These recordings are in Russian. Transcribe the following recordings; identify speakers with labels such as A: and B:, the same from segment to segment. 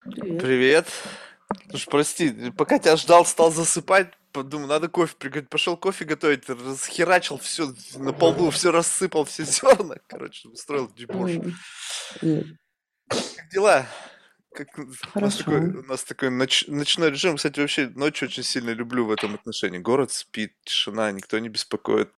A: Привет.
B: Привет. Слушай, прости, пока тебя ждал, стал засыпать. Думаю, надо кофе приготовить. Пошел кофе готовить, расхерачил все на полу, все рассыпал, все зерна. Короче, устроил дебош.
A: М, м,
B: Как дела? Как
A: Хорошо.
B: у нас такой ночной режим. Кстати, вообще ночь очень сильно люблю в этом отношении. Город спит, тишина, никто не беспокоит.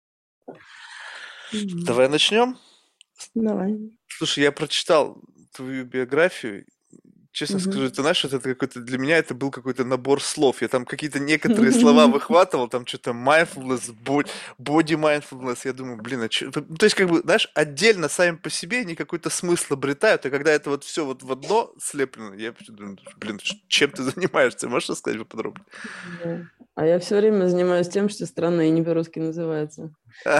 A: М,
B: Давай начнем.
A: Давай.
B: Слушай, я прочитал твою биографию. Честно скажу,
A: Мгм.
B: ты знаешь, вот это какой-то для меня это был какой-то набор слов. Я там какие-то некоторые слова выхватывал, там что-то mindfulness, body mindfulness. Я думаю, блин, то есть как бы, знаешь, отдельно сами по себе они какой-то смысл обретают, а когда это вот все вот в одно слеплено, я вообще думаю, блин, чем ты занимаешься? Можешь рассказать поподробнее?
A: Да. А я все время занимаюсь тем, что странно и не по-русски называется.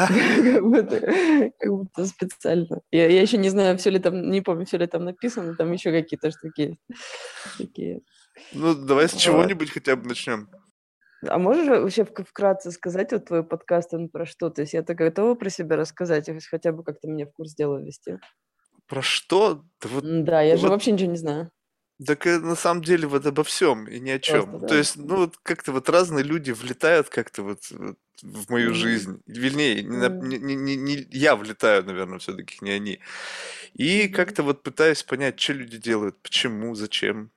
A: Как будто специально. Я еще не знаю, все ли там, не помню, все ли там написано, там еще какие-то штуки есть. Такие.
B: Ну, давай с
A: Вот.
B: чего-нибудь хотя бы начнем.
A: А можешь вообще вкратце сказать, вот твой подкаст, он про что? То есть я-то готова про себя рассказать, хотя бы как-то меня в курс дела ввести.
B: Про что? Да вот,
A: Да, я
B: да
A: же
B: вот
A: вообще ничего не знаю.
B: так на самом деле вот обо всем и ни о
A: Просто,
B: чем. То
A: да?
B: есть, ну вот как-то вот разные люди влетают как-то вот в мою
A: Мгм.
B: жизнь. Вернее,
A: Мгм.
B: не я влетаю, наверное, все-таки, не они. И
A: Мгм.
B: как-то вот пытаюсь понять, что люди делают, почему, зачем,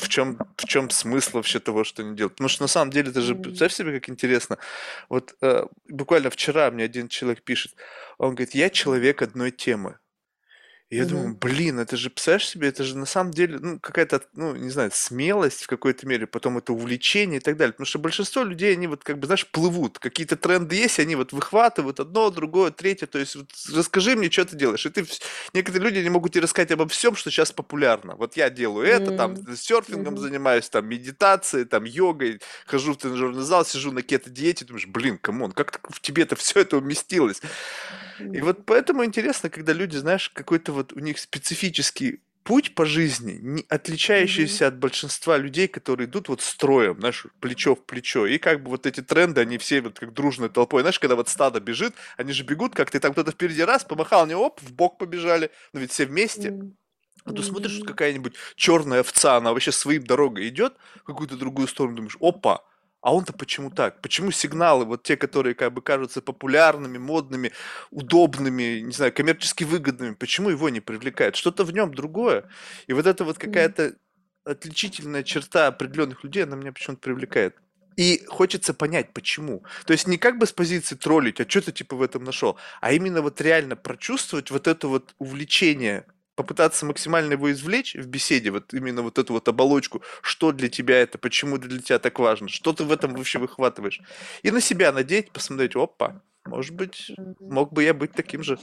B: в чем смысл вообще того, что они делают. Потому что на самом деле, это же,
A: М.
B: представь себе, как интересно. Вот буквально вчера мне один человек пишет, он говорит, я человек одной темы. И я думаю,
A: Мгм.
B: блин, это же, представляешь себе, это же на самом деле, ну, какая-то, ну, не знаю, смелость в какой-то мере, потом это увлечение и так далее. Потому что большинство людей, они вот как бы, знаешь, плывут. Какие-то тренды есть, они вот выхватывают одно, другое, третье. То есть вот расскажи мне, что ты делаешь. И некоторые люди не могут тебе рассказать обо всем, что сейчас популярно. Вот я делаю это, там,
A: М.
B: серфингом
A: Мгм.
B: занимаюсь, там, медитацией, там, йогой, хожу в тренажерный зал, сижу на кето-диете, думаешь, блин, камон, как так в тебе-то все это уместилось? И
A: М.
B: вот поэтому интересно, когда люди, знаешь, какой-то вот у них специфический путь по жизни,
A: Мгм.
B: отличающийся от большинства людей, которые идут вот строем, знаешь, плечо в плечо. И как бы вот эти тренды, они все вот как дружной толпой. Знаешь, когда вот стадо бежит, они же бегут как-то, и там кто-то впереди раз, помахал, они оп, в бок побежали. Но ведь все вместе.
A: М.
B: А ты смотришь, вот
A: М.
B: какая-нибудь черная овца, она вообще своим дорогой идет в какую-то другую сторону, думаешь, опа, а он-то почему так? Почему сигналы, вот те, которые как бы кажутся популярными, модными, удобными, не знаю, коммерчески выгодными, почему его не привлекает? Что-то в нем другое. И вот это вот
A: М.
B: какая-то отличительная черта определенных людей, она меня почему-то привлекает. И хочется понять, почему. То есть не как бы с позиции троллить, а что ты типа в этом нашел, а именно вот реально прочувствовать вот это вот увлечение, попытаться максимально его извлечь в беседе, вот именно вот эту вот оболочку, что для тебя это, почему для тебя так важно, что ты в этом вообще выхватываешь. И на себя надеть, посмотреть, опа, может быть,
A: Мгм.
B: мог бы я быть таким же.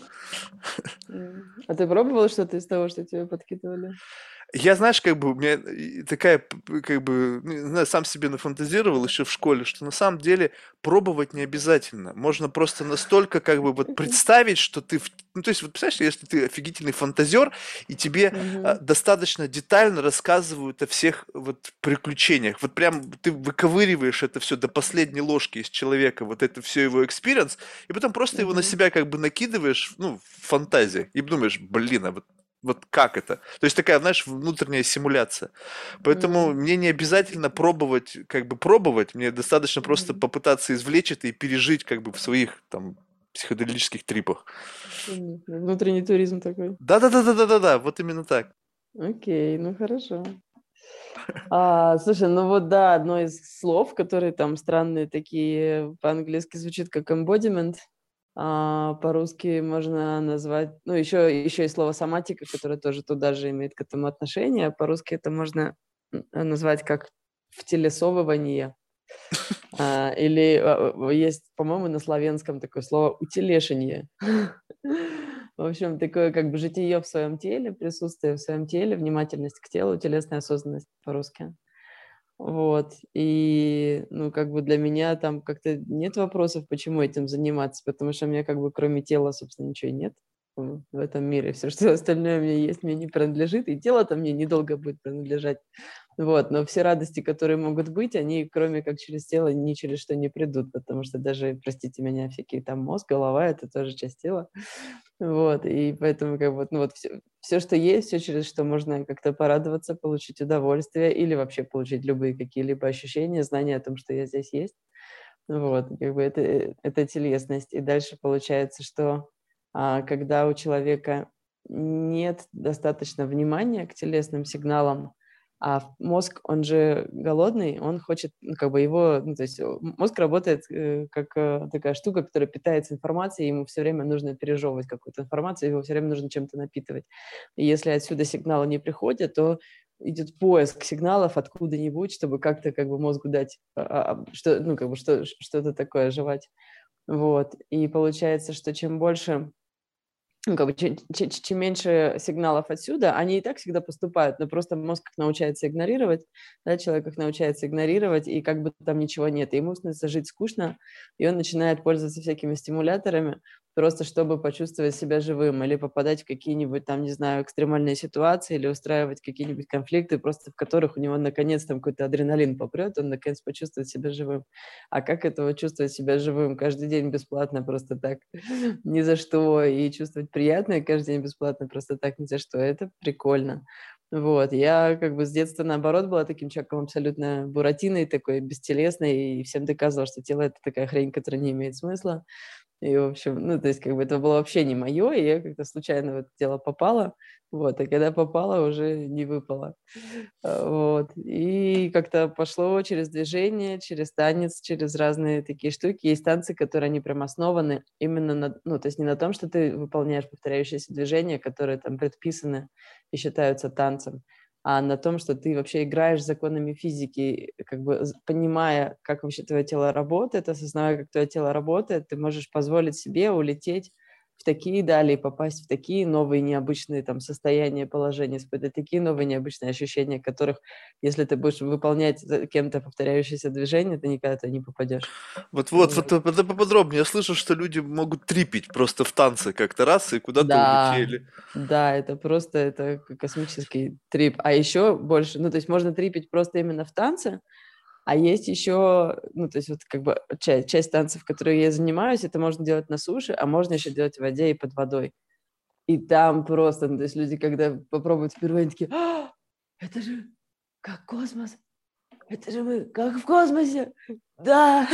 A: А ты пробовала что-то из того, что тебе подкидывали?
B: Я, знаешь, как бы у меня такая, как бы, не знаю, сам себе нафантазировал еще в школе, что на самом деле пробовать не обязательно. Можно просто настолько как бы вот представить, что ты, ну то есть вот представляешь, если ты офигительный фантазер, и тебе
A: Мгм.
B: достаточно детально рассказывают о всех вот приключениях, вот прям ты выковыриваешь это все до последней ложки из человека, вот это все его экспириенс, и потом просто его на
A: Мгм.
B: себя как бы накидываешь, ну, в фантазии, и думаешь, блин, а вот как это? То есть такая, знаешь, внутренняя симуляция. Поэтому
A: М.
B: мне не обязательно пробовать, как бы пробовать, мне достаточно просто
A: Мгм.
B: попытаться извлечь это и пережить как бы в своих там психоделических трипах.
A: Понятно. Внутренний туризм такой.
B: Да-да-да-да-да-да, вот именно так.
A: Окей, ну хорошо. Слушай, ну вот да, одно из слов, которые там странные такие, по-английски звучит как embodiment, по-русски можно назвать, ну еще и слово соматика, которое тоже туда же имеет к этому отношение, а по-русски это можно назвать как втелесовывание. Или есть, по-моему, на славянском такое слово утелешение. В общем, такое как бы житие в своем теле, присутствие в своем теле, внимательность к телу, телесная осознанность по-русски. Вот. И, ну, как бы для меня там как-то нет вопросов, почему этим заниматься, потому что у меня как бы кроме тела, собственно, ничего и нет. в этом мире. Все, что остальное у меня есть, мне не принадлежит, и тело-то мне недолго будет принадлежать. Вот, но все радости, которые могут быть, они, кроме как через тело, ни через что не придут, потому что даже, простите меня, всякие там мозг, голова — это тоже часть тела. Вот, и поэтому как бы, ну вот все, что есть, все, через что можно как-то порадоваться, получить удовольствие или вообще получить любые какие-либо ощущения, знания о том, что я здесь есть. Вот, как бы это телесность. И дальше получается, что когда у человека нет достаточно внимания к телесным сигналам, мозг, он же голодный, он хочет, ну, как бы его, ну, то есть мозг работает как такая штука, которая питается информацией, ему все время нужно пережевывать какую-то информацию, его все время нужно чем-то напитывать. И если отсюда сигналы не приходят, то идет поиск сигналов откуда-нибудь, чтобы как-то как бы мозгу дать что, ну, как бы что-то такое жевать. Вот. И получается, что чем больше, ну, как бы, чем меньше сигналов отсюда, они и так всегда поступают, но просто мозг их научается игнорировать, да, человек их научается игнорировать, и как бы там ничего нет, и ему становится жить скучно, и он начинает пользоваться всякими стимуляторами, просто чтобы почувствовать себя живым, или попадать в какие-нибудь там, не знаю, экстремальные ситуации, или устраивать какие-нибудь конфликты, просто в которых у него наконец там какой-то адреналин попрет, он наконец почувствует себя живым. А как этого чувствовать себя живым каждый день бесплатно просто так, ни за что, и чувствовать приятное каждый день бесплатно просто так, ни за что, это прикольно. Вот, я как бы с детства, наоборот, была таким человеком абсолютно буратиной, такой бестелесной, и всем доказывала, что тело — это такая хрень, которая не имеет смысла. И, в общем, ну, то есть, как бы это было вообще не мое, и я как-то случайно в это дело попала, вот, и когда попала, уже не выпала. Вот, и как-то пошло через движение, через танец, через разные такие штуки. Есть танцы, которые, они прям основаны именно на, ну, то есть не на том, что ты выполняешь повторяющиеся движения, которые там предписаны и считаются танцем, а на том, что ты вообще играешь законами физики, как бы понимая, как вообще твое тело работает, осознавая, как твое тело работает, ты можешь позволить себе улететь в такие дали, попасть в такие новые необычные там состояния, положения, испытать такие новые необычные ощущения, которых, если ты будешь выполнять за кем-то повторяющиеся движения, ты никогда туда не попадешь.
B: Вот, это поподробнее. Я слышу, что люди могут трипить просто в танце как-то раз и куда-то
A: Да,
B: улетели.
A: да, это просто это космический трип. А еще больше, ну, то есть можно трипить просто именно в танце, а есть еще, ну, то есть вот как бы часть танцев, которые я занимаюсь, это можно делать на суше, а можно еще делать в воде и под водой. И там просто, ну, то есть люди, когда попробуют впервые, они такие: это же как космос, это же мы как в космосе, да.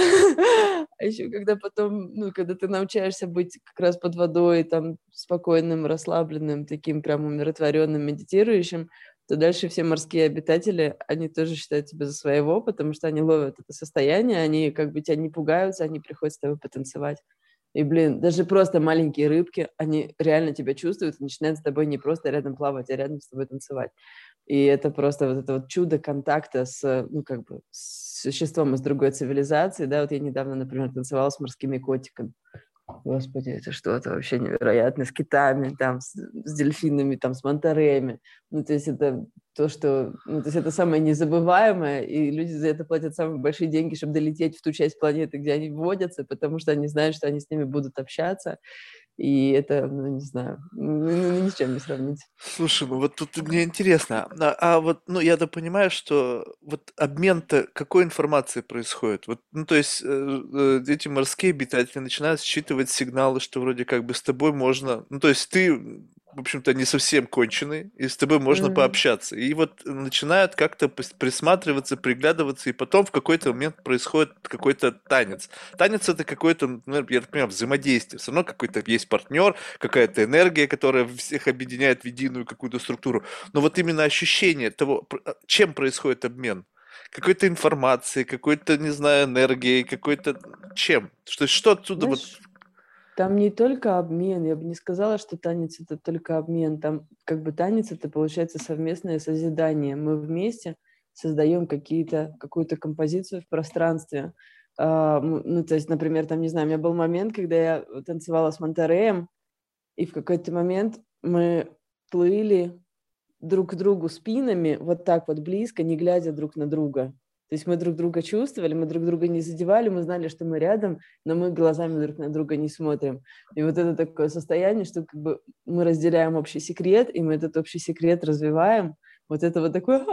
A: А еще когда потом, ну, когда ты научаешься быть как раз под водой, там, спокойным, расслабленным, таким прям умиротворенным, медитирующим, то дальше все морские обитатели, они тоже считают тебя за своего, потому что они ловят это состояние, они как бы тебя не пугаются, они приходят с тобой потанцевать. И, блин, даже просто маленькие рыбки, они реально тебя чувствуют и начинают с тобой не просто рядом плавать, а рядом с тобой танцевать. И это просто вот это вот чудо контакта с, ну, как бы, с существом из другой цивилизации, да, вот я недавно, например, танцевала с морскими котиками. Господи, это что-то вообще невероятное, с китами, там, с дельфинами, там, с мантареями. Ну, то есть это то, что, ну, то есть это самое незабываемое, и люди за это платят самые большие деньги, чтобы долететь в ту часть планеты, где они водятся, потому что они знают, что они с ними будут общаться, и это, ну, не знаю, ни с чем не сравнить.
B: Слушай, ну вот тут мне интересно, вот, ну, я-то понимаю, что вот обмен-то какой информации происходит? Вот, ну, то есть эти морские обитатели начинают считывать сигналы, что вроде как бы с тобой можно, ну, то есть ты, в общем-то, не совсем конченый, и с тобой можно
A: Мгм.
B: пообщаться. И вот начинают как-то присматриваться, приглядываться, и потом в какой-то момент происходит какой-то танец. Танец это какое-то, ну, я так понимаю, взаимодействие. Все равно какой-то есть партнер, какая-то энергия, которая всех объединяет в единую какую-то структуру. Но вот именно ощущение того, чем происходит обмен. Какой-то информацией, какой-то, не знаю, энергией, какой-то чем? Что отсюда вот...
A: Знаешь, там не только обмен, я бы не сказала, что танец — это только обмен. Там как бы танец — это, получается, совместное созидание. Мы вместе создаем какую-то композицию в пространстве. Ну, то есть, например, там, не знаю, у меня был момент, когда я танцевала с Монтереем, и в какой-то момент мы плыли друг к другу спинами вот так вот близко, не глядя друг на друга. То есть мы друг друга чувствовали, мы друг друга не задевали, мы знали, что мы рядом, но мы глазами друг на друга не смотрим. И вот это такое состояние, что как бы мы разделяем общий секрет, и мы этот общий секрет развиваем. Вот это вот такое...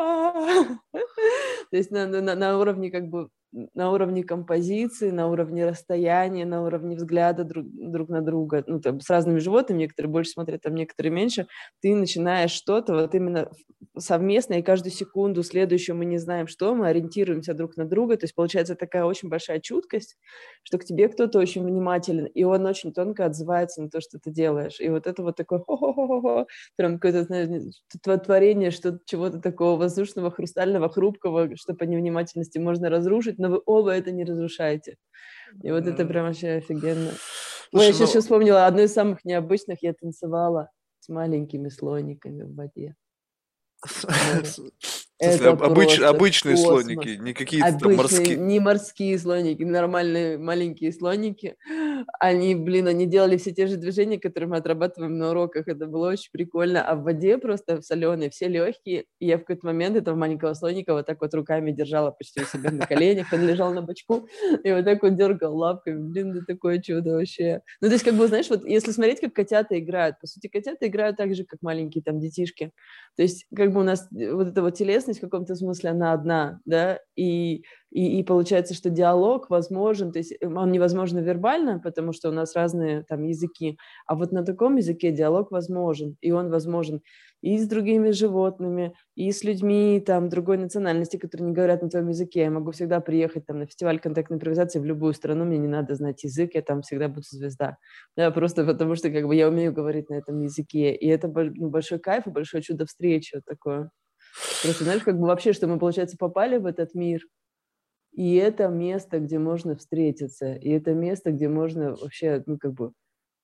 A: То есть на уровне как бы на уровне композиции, на уровне расстояния, на уровне взгляда друг на друга, ну, там, с разными животными, некоторые больше смотрят, там, некоторые меньше, ты начинаешь что-то вот именно совместно, и каждую секунду следующую мы не знаем, что, мы ориентируемся друг на друга, то есть получается такая очень большая чуткость, что к тебе кто-то очень внимателен, и он очень тонко отзывается на то, что ты делаешь, и вот это вот такое хо-хо-хо-хо, прям какое-то, знаешь, творение, что чего-то такого воздушного, хрустального, хрупкого, что по невнимательности можно разрушить, но вы оба это не разрушаете. И вот это прям вообще офигенно. Ой, я
B: Слушай,
A: сейчас
B: ну,
A: вспомнила, одно из самых необычных, я танцевала с маленькими слониками в воде, в море.
B: в смысле,
A: Это просто
B: обычные
A: космос.
B: слоники, не какие-то там
A: Обычные,
B: морские.
A: не морские слоники, нормальные маленькие слоники. Они, блин, они делали все те же движения, которые мы отрабатываем на уроках. Это было очень прикольно. А в воде просто в соленой все легкие. И я в какой-то момент этого маленького слоника вот так вот руками держала почти у себя на коленях. Он лежал на бочку и вот так вот дергал лапками. Блин, это такое чудо вообще. Ну, то есть, как бы, знаешь, вот если смотреть, как котята играют, по сути, котята играют так же, как маленькие там детишки. То есть, как бы у нас вот эта вот телесность в каком-то смысле, она одна, да, и получается, что диалог возможен, то есть он невозможен вербально, потому что у нас разные там языки, а вот на таком языке диалог возможен, и он возможен и с другими животными, и с людьми там другой национальности, которые не говорят на твоем языке. Я могу всегда приехать там на фестиваль контактной импровизации в любую страну, мне не надо знать язык, я там всегда буду звезда. Да, просто потому что как бы я умею говорить на этом языке, и это большой кайф и большое чудо встречи вот такое. Просто, знаешь, как бы вообще, что мы, получается, попали в этот мир, и это место, где можно встретиться, и это место, где можно вообще, ну, как бы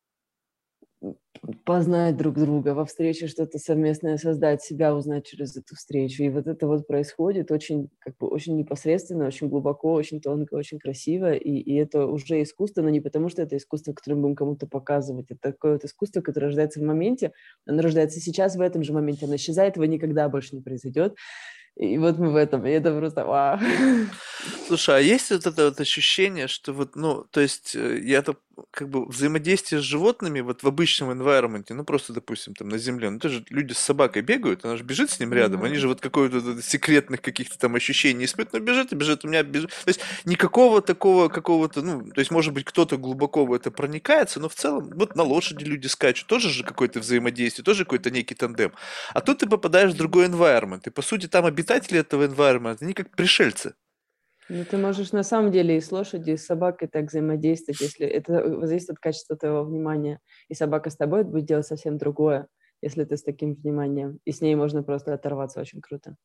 A: познать друг друга, во встрече что-то совместное создать, себя узнать через эту встречу. И вот это вот происходит очень, как бы, очень непосредственно, очень глубоко, очень тонко, очень красиво. И это уже искусство, но не потому, что это искусство, которое мы будем кому-то показывать. Это такое вот искусство, которое рождается в моменте. Оно рождается сейчас, в этом же моменте. Оно исчезает, его никогда больше не произойдет. И вот мы в этом. И это просто вау.
B: Слушай, а есть вот это вот ощущение, что вот, ну, то есть я-то как бы взаимодействие с животными вот в обычном environment, ну просто, допустим, там на земле, ну тоже люди с собакой бегают, она же бежит с ним рядом, они же вот какой-то вот секретных каких-то там ощущений не испытывают, но бежит и бежит, у меня бежит. То есть никакого такого какого-то, ну, то есть может быть кто-то глубоко в это проникается, но в целом вот на лошади люди скачут, тоже же какое-то взаимодействие, тоже какой-то некий тандем. А тут ты попадаешь в другой environment, и по сути там обитатели этого environment, они как пришельцы.
A: Ну, ты можешь на самом деле и с лошадью, и с собакой так взаимодействовать, если это зависит от качества твоего внимания. И собака с тобой будет делать совсем другое, если ты с таким вниманием. И с ней можно просто оторваться очень круто.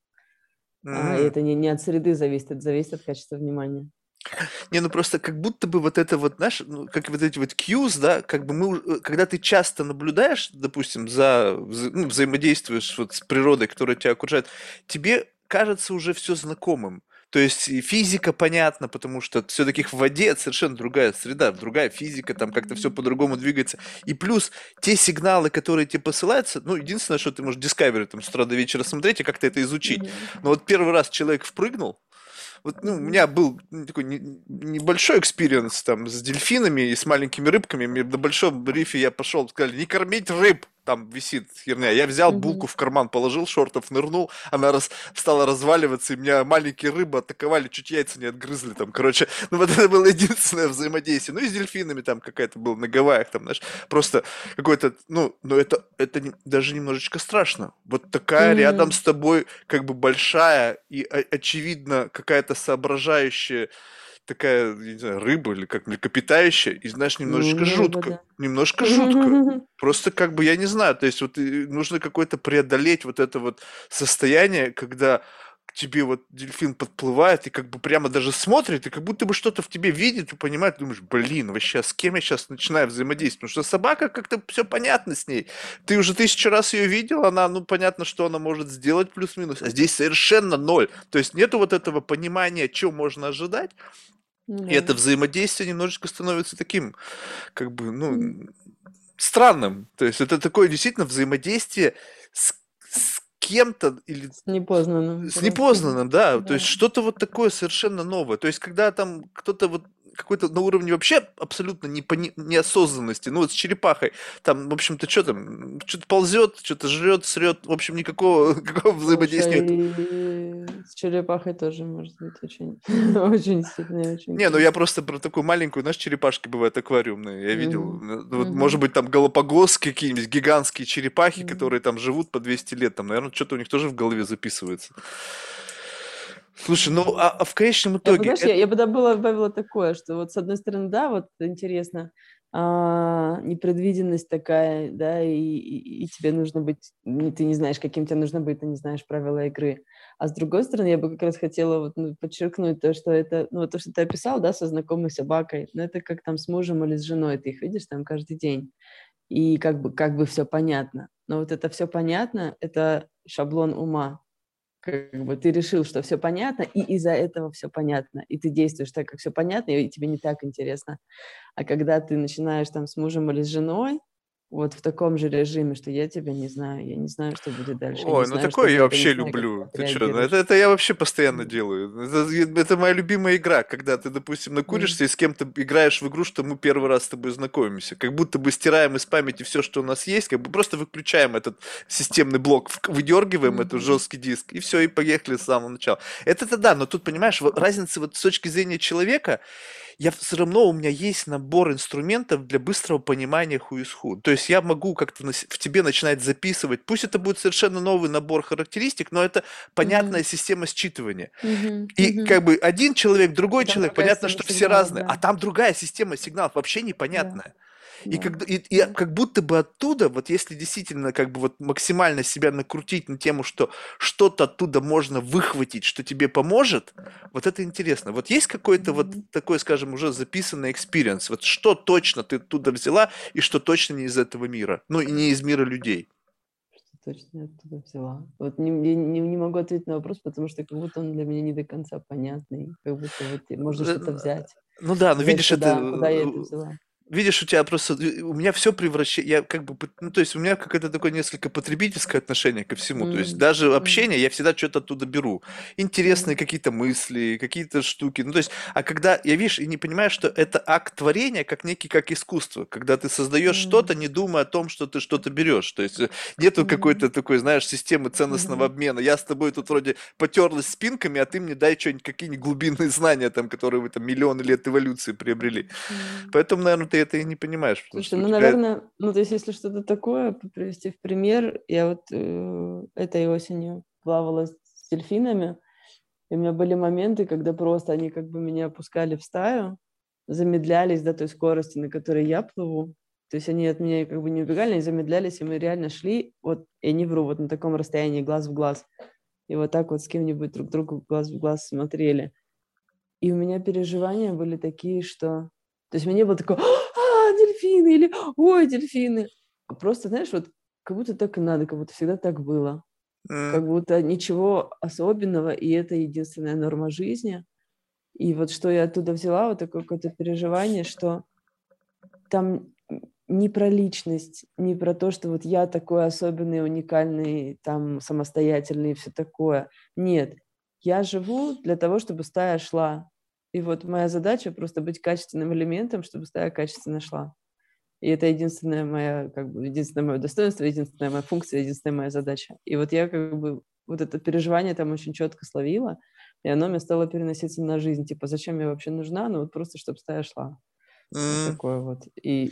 A: И
B: М.
A: это не от среды зависит, это зависит от качества внимания.
B: Не, ну просто как будто бы вот это вот, знаешь, ну, как вот эти вот cues, да, как бы когда ты часто наблюдаешь, допустим, ну, взаимодействуешь вот с природой, которая тебя окружает, тебе кажется уже все знакомым. То есть и физика понятна, потому что все-таки в воде совершенно другая среда, другая физика, там как-то все по-другому двигается. И плюс те сигналы, которые тебе посылаются, ну, единственное, что ты можешь Discovery там с утра до вечера смотреть и как-то это изучить.
A: Мгм.
B: Но вот первый раз человек впрыгнул, вот, ну, у
A: Мгм.
B: меня был такой небольшой экспириенс там с дельфинами и с маленькими рыбками. Мне на большом рифе я пошел, сказали, не кормить рыб. Там висит херня. Я взял булку
A: Мгм.
B: в карман, положил, шортов нырнул, она стала разваливаться, и меня маленькие рыбы атаковали, чуть яйца не отгрызли там, короче. Ну вот это было единственное взаимодействие. Ну и с дельфинами там какая-то была на Гавайях, там, знаешь, просто какой-то, ну, но это даже немножечко страшно. Вот такая рядом
A: М.
B: с тобой как бы большая и очевидно какая-то соображающая такая, я не знаю, рыба или как млекопитающее, и знаешь,
A: Ну,
B: немножечко
A: не рыба,
B: жутко.
A: да.
B: Немножко жутко. Просто как бы, я не знаю, то есть вот нужно какое-то преодолеть вот это вот состояние, когда к тебе вот дельфин подплывает и как бы прямо даже смотрит, и как будто бы что-то в тебе видит и понимает, думаешь, блин, вообще, а с кем я сейчас начинаю взаимодействовать? Потому что собака как-то все понятно с ней. Ты уже 1000 раз ее видел, она, ну, понятно, что она может сделать плюс-минус, а здесь совершенно ноль. То есть нету вот этого понимания, что можно ожидать,
A: Ну
B: и
A: да.
B: это взаимодействие немножечко становится таким, как бы,
A: М.
B: ну, странным. То есть это такое действительно взаимодействие с, кем-то или
A: С непознанным
B: с
A: просто.
B: непознанным, да, то есть
A: Да.
B: что-то вот такое совершенно новое. То есть когда там кто-то вот какой-то на уровне вообще абсолютно неосознанности, ну вот с черепахой, там, в общем-то, что там, что-то ползет, что-то жрет, срет, в общем, никакого, никакого взаимодействия нет.
A: Слушай, и с черепахой тоже может быть очень, очень сильно и очень
B: Не, ну я
A: круто.
B: просто про такую маленькую, знаешь, черепашки бывают аквариумные, я видел.
A: Мгм.
B: Вот, может
A: Мгм.
B: быть, там Галапагос какие-нибудь гигантские черепахи,
A: Мгм.
B: которые там живут по 200 лет, там, наверное, что-то у них тоже в голове записывается. Слушай, ну,
A: Да.
B: а в конечном
A: Я бы,
B: итоге,
A: знаешь, я бы добавила такое, что вот с одной стороны, да, вот интересно, непредвиденность такая, да, и тебе нужно быть, ты не знаешь, каким тебе нужно быть, ты не знаешь правила игры. А с другой стороны, я бы как раз хотела вот, ну, подчеркнуть то, что это, ну, вот то, что ты описал, да, со знакомой собакой, ну, это как там с мужем или с женой, ты их видишь там каждый день, и как бы все понятно. Но вот это все понятно, это шаблон ума, как бы ты решил, что все понятно, и из-за этого все понятно, и ты действуешь так, как все понятно, и тебе не так интересно. А когда ты начинаешь там с мужем или с женой, вот в таком же режиме, что я тебя не знаю, я не знаю, что будет дальше, я не
B: ой, ну
A: знаю, что
B: такое я
A: будет, я не
B: вообще
A: знаю, как ты
B: люблю. Ты что, ну это,
A: отреагируешь.
B: это я вообще постоянно
A: М,
B: делаю. Это моя любимая игра, когда ты, допустим,
A: м,
B: накуришься и с кем-то играешь в игру, что мы первый раз с тобой знакомимся. Как будто бы стираем из памяти все, что у нас есть, как бы просто выключаем этот системный блок, выдергиваем этот
A: мгм,
B: жесткий диск, и все, и поехали с самого начала. Это да, но тут, понимаешь, разница вот с точки зрения человека, я все равно у меня есть набор инструментов для быстрого понимания who is who. То есть я могу как-то в тебе начинать записывать. Пусть это будет совершенно новый набор характеристик, но это понятная
A: мгм,
B: система считывания.
A: мгм,
B: И
A: мгм.
B: как бы один человек,
A: И
B: другой
A: там
B: человек,
A: другая
B: понятно,
A: система
B: что все
A: сигналов,
B: разные,
A: да,
B: а там другая система сигналов, вообще
A: да,
B: непонятная. И,
A: да,
B: и
A: да.
B: как будто бы оттуда, вот если действительно как бы вот максимально себя накрутить на тему, что что-то оттуда можно выхватить, что тебе поможет, вот это интересно. Вот есть какой-то вот
A: Мгм.
B: такой, скажем, уже записанный экспириенс, вот что точно ты оттуда взяла и что точно не из этого мира, ну и не из мира людей.
A: Что точно я оттуда взяла. Вот не могу ответить на вопрос, потому что как будто он для меня не до конца понятный, как будто вот можно
B: Э,
A: что-то взять.
B: Ну да, но
A: Взять
B: видишь, это
A: куда я это взяла.
B: видишь, у тебя просто, у меня все превращает, я как бы, ну, то есть у меня какое-то такое несколько потребительское отношение ко всему, то есть
A: М,
B: даже
A: м,
B: общение я всегда что-то оттуда беру, интересные
A: м,
B: какие-то мысли, какие-то штуки, ну, то есть, а когда я, видишь, и не понимаю, что это акт творения, как некий, как искусство, когда ты создаешь что-то,
A: м,
B: не думая о том, что ты что-то берешь, то есть нету
A: м,
B: какой-то такой, знаешь, системы ценностного
A: мгм,
B: обмена, я с тобой тут вроде потерлась спинками, а ты мне дай что-нибудь, какие-нибудь глубинные знания, там, которые вы там миллионы лет эволюции приобрели.
A: м.
B: Поэтому, наверное, ты это и не понимаешь, потому
A: Слушай,
B: что у
A: ну,
B: тебя...
A: наверное, ну, то есть если что-то такое привести в пример, я вот этой осенью плавала с дельфинами, и у меня были моменты, когда просто они как бы меня опускали в стаю, замедлялись до той скорости, на которой я плыву. То есть они от меня как бы не убегали, они замедлялись, и мы реально шли, вот, я не вру, вот на таком расстоянии, глаз в глаз. И вот так вот с кем-нибудь друг другу глаз в глаз смотрели. И у меня переживания были такие, что... То есть мне было такое, дельфины, или ой, дельфины. Просто, знаешь, вот как будто так и надо, как будто всегда так было.
B: М,
A: Как будто ничего особенного, и это единственная норма жизни. И вот что я оттуда взяла, вот такое какое-то переживание, что там не про личность, не про то, что вот я такой особенный, уникальный, там, самостоятельный и все такое. Нет, я живу для того, чтобы стая шла. И вот моя задача просто быть качественным элементом, чтобы стая качественно шла. И это единственное моя, как бы, единственное мое достоинство, единственная моя функция, единственная моя задача. И вот я как бы вот это переживание там очень четко словила, и оно мне стало переноситься на жизнь. Типа, зачем я вообще нужна? Ну вот просто, чтобы стая шла. Вот
B: м.
A: такое вот.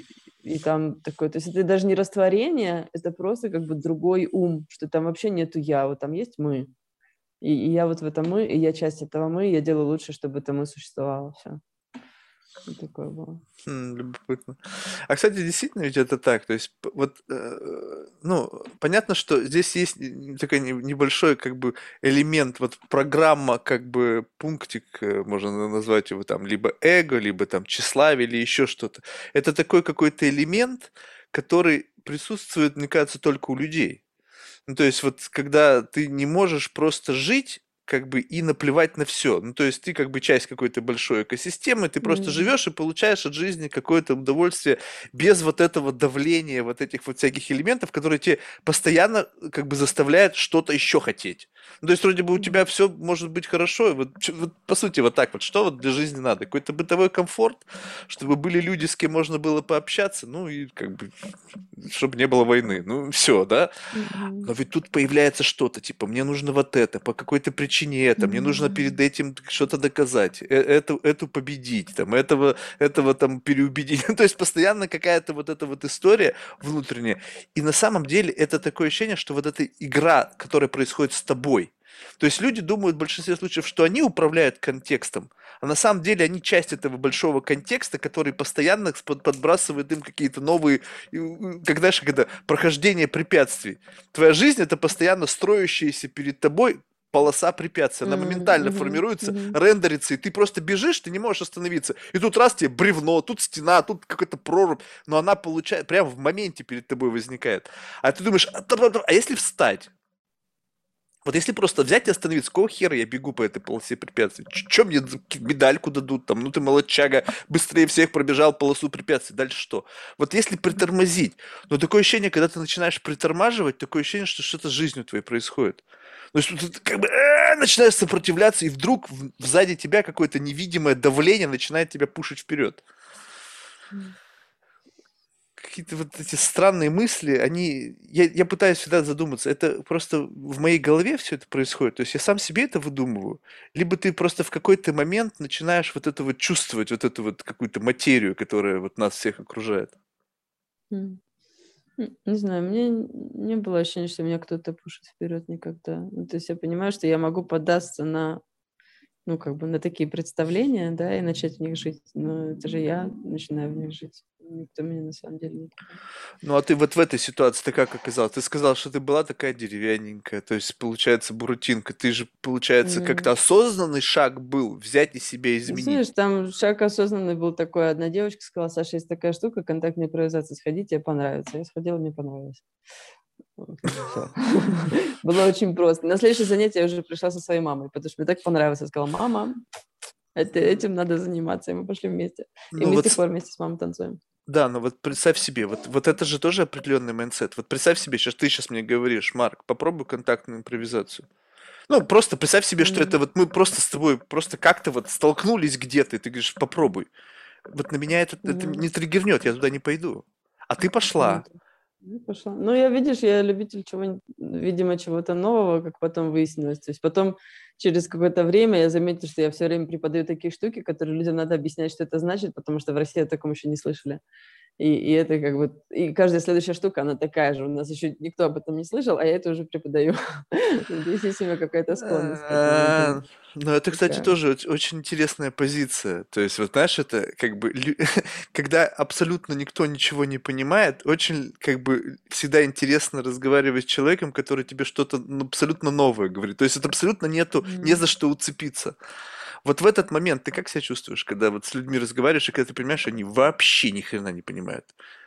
A: И там такое, то есть это даже не растворение, это просто как бы другой ум, что там вообще нету я, вот там есть мы. И я вот в этом мы, и я часть этого мы, и я делаю лучше, чтобы это мы существовало. Все. Вот такое было.
B: Любопытно. А, кстати, действительно ведь это так. То есть, вот, ну, понятно, что здесь есть такой небольшой, как бы, элемент, вот, программа, как бы, пунктик, можно назвать его там, либо эго, либо там тщеславие, или еще что-то. Это такой какой-то элемент, который присутствует, мне кажется, только у людей. Ну, то есть вот когда ты не можешь просто жить, как бы и наплевать на все. Ну, то есть ты как бы часть какой-то большой экосистемы, ты просто живешь и получаешь от жизни какое-то удовольствие без вот этого давления, вот этих вот всяких элементов, которые тебе постоянно как бы заставляют что-то еще хотеть. Ну, то есть вроде бы у тебя все может быть хорошо, вот, вот по сути вот так вот, что вот для жизни надо? Какой-то бытовой комфорт, чтобы были люди, с кем можно было пообщаться, ну и как бы, чтобы не было войны, ну все, да? Но ведь тут появляется что-то, типа, мне нужно вот это, по какой-то причине это, мне нужно перед этим что-то доказать, эту победить, там, этого там переубедить. То есть постоянно какая-то вот эта вот история внутренняя. И на самом деле это такое ощущение, что вот эта игра, которая происходит с тобой, то есть люди думают в большинстве случаев, что они управляют контекстом, а на самом деле они часть этого большого контекста, который постоянно подбрасывает им какие-то новые, когда же, когда прохождение препятствий. Твоя жизнь это постоянно строящаяся перед тобой полоса препятствий. Она моментально формируется, рендерится, и ты просто бежишь, ты не можешь остановиться. И тут раз тебе бревно, тут стена, тут какая-то прорубь, но она получает, прямо в моменте перед тобой возникает. А ты думаешь, а если встать? Вот если просто взять и остановиться, какого хера я бегу по этой полосе препятствий? Че мне медальку дадут там? Ну ты молодчага, быстрее всех пробежал полосу препятствий. Дальше что? Вот если притормозить, но такое ощущение, когда ты начинаешь притормаживать, такое ощущение, что что-то с жизнью твоей происходит. То есть ты как бы начинаешь сопротивляться, и вдруг сзади тебя какое-то невидимое давление начинает тебя пушить вперед. Какие-то вот эти странные мысли, они... Я пытаюсь всегда задуматься, это просто в моей голове все это происходит, то есть я сам себе это выдумываю, либо ты просто в какой-то момент начинаешь вот это вот чувствовать, вот эту вот какую-то материю, которая вот нас всех окружает.
A: Не знаю, мне не было ощущения, что меня кто-то пушит вперед никогда. Ну, то есть я понимаю, что я могу поддаться на, ну, как бы на такие представления, да, и начать в них жить. Но это же я начинаю в них жить. Никто меня на самом деле не пугает.
B: Ну а ты вот в этой ситуации ты как оказалась? Ты сказал, что ты была такая деревянненькая, то есть получается буратинка. Ты же, получается, как-то осознанный шаг был взять и себя
A: Ну,
B: изменить.
A: знаешь, там шаг осознанный был такой. Одна девочка сказала: Саша, есть такая штука, контактная импровизация, сходи, тебе понравится. Я сходила, мне понравилось. Все. Было очень просто. На следующее занятие я уже пришла со своей мамой, потому что мне так понравилось. Я сказала: мама, этим надо заниматься. И мы пошли вместе. И
B: Ну
A: мы с
B: вот
A: тех пор вместе с мамой танцуем.
B: да, но вот представь себе, вот это же тоже определенный майндсет. Вот представь себе, сейчас ты сейчас мне говоришь, Марк, попробуй контактную импровизацию. Ну, просто представь себе, что это вот мы просто с тобой просто как-то вот столкнулись где-то, и ты говоришь, попробуй. Вот на меня это не триггернет, я туда не пойду. А ты
A: Ну,
B: пошла.
A: пошла. Ну, я, видишь, я любитель чего, видимо, чего-то нового, как потом выяснилось. То есть потом, через какое-то время, я заметила, что я все время преподаю такие штуки, которые людям надо объяснять, что это значит, потому что в России о таком еще не слышали. И это как бы... И каждая следующая штука, она такая же. У нас еще никто об этом не слышал, а я это уже преподаю. Здесь есть у меня какая-то склонность к этому. Это
B: Ну, это, кстати,
A: такая...
B: тоже очень интересная позиция. То есть, вот знаешь, это как бы, когда абсолютно никто ничего не понимает, очень как бы всегда интересно разговаривать с человеком, который тебе что-то абсолютно новое говорит. То есть, это абсолютно не за что уцепиться. Вот в этот момент ты как себя чувствуешь, когда вот с людьми разговариваешь, и когда ты понимаешь, что они вообще ни хрена не понимают?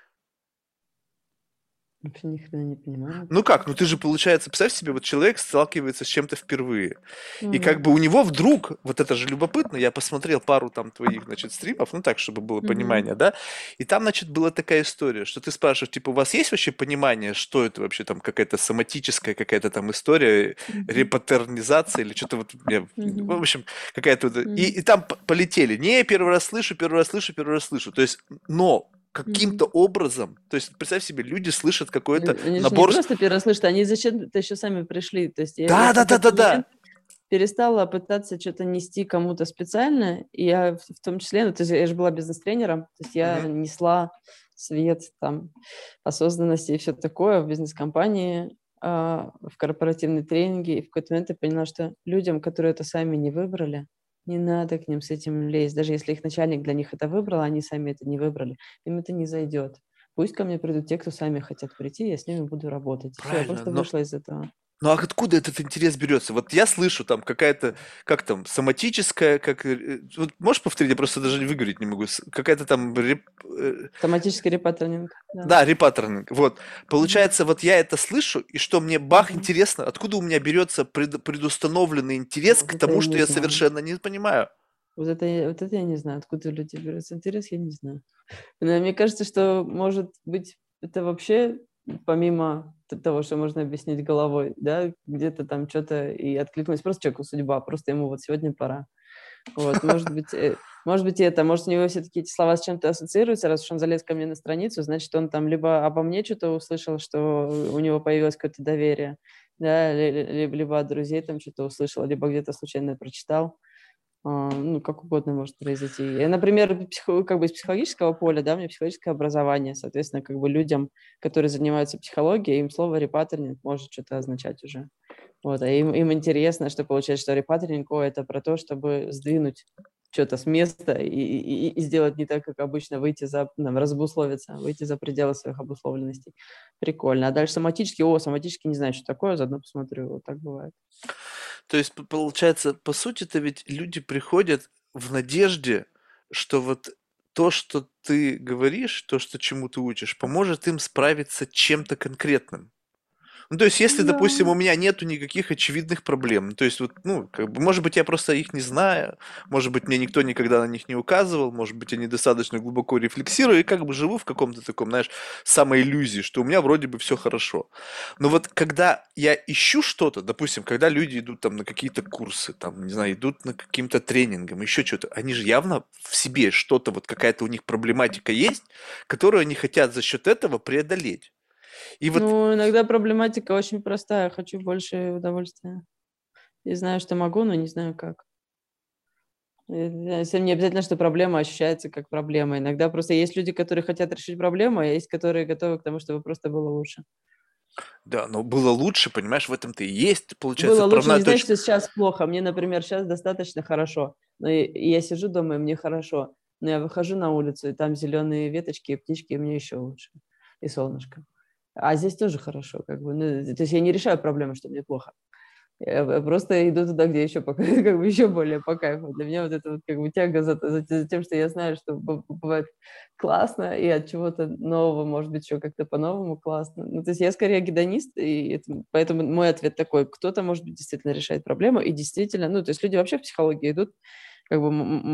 A: Вообще ни хрена не понимаю.
B: Ну как? Ну ты же, получается, представь себе, вот человек сталкивается с чем-то впервые. И как
A: Ну
B: бы у него вдруг, вот это же любопытно, я посмотрел пару там твоих, значит, стримов, ну так, чтобы было
A: да. Мгм.
B: понимание, да? И там, значит, была такая история, что ты спрашиваешь, типа, у вас есть вообще понимание, что это вообще там какая-то соматическая какая-то там история,
A: Мгм.
B: репатернизация или что-то вот, в
A: Мгм.
B: общем, какая-то вот...
A: Мгм.
B: И там полетели. Не, первый раз слышу, первый раз слышу, первый раз слышу. То есть, но каким-то
A: Мгм.
B: образом, то есть представь себе, люди слышат какой-то
A: Они же не
B: набор...
A: просто первый раз слышат, они зачем-то еще сами пришли. То есть я
B: Да,
A: в
B: да, да, да,
A: какой-то
B: да.
A: момент перестала пытаться что-то нести кому-то специально, и я в том числе, ну, то есть я же была бизнес-тренером, то есть я
B: Мгм.
A: несла свет, там, осознанности и все такое в бизнес-компании, в корпоративной тренинге, и в какой-то момент я поняла, что людям, которые это сами не выбрали, не надо к ним с этим лезть. Даже если их начальник для них это выбрал, они сами это не выбрали, им это не зайдет. Пусть ко мне придут те, кто сами хотят прийти, я с ними буду работать. Все, я
B: Правильно,
A: просто
B: но
A: вышла из этого.
B: Ну а откуда этот интерес берется? Вот я слышу там какая-то, как там, соматическая, вот можешь повторить, я просто даже выговорить не могу, какая-то там,
A: Соматический репаттернинг, да.
B: да, репаттернинг, вот.
A: Мгм.
B: Получается, вот я это слышу, и что мне бах,
A: Мгм.
B: интересно, откуда у меня берется предустановленный интерес
A: Вот
B: к
A: это я
B: тому, что
A: не
B: я
A: знаю.
B: совершенно не понимаю.
A: Вот это я не знаю, откуда у людей берется интерес, я не знаю. Но мне кажется, что, может быть, это вообще помимо того, что можно объяснить головой, да, где-то там что-то и откликнулось. Просто человеку судьба, просто ему вот сегодня пора. Вот, может быть, и это, может, у него все-таки эти слова с чем-то ассоциируются, раз уж он залез ко мне на страницу, значит, он там либо обо мне что-то услышал, что у него появилось какое-то доверие, да, либо от друзей там что-то услышал, либо где-то случайно прочитал. Ну, как угодно может произойти. Я, например, как бы из психологического поля, да, у меня психологическое образование, соответственно, как бы людям, которые занимаются психологией, им слово репаттернинг может что-то означать уже. Вот, а им интересно, что получается, что репаттеринг, это про то, чтобы сдвинуть что-то с места и сделать не так, как обычно, выйти за, там, разбусловиться, выйти за пределы своих обусловленностей. Прикольно. А дальше соматически не знаю, что такое, заодно посмотрю, вот так бывает.
B: То есть, получается, по сути-то ведь люди приходят в надежде, что вот то, что ты говоришь, то, что чему ты учишь, поможет им справиться чем-то конкретным. Ну, то есть, если,
A: Да.
B: допустим, у меня нету никаких очевидных проблем, ну, то есть, вот, ну, как бы, может быть, я просто их не знаю, может быть, мне никто никогда на них не указывал, может быть, я недостаточно глубоко рефлексирую и как бы живу в каком-то таком, знаешь, самоиллюзии, что у меня вроде бы все хорошо. Но вот когда я ищу что-то, допустим, когда люди идут там на какие-то курсы, там, не знаю, идут на каким-то тренингам, еще что-то, они же явно в себе что-то, вот какая-то у них проблематика есть, которую они хотят за счет этого преодолеть. И вот
A: Ну, иногда проблематика очень простая. Хочу больше удовольствия. И знаю, что могу, но не знаю как. Совсем не обязательно, что проблема ощущается как проблема. Иногда просто есть люди, которые хотят решить проблему, а есть, которые готовы к тому, чтобы просто было лучше.
B: да, но было лучше, понимаешь, в этом-то и есть, получается,
A: Было лучше
B: отправная
A: не значит,
B: точка.
A: что сейчас плохо. Мне, например, сейчас достаточно хорошо. Но и я сижу дома, и мне хорошо. Но я выхожу на улицу, и там зеленые веточки и птички, и мне еще лучше. И солнышко. А здесь тоже хорошо. Как бы. Ну, то есть я не решаю проблему, что мне плохо. Я просто иду туда, где еще пока, как бы еще более по кайфу. Для меня вот это вот как бы тяга за тем, что я знаю, что бывает классно, и от чего-то нового, может быть, еще как-то по-новому классно. Ну, то есть я скорее гедонист, и поэтому мой ответ такой: кто-то, может быть, действительно решает проблему, и действительно, ну, то есть люди вообще в психологию идут, как бы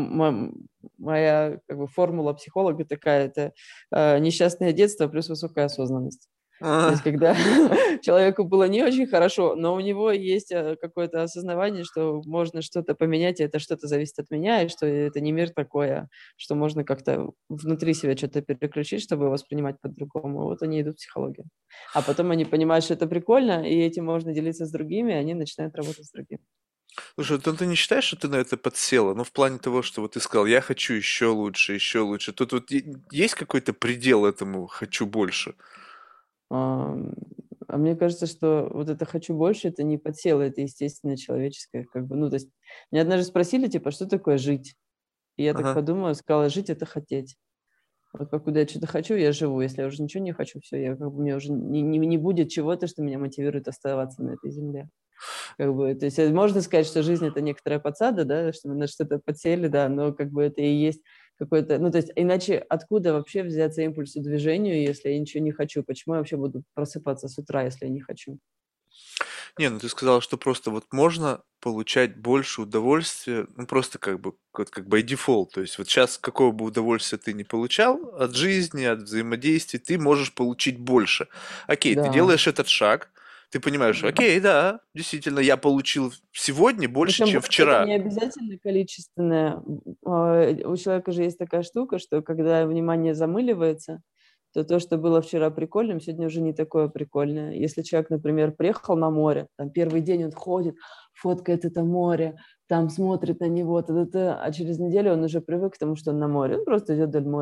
A: моя как бы формула психолога такая: это несчастное детство плюс высокая осознанность. То есть,
B: А,
A: когда человеку было не очень хорошо, но у него есть какое-то осознавание, что можно что-то поменять, и это что-то зависит от меня, и что это не мир такой, что можно как-то внутри себя что-то переключить, чтобы воспринимать по-другому. Вот они идут в психологию. А потом они понимают, что это прикольно, и этим можно делиться с другими, и они начинают работать с другими.
B: слушай, ну ты не считаешь, что ты на это подсела? Ну, в плане того, что вот ты сказал, я хочу еще лучше, еще лучше. Тут вот есть какой-то предел этому «хочу больше»?
A: Ам, А мне кажется, что вот это «хочу больше» — это не подсела, это естественное человеческое. Как бы, ну, то есть меня однажды спросили, типа, что такое жить? И я так
B: Ага.
A: подумала, сказала: жить — это хотеть. Вот покуда я что-то хочу, я живу. Если я уже ничего не хочу, все, я как бы, мне уже не будет чего-то, что меня мотивирует оставаться на этой земле. Как бы, то есть можно сказать, что жизнь — это некоторая подсада, да, что мы на что-то подсели, да, но как бы это и есть какой-то... Ну, то есть иначе откуда вообще взяться импульсу движению, если я ничего не хочу? Почему я вообще буду просыпаться с утра, если я не хочу?
B: Не, ну ты сказал, что просто вот можно получать больше удовольствия, ну просто как бы, вот как by default. То есть вот сейчас какого бы удовольствия ты не получал от жизни, от взаимодействий, ты можешь получить больше. Окей, ты
A: Да.
B: делаешь этот шаг, ты понимаешь, окей, да, действительно, я получил сегодня больше,
A: Причем
B: чем
A: больше это
B: вчера.
A: не обязательно количественное. У человека же есть такая штука, что когда внимание замыливается, то, что было вчера прикольным, сегодня уже не такое прикольное. Если человек, например, приехал на море, там первый день он ходит, фоткает это море, там смотрит на него, а через неделю он уже привык к тому, что он на море. Он просто идет вдоль моря.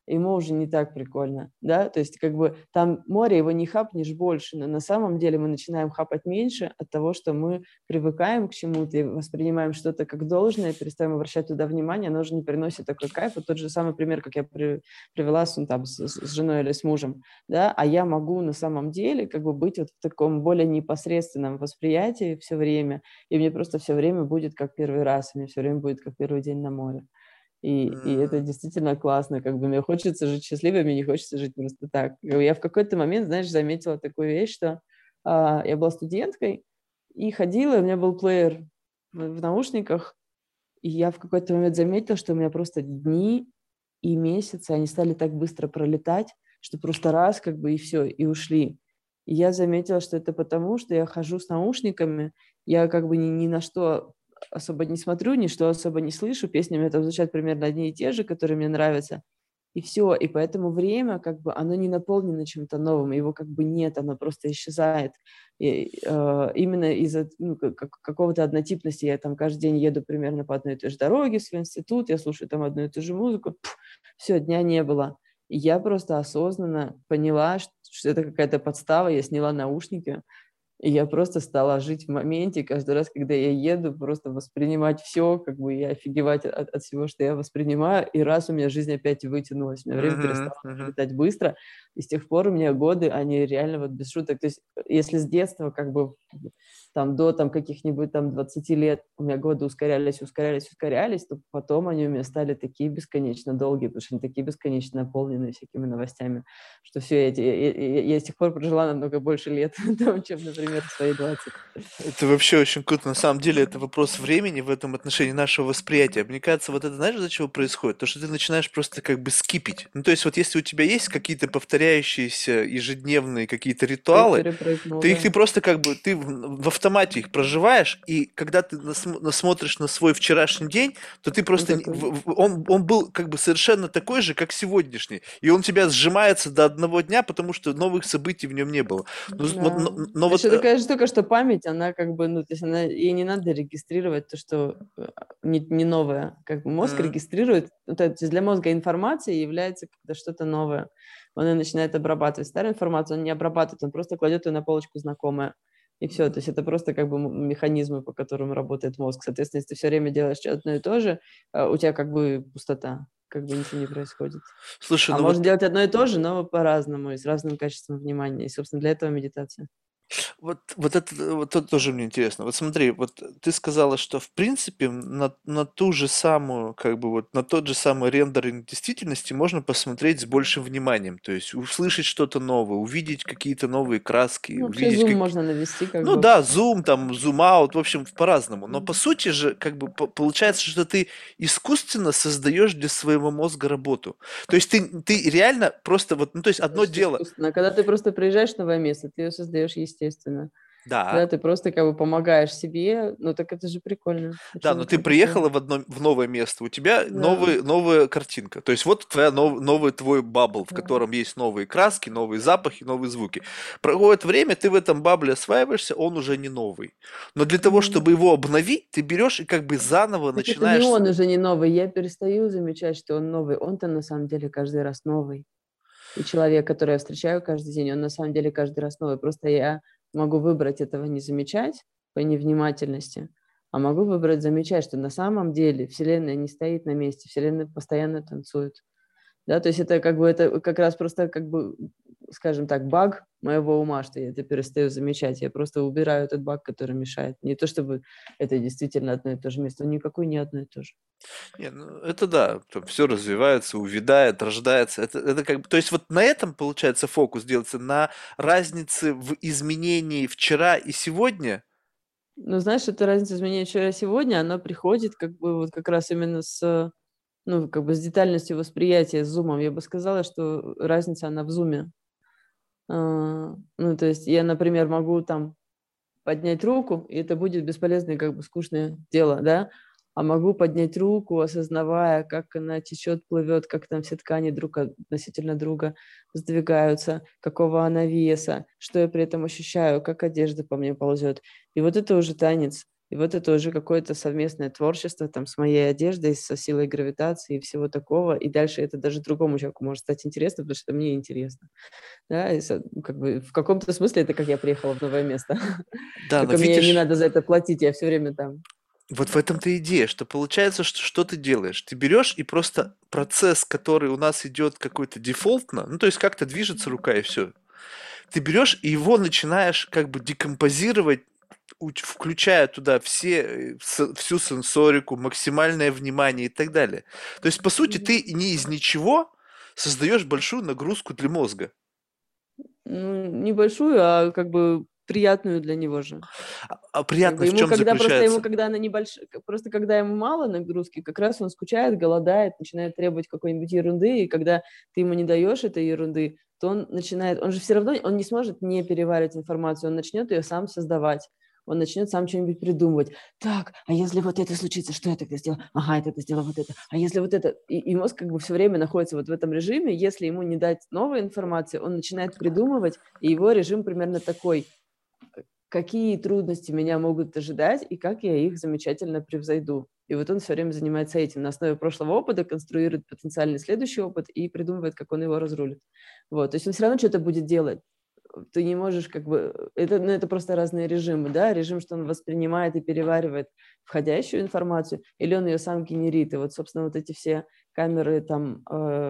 A: ему уже не так прикольно, да, то есть как бы там море, его не хапнешь больше, но на самом деле мы начинаем хапать меньше от того, что мы привыкаем к чему-то и воспринимаем что-то как должное, перестаем обращать туда внимание, оно уже не приносит такой кайф. Вот тот же самый пример, как я привела там, с женой или с мужем, да, а я могу на самом деле как бы быть вот в таком более непосредственном восприятии все время, и мне просто все время будет как первый раз, и мне все время будет как первый день на море. И это действительно классно, как бы мне хочется жить счастливым, мне не хочется жить просто так. Я в какой-то момент, знаешь, заметила такую вещь, что я была студенткой и ходила, и у меня был плеер в наушниках, и я в какой-то момент заметила, что у меня просто дни и месяцы, они стали так быстро пролетать, что просто раз как бы и все, и ушли. И я заметила, что это потому, что я хожу с наушниками, я как бы ни на что особо не смотрю, ничто особо не слышу, песни у меня там звучат примерно одни и те же, которые мне нравятся, и все, и поэтому время, как бы, оно не наполнено чем-то новым, его как бы нет, оно просто исчезает. И, именно из-за какого-то однотипности я там каждый день еду примерно по одной и той же дороге в свой институт, я слушаю там одну и ту же музыку, все, дня не было. И я просто осознанно поняла, что это какая-то подстава, я сняла наушники, и я просто стала жить в моменте, каждый раз, когда я еду, просто воспринимать все, как бы и офигевать от всего, что я воспринимаю. И раз у меня жизнь опять вытянулась, у меня время перестало летать быстро, и с тех пор у меня годы, они реально вот без шуток. То есть если с детства как бы там до там каких-нибудь там 20 лет у меня годы ускорялись, то потом они у меня стали такие бесконечно долгие, потому что они такие бесконечно наполненные всякими новостями, что все, я с тех пор прожила намного больше лет, чем, например, в свои 20.
B: Это вообще очень круто. На самом деле это вопрос времени в этом отношении нашего восприятия. Мне кажется, вот это знаешь, из-за чего происходит? То, что ты начинаешь просто как бы скипить. Ну, то есть вот если у тебя есть какие-то повторяющиеся ежедневные какие-то
A: Ты их
B: ритуалы,
A: перепрыгнул,
B: ты
A: да.
B: просто как бы, ты в автомате их проживаешь, и когда ты смотришь на свой вчерашний день, то ты
A: Он
B: просто,
A: такой,
B: он был как бы совершенно такой же, как сегодняшний. И он у тебя сжимается до одного дня, потому что новых событий в нем не было.
A: да.
B: Но вот
A: Еще такая штука, что память, она как бы, ну, то есть она, ей не надо регистрировать то, что не новое. Как бы мозг
B: м,
A: регистрирует, ну, то есть для мозга информация является когда что-то новое. Он ее начинает обрабатывать. Старую информацию он не обрабатывает, он просто кладет ее на полочку знакомое. И все. То есть это просто как бы механизмы, по которым работает мозг. Соответственно, если ты все время делаешь одно и то же, у тебя как бы пустота, как бы ничего не происходит.
B: слушай,
A: А
B: ну
A: можно
B: вот
A: делать одно и то же, но по-разному, и с разным качеством внимания. И, собственно, для этого медитация.
B: Вот это тоже мне интересно. Вот смотри, вот ты сказала, что в принципе на ту же самую, как бы вот на тот же самый рендеринг действительности можно посмотреть с большим вниманием. То есть услышать что-то новое, увидеть какие-то новые краски,
A: Ну, вообще
B: увидеть
A: зум
B: как...
A: можно навести, как
B: Ну
A: бы.
B: да, зум, там, зум-аут, в общем, по-разному. Но по
A: М.
B: сути же, как бы получается, что ты искусственно создаешь для своего мозга работу. То есть ты реально просто вот, ну то есть одно
A: Значит,
B: дело,
A: искусственно. А когда ты просто приезжаешь в новое место, ты ее создаешь естественно.
B: да,
A: Да, ты просто как бы помогаешь себе. Ну, так это же прикольно.
B: да,
A: Почему
B: но
A: это
B: ты
A: не прикольно?
B: приехала в новое место, у тебя
A: Да,
B: новая картинка. То есть вот твоя новый твой бабл, в
A: да.
B: котором есть новые краски, новые запахи, новые звуки. Проходит время, ты в этом бабле осваиваешься, он уже не новый. Но для того,
A: Мгм.
B: чтобы его обновить, ты берешь и как бы заново
A: Так это не
B: начинаешь...
A: он уже не новый. Я перестаю замечать, что он новый. Он-то на самом деле каждый раз новый. И человек, который я встречаю каждый день, он на самом деле каждый раз новый. Просто я могу выбрать этого не замечать по невнимательности, а могу выбрать замечать, что на самом деле Вселенная не стоит на месте, Вселенная постоянно танцует. Да, то есть это как бы это как раз просто как бы, скажем так, баг моего ума, что я это перестаю замечать. Я просто убираю этот баг, который мешает. Не то чтобы это действительно одно и то же место, никакой не одно и то же.
B: Не, ну, это да, все развивается, увядает, рождается. Это как бы, то есть вот на этом, получается, фокус делается, на разнице в изменении вчера и сегодня.
A: Но знаешь, эта разница изменения вчера и сегодня, она приходит как бы вот как раз именно с, ну, как бы с детальностью восприятия, с зумом. Я бы сказала, что разница, она в зуме. Ну, то есть я, например, могу там поднять руку, и это будет бесполезное, как бы скучное дело, да, а могу поднять руку, осознавая, как она течет, плывет, как там все ткани друг относительно друга сдвигаются, какого она веса, что я при этом ощущаю, как одежда по мне ползет. И вот это уже танец. И вот это уже какое-то совместное творчество там с моей одеждой, со силой гравитации и всего такого. И дальше это даже другому человеку может стать интересно, потому что мне интересно. Да, и как бы в каком-то смысле это как я приехала в новое место.
B: Да, но
A: Только мне не
B: видишь,
A: надо за это платить, я все время там.
B: вот в этом-то идея, что получается, что ты делаешь? Ты берешь и просто процесс, который у нас идет какой-то дефолтно, ну, то есть как-то движется рука и все. Ты берешь и его начинаешь как бы декомпозировать, включая туда всю сенсорику, максимальное внимание и так далее. То есть, по сути,
A: Мгм.
B: ты не из ничего создаешь большую нагрузку для мозга.
A: Ну, небольшую, а как бы приятную для него же.
B: А
A: Как бы
B: приятно в
A: ему,
B: чем
A: когда просто ему,
B: заключается?
A: когда она небольшая, просто когда ему мало нагрузки, как раз он скучает, голодает, начинает требовать какой-нибудь ерунды, и когда ты ему не даешь этой ерунды, то он начинает, он же все равно, он не сможет не переваривать информацию, он начнет ее сам создавать. Он начнет сам что-нибудь придумывать. Так, а если вот это случится, что я тогда сделаю? Ага, я тогда сделаю вот это. А если вот это? И мозг как бы все время находится вот в этом режиме. Если ему не дать новой информации, он начинает придумывать, и его режим примерно такой: какие трудности меня могут ожидать и как я их замечательно превзойду. И вот он все время занимается этим. На основе прошлого опыта конструирует потенциальный следующий опыт и придумывает, как он его разрулит. Вот. То есть он все равно что-то будет делать. Ты не можешь как бы... Это просто разные режимы, да? Режим, что он воспринимает и переваривает входящую информацию, или он ее сам генерит. И вот, собственно, вот эти все камеры там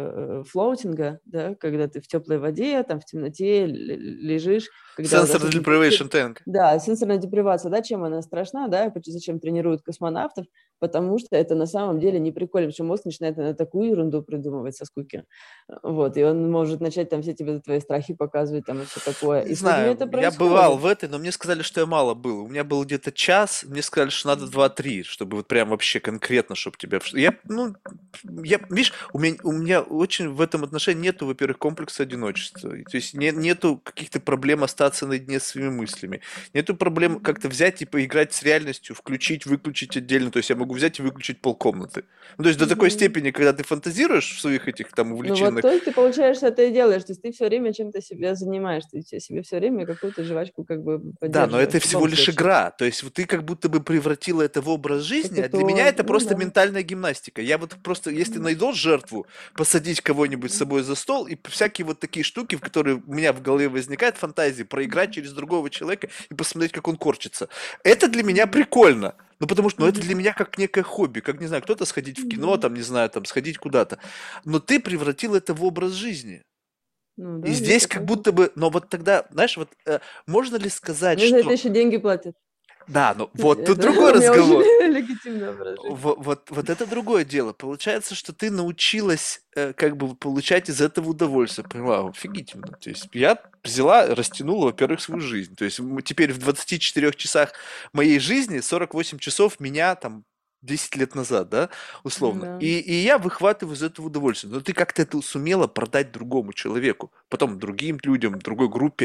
A: флоутинга, да, когда ты в теплой воде, там в темноте лежишь, когда вот
B: Sensor
A: особенно
B: deprivation tank.
A: да, сенсорная депривация, да, чем она страшна, да, зачем тренируют космонавтов, потому что это на самом деле не прикольно, потому что мозг начинает на такую ерунду придумывать со скуки, вот, и он может начать там все тебе твои страхи показывать там и все такое,
B: Не
A: и с людьми
B: знаю,
A: это
B: я бывал
A: происходит.
B: в этой, но мне сказали, что я мало был. У меня был где-то час, мне сказали, что надо два-три, чтобы вот прям вообще конкретно, чтобы тебя... Я, ну, видишь, у меня очень в этом отношении нету, во-первых, комплекса одиночества. То есть нету каких-то проблем остаться наедине с своими мыслями. Нету проблем как-то взять и поиграть с реальностью, включить, выключить отдельно. То есть я могу взять и выключить полкомнаты. Ну, то есть до такой
A: Мгм.
B: степени, когда ты фантазируешь в своих этих там
A: Ну вот
B: увлеченных.
A: то есть ты, получается, это и делаешь, то есть ты все время чем-то себя занимаешь, ты себе все время какую-то жвачку как бы
B: Да, но это
A: поддерживаешь в
B: всего
A: любом
B: лишь
A: случае.
B: игра. То есть вот ты как будто бы превратила это в образ жизни,
A: Это
B: а для меня
A: то,
B: это
A: ну
B: просто
A: да.
B: ментальная гимнастика. Я вот просто, если найду жертву, посадить кого-нибудь с
A: Мгм.
B: собой за стол и всякие вот такие штуки, в которые у меня в голове возникает фантазии, проиграть через другого человека и посмотреть, как он корчится. Это для меня
A: Мгм.
B: прикольно. Ну, потому что, ну, это для
A: Мгм.
B: меня как некое хобби, как, не знаю, кто-то сходить в кино,
A: Мгм.
B: там, не знаю, там, сходить куда-то. Но ты превратил это в образ жизни.
A: Ну
B: И
A: да, есть
B: здесь как
A: такое.
B: будто бы, но вот тогда, знаешь, вот можно ли сказать,
A: Мне за это
B: что
A: еще деньги платят.
B: да, ну вот тут другой
A: Это у меня очень
B: разговор.
A: легитимный образ жизни.
B: Вот это другое дело. Получается, что ты научилась как бы получать из этого удовольствие. Поняла, офигительно. То есть я взяла, растянула, во-первых, свою жизнь. То есть теперь в 24 часах моей жизни 48 часов меня там 10 лет назад, да, условно.
A: Да.
B: И я выхватываю из этого удовольствие. Но ты как-то это сумела продать другому человеку, потом другим людям, другой группе.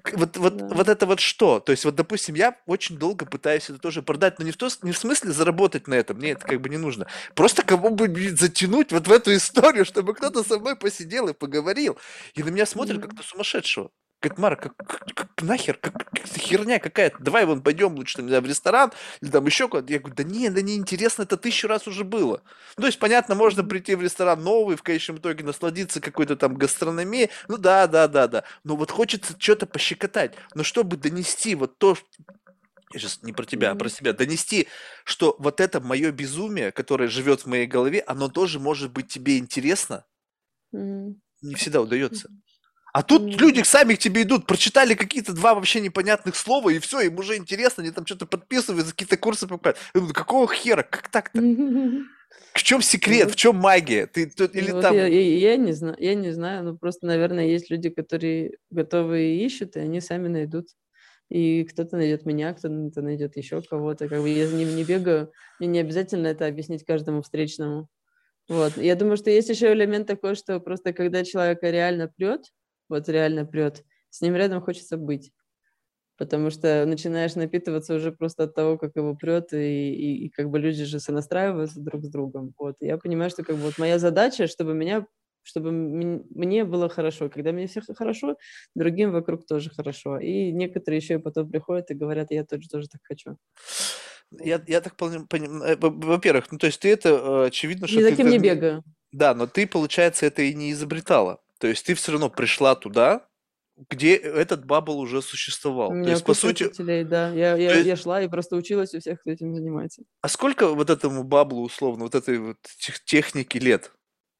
B: Вот
A: Да.
B: это вот что? То есть, вот, допустим, я очень долго пытаюсь это тоже продать, но не в смысле заработать на этом, мне это как бы не нужно. Просто кого бы затянуть вот в эту историю, чтобы кто-то со мной посидел и поговорил. И на меня смотрят как
A: Мгм.
B: на сумасшедшего. Говорит, Марк, нахер, как херня какая-то, давай вон пойдем лучше, не знаю, в ресторан или там еще куда-то. Я говорю, да не интересно, это 1000 раз уже было. Ну, то есть, понятно, можно
A: Мгм.
B: прийти в ресторан новый, в конечном итоге насладиться какой-то там гастрономией. Ну да, да, да, да. Но вот хочется что-то пощекотать. Но чтобы донести вот то, я сейчас не про тебя, а про
A: Мгм.
B: себя, донести, что вот это мое безумие, которое живет в моей голове, оно тоже может быть тебе интересно,
A: Мгм.
B: не всегда удается.
A: Мгм.
B: А тут люди
A: Мгм.
B: сами к тебе идут, прочитали какие-то два вообще непонятных слова, и все, им уже интересно, они там что-то подписывают, какие-то курсы покупают. Я думаю, какого хера, как так-то? В чем секрет, в
A: Вот,
B: чем магия? Или
A: вот я,
B: там,
A: я не знаю, ну просто, наверное, есть люди, которые готовы и ищут, и они сами найдут. И кто-то найдет меня, кто-то найдет еще кого-то. Как бы я за ним не бегаю, мне не обязательно это объяснить каждому встречному. Вот. Я думаю, что есть еще элемент такой, что просто когда человека реально прет, вот реально прет, с ним рядом хочется быть. Потому что начинаешь напитываться уже просто от того, как его прет, и как бы люди же сонастраиваются друг с другом. Вот. И я понимаю, что как бы вот моя задача, чтобы мне было хорошо. Когда мне все хорошо, другим вокруг тоже хорошо. И некоторые еще и потом приходят и говорят, я тоже так хочу.
B: Я так понимаю, во-первых, ну, то есть ты это, очевидно,
A: Ни
B: что
A: за
B: ты
A: кем
B: как...
A: не бегаю.
B: Да, но ты, получается, это и не изобретала. То есть ты все равно пришла туда, где этот бабл уже
A: У
B: существовал. То
A: меня
B: есть, по
A: куча
B: сути,
A: учителей, да. Я,
B: то
A: я,
B: есть,
A: я шла и просто училась у всех, кто этим занимается.
B: а сколько вот этому баблу, условно, вот этой вот техники лет?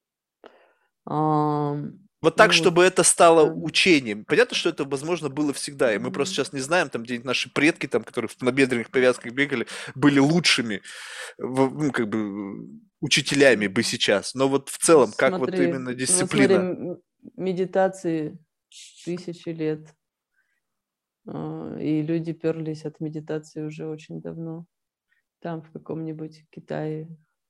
B: Вот так,
A: Ну вот,
B: чтобы это стало
A: да.
B: учением. Понятно, что это, возможно, было всегда, и мы просто сейчас не знаем, там, где наши предки, там, которые в набедренных повязках бегали, были лучшими, ну, как бы, учителями бы сейчас. Но вот в целом, как вот
A: Смотри,
B: именно
A: ну вот смотри,
B: дисциплина.
A: медитации тысячи лет, и люди перлись от медитации уже очень давно. Там в каком-нибудь Китае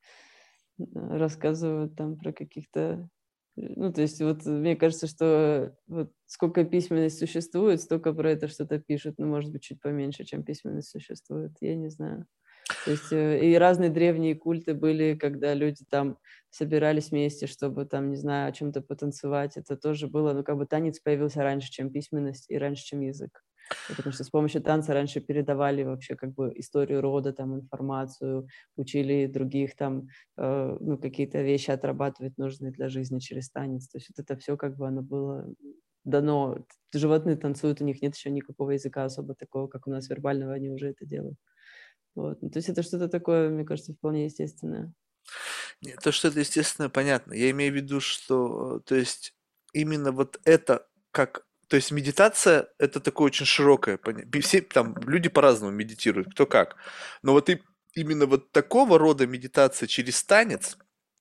A: рассказывают там про каких-то... Ну, то есть вот мне кажется, что вот сколько письменность существует, столько про это что-то пишут. Ну, может быть, чуть поменьше, чем письменность существует. Я не знаю. То есть и разные древние культы были, когда люди там собирались вместе, чтобы там, не знаю, о чем-то потанцевать. Это тоже было, ну, как бы танец появился раньше, чем письменность и раньше, чем язык. Потому что с помощью танца раньше передавали вообще как бы историю рода, там, информацию, учили других там, ну, какие-то вещи отрабатывать нужные для жизни через танец. То есть вот это все как бы оно было дано. Животные танцуют, у них нет еще никакого языка особо такого, как у нас вербального, они уже это делают. Вот. Ну, то есть это что-то такое, мне кажется, вполне естественное.
B: Нет, то, что это, естественно, понятно. Я имею в виду, что, то есть, именно вот это, как, то есть, медитация, это такое очень широкое понятие. Все там, люди по-разному медитируют, кто как. Но вот именно вот такого рода медитация через танец,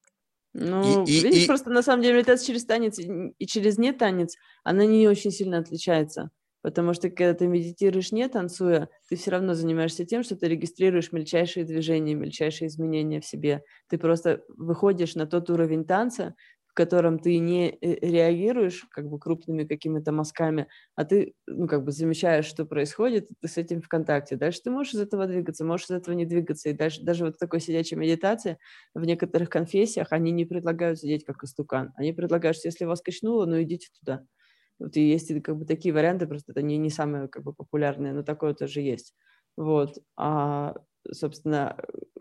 B: и,
A: Ну,
B: и,
A: видишь,
B: и,
A: просто на самом деле медитация через танец и через не танец, она не очень сильно отличается. Потому что когда ты медитируешь не танцуя, ты все равно занимаешься тем, что ты регистрируешь мельчайшие движения, мельчайшие изменения в себе. Ты просто выходишь на тот уровень танца, в котором ты не реагируешь как бы крупными какими-то мазками, а ты, ну, как бы замечаешь, что происходит, и ты с этим в контакте. Дальше ты можешь из этого двигаться, можешь из этого не двигаться. И дальше даже вот в такой сидячей медитации в некоторых конфессиях они не предлагают сидеть как истукан. Они предлагают, что если вас качнуло, ну идите туда. Вот и есть как бы такие варианты, просто это не самые как бы популярные, но такое тоже есть. Вот. А, собственно,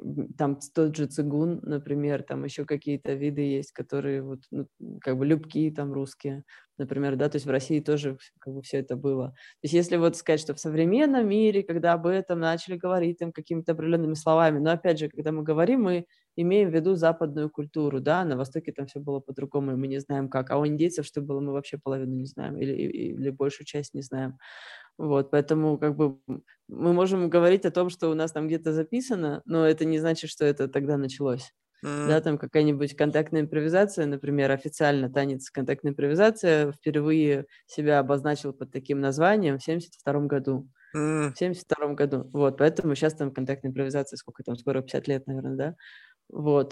A: там тот же цигун, например, там еще какие-то виды есть, которые вот, ну, как бы любки там русские, например, да, то есть в России тоже как бы все это было. То есть если вот сказать, что в современном мире, когда об этом начали говорить там какими-то определенными словами, но опять же, когда мы говорим, мы имеем в виду западную культуру, да, на Востоке там все было по-другому, и мы не знаем как, а у индейцев что было, мы вообще половину не знаем, или большую часть не знаем. Вот, поэтому как бы мы можем говорить о том, что у нас там где-то записано, но это не значит, что это тогда началось.
B: м,
A: Да, там какая-нибудь контактная импровизация, например, официально танец контактная импровизация впервые себя обозначил под таким названием в 1972 году.
B: м.
A: В 1972 году. Вот, поэтому сейчас там контактная импровизация, сколько там, скоро 50 лет, наверное, да? Вот.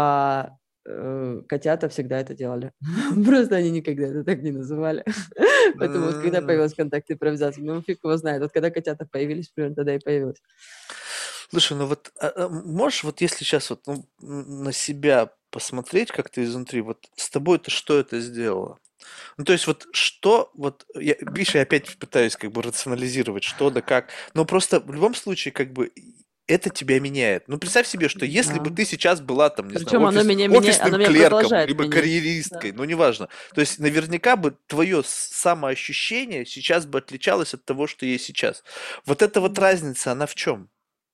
A: А котята всегда это делали. Просто они никогда это так не называли. Поэтому вот когда
B: М.
A: появилась контакт импровизация, ну фиг его знает. Вот когда котята появились, примерно тогда и появилась.
B: Слушай, ну вот можешь вот если сейчас вот ну, на себя посмотреть как-то изнутри, вот с тобой-то что это сделало? Ну, то есть вот что, вот, видишь, я опять пытаюсь как бы рационализировать, что да как, но просто в любом случае как бы это тебя меняет. Ну, представь себе, что если бы
A: Да.
B: ты сейчас была там, не знаю,
A: Причем оно меня меняет,
B: офисным
A: оно меня
B: клерком,
A: продолжает
B: либо
A: менять.
B: карьеристкой,
A: Да.
B: ну, неважно. То есть наверняка бы твое самоощущение сейчас бы отличалось от того, что есть сейчас. Вот эта вот разница, она в чем?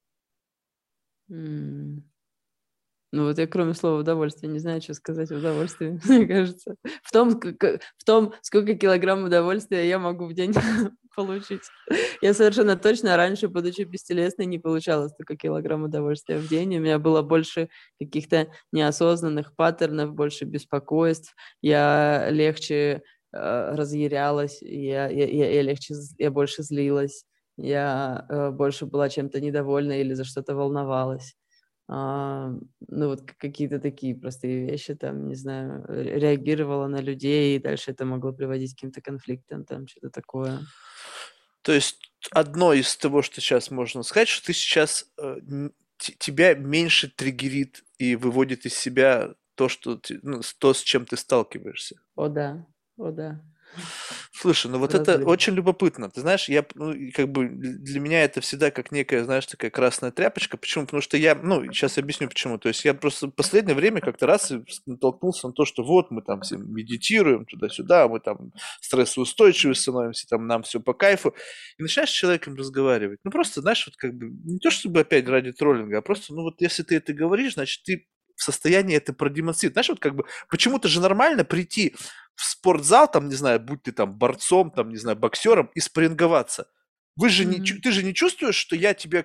A: М. Ну вот я кроме слова удовольствие не знаю, что сказать в удовольствии, мне кажется. В том, сколько килограмм удовольствия я могу в день получить. Я совершенно точно раньше, будучи бестелесной, не получала столько килограмм удовольствия в день. У меня было больше каких-то неосознанных паттернов, больше беспокойств. Я легче разъярялась, я больше злилась, я больше была чем-то недовольна или за что-то волновалась. А, ну, вот какие-то такие простые вещи, там, не знаю, реагировала на людей, и дальше это могло приводить к каким-то конфликтам, там, что-то такое.
B: То есть одно из того, что сейчас можно сказать, что ты сейчас тебя меньше триггерит и выводит из себя то, что ну, то, с чем ты сталкиваешься.
A: О, да, о, да.
B: Слушай, ну вот это
A: разрыв.
B: очень любопытно. Ты знаешь, ну, и как бы для меня это всегда как некая, знаешь, такая красная тряпочка. Почему? Потому что ну, сейчас объясню почему. То есть я просто в последнее время как-то раз и натолкнулся на то, что вот мы там все медитируем туда-сюда, мы там стрессоустойчивы становимся, там нам все по кайфу. И начинаешь с человеком разговаривать. Ну просто, знаешь, вот как бы не то чтобы опять ради троллинга, а просто, ну вот если ты это говоришь, значит ты в состоянии это продемонстрировать. Знаешь, вот как бы почему-то же нормально прийти в спортзал, там, не знаю, будь ты там борцом, там, не знаю, боксером, и спарринговаться.
A: Мгм.
B: Ты же не чувствуешь, что я тебя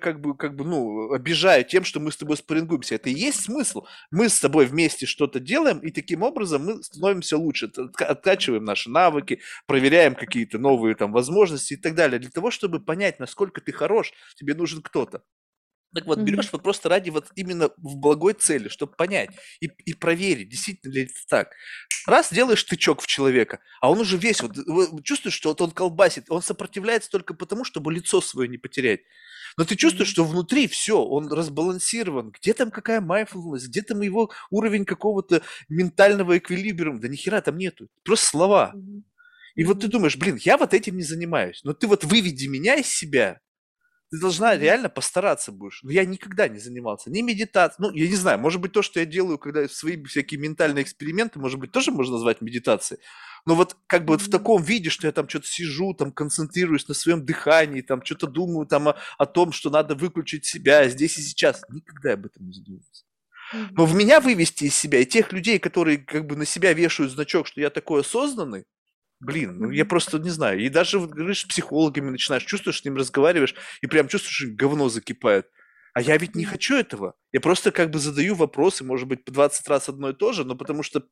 B: ну, обижаю тем, что мы с тобой спаррингуемся. Это и есть смысл. Мы с тобой вместе что-то делаем, и таким образом мы становимся лучше, откачиваем наши навыки, проверяем какие-то новые там возможности и так далее. Для того, чтобы понять, насколько ты хорош, тебе нужен кто-то. Так вот, берешь
A: Мгм.
B: вот просто ради вот именно в благой цели, чтобы понять и проверить, действительно ли это так. Раз делаешь тычок в человека, а он уже весь, вот чувствуешь, что вот он колбасит, он сопротивляется только потому, чтобы лицо свое не потерять. Но ты чувствуешь,
A: Мгм.
B: что внутри все, он разбалансирован. Где там какая mindfulness, где там его уровень какого-то ментального эквилибриума? Да ни хера там нету. Просто слова.
A: Мгм.
B: И вот ты
A: Мгм.
B: думаешь, блин, я вот этим не занимаюсь. Но ты вот выведи меня из себя, ты должна
A: Мгм.
B: реально постараться будешь. Но я никогда не занимался ни медитацией. Ну, я не знаю, может быть, то, что я делаю, когда свои всякие ментальные эксперименты, может быть, тоже можно назвать медитацией. Но вот как бы вот в
A: Мгм.
B: таком виде, что я там что-то сижу, там концентрируюсь на своем дыхании, там что-то думаю там о том, что надо выключить себя здесь и сейчас. Никогда я об этом не задумывался. Но в
A: Мгм.
B: меня вывести из себя и тех людей, которые как бы на себя вешают значок, что я такой осознанный, блин, ну я
A: Мгм.
B: просто не знаю. И даже вот говоришь, с психологами начинаешь, чувствуешь, с ним разговариваешь, и прям чувствуешь, что говно закипает. А я ведь не
A: Мгм.
B: хочу этого. Я просто как бы задаю вопросы, может быть, по 20 раз одно и то же, но потому что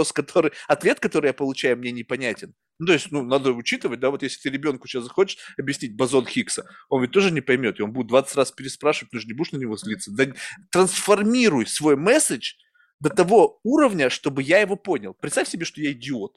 B: ответ, который я получаю, мне непонятен. Ну, то есть, ну, надо учитывать, да, вот если ты ребенку сейчас захочешь объяснить бозон Хиггса, он ведь тоже не поймет, и он будет 20 раз переспрашивать, ты же не будешь на него злиться. Да, трансформируй свой месседж до того уровня, чтобы я его понял. Представь себе, что я идиот.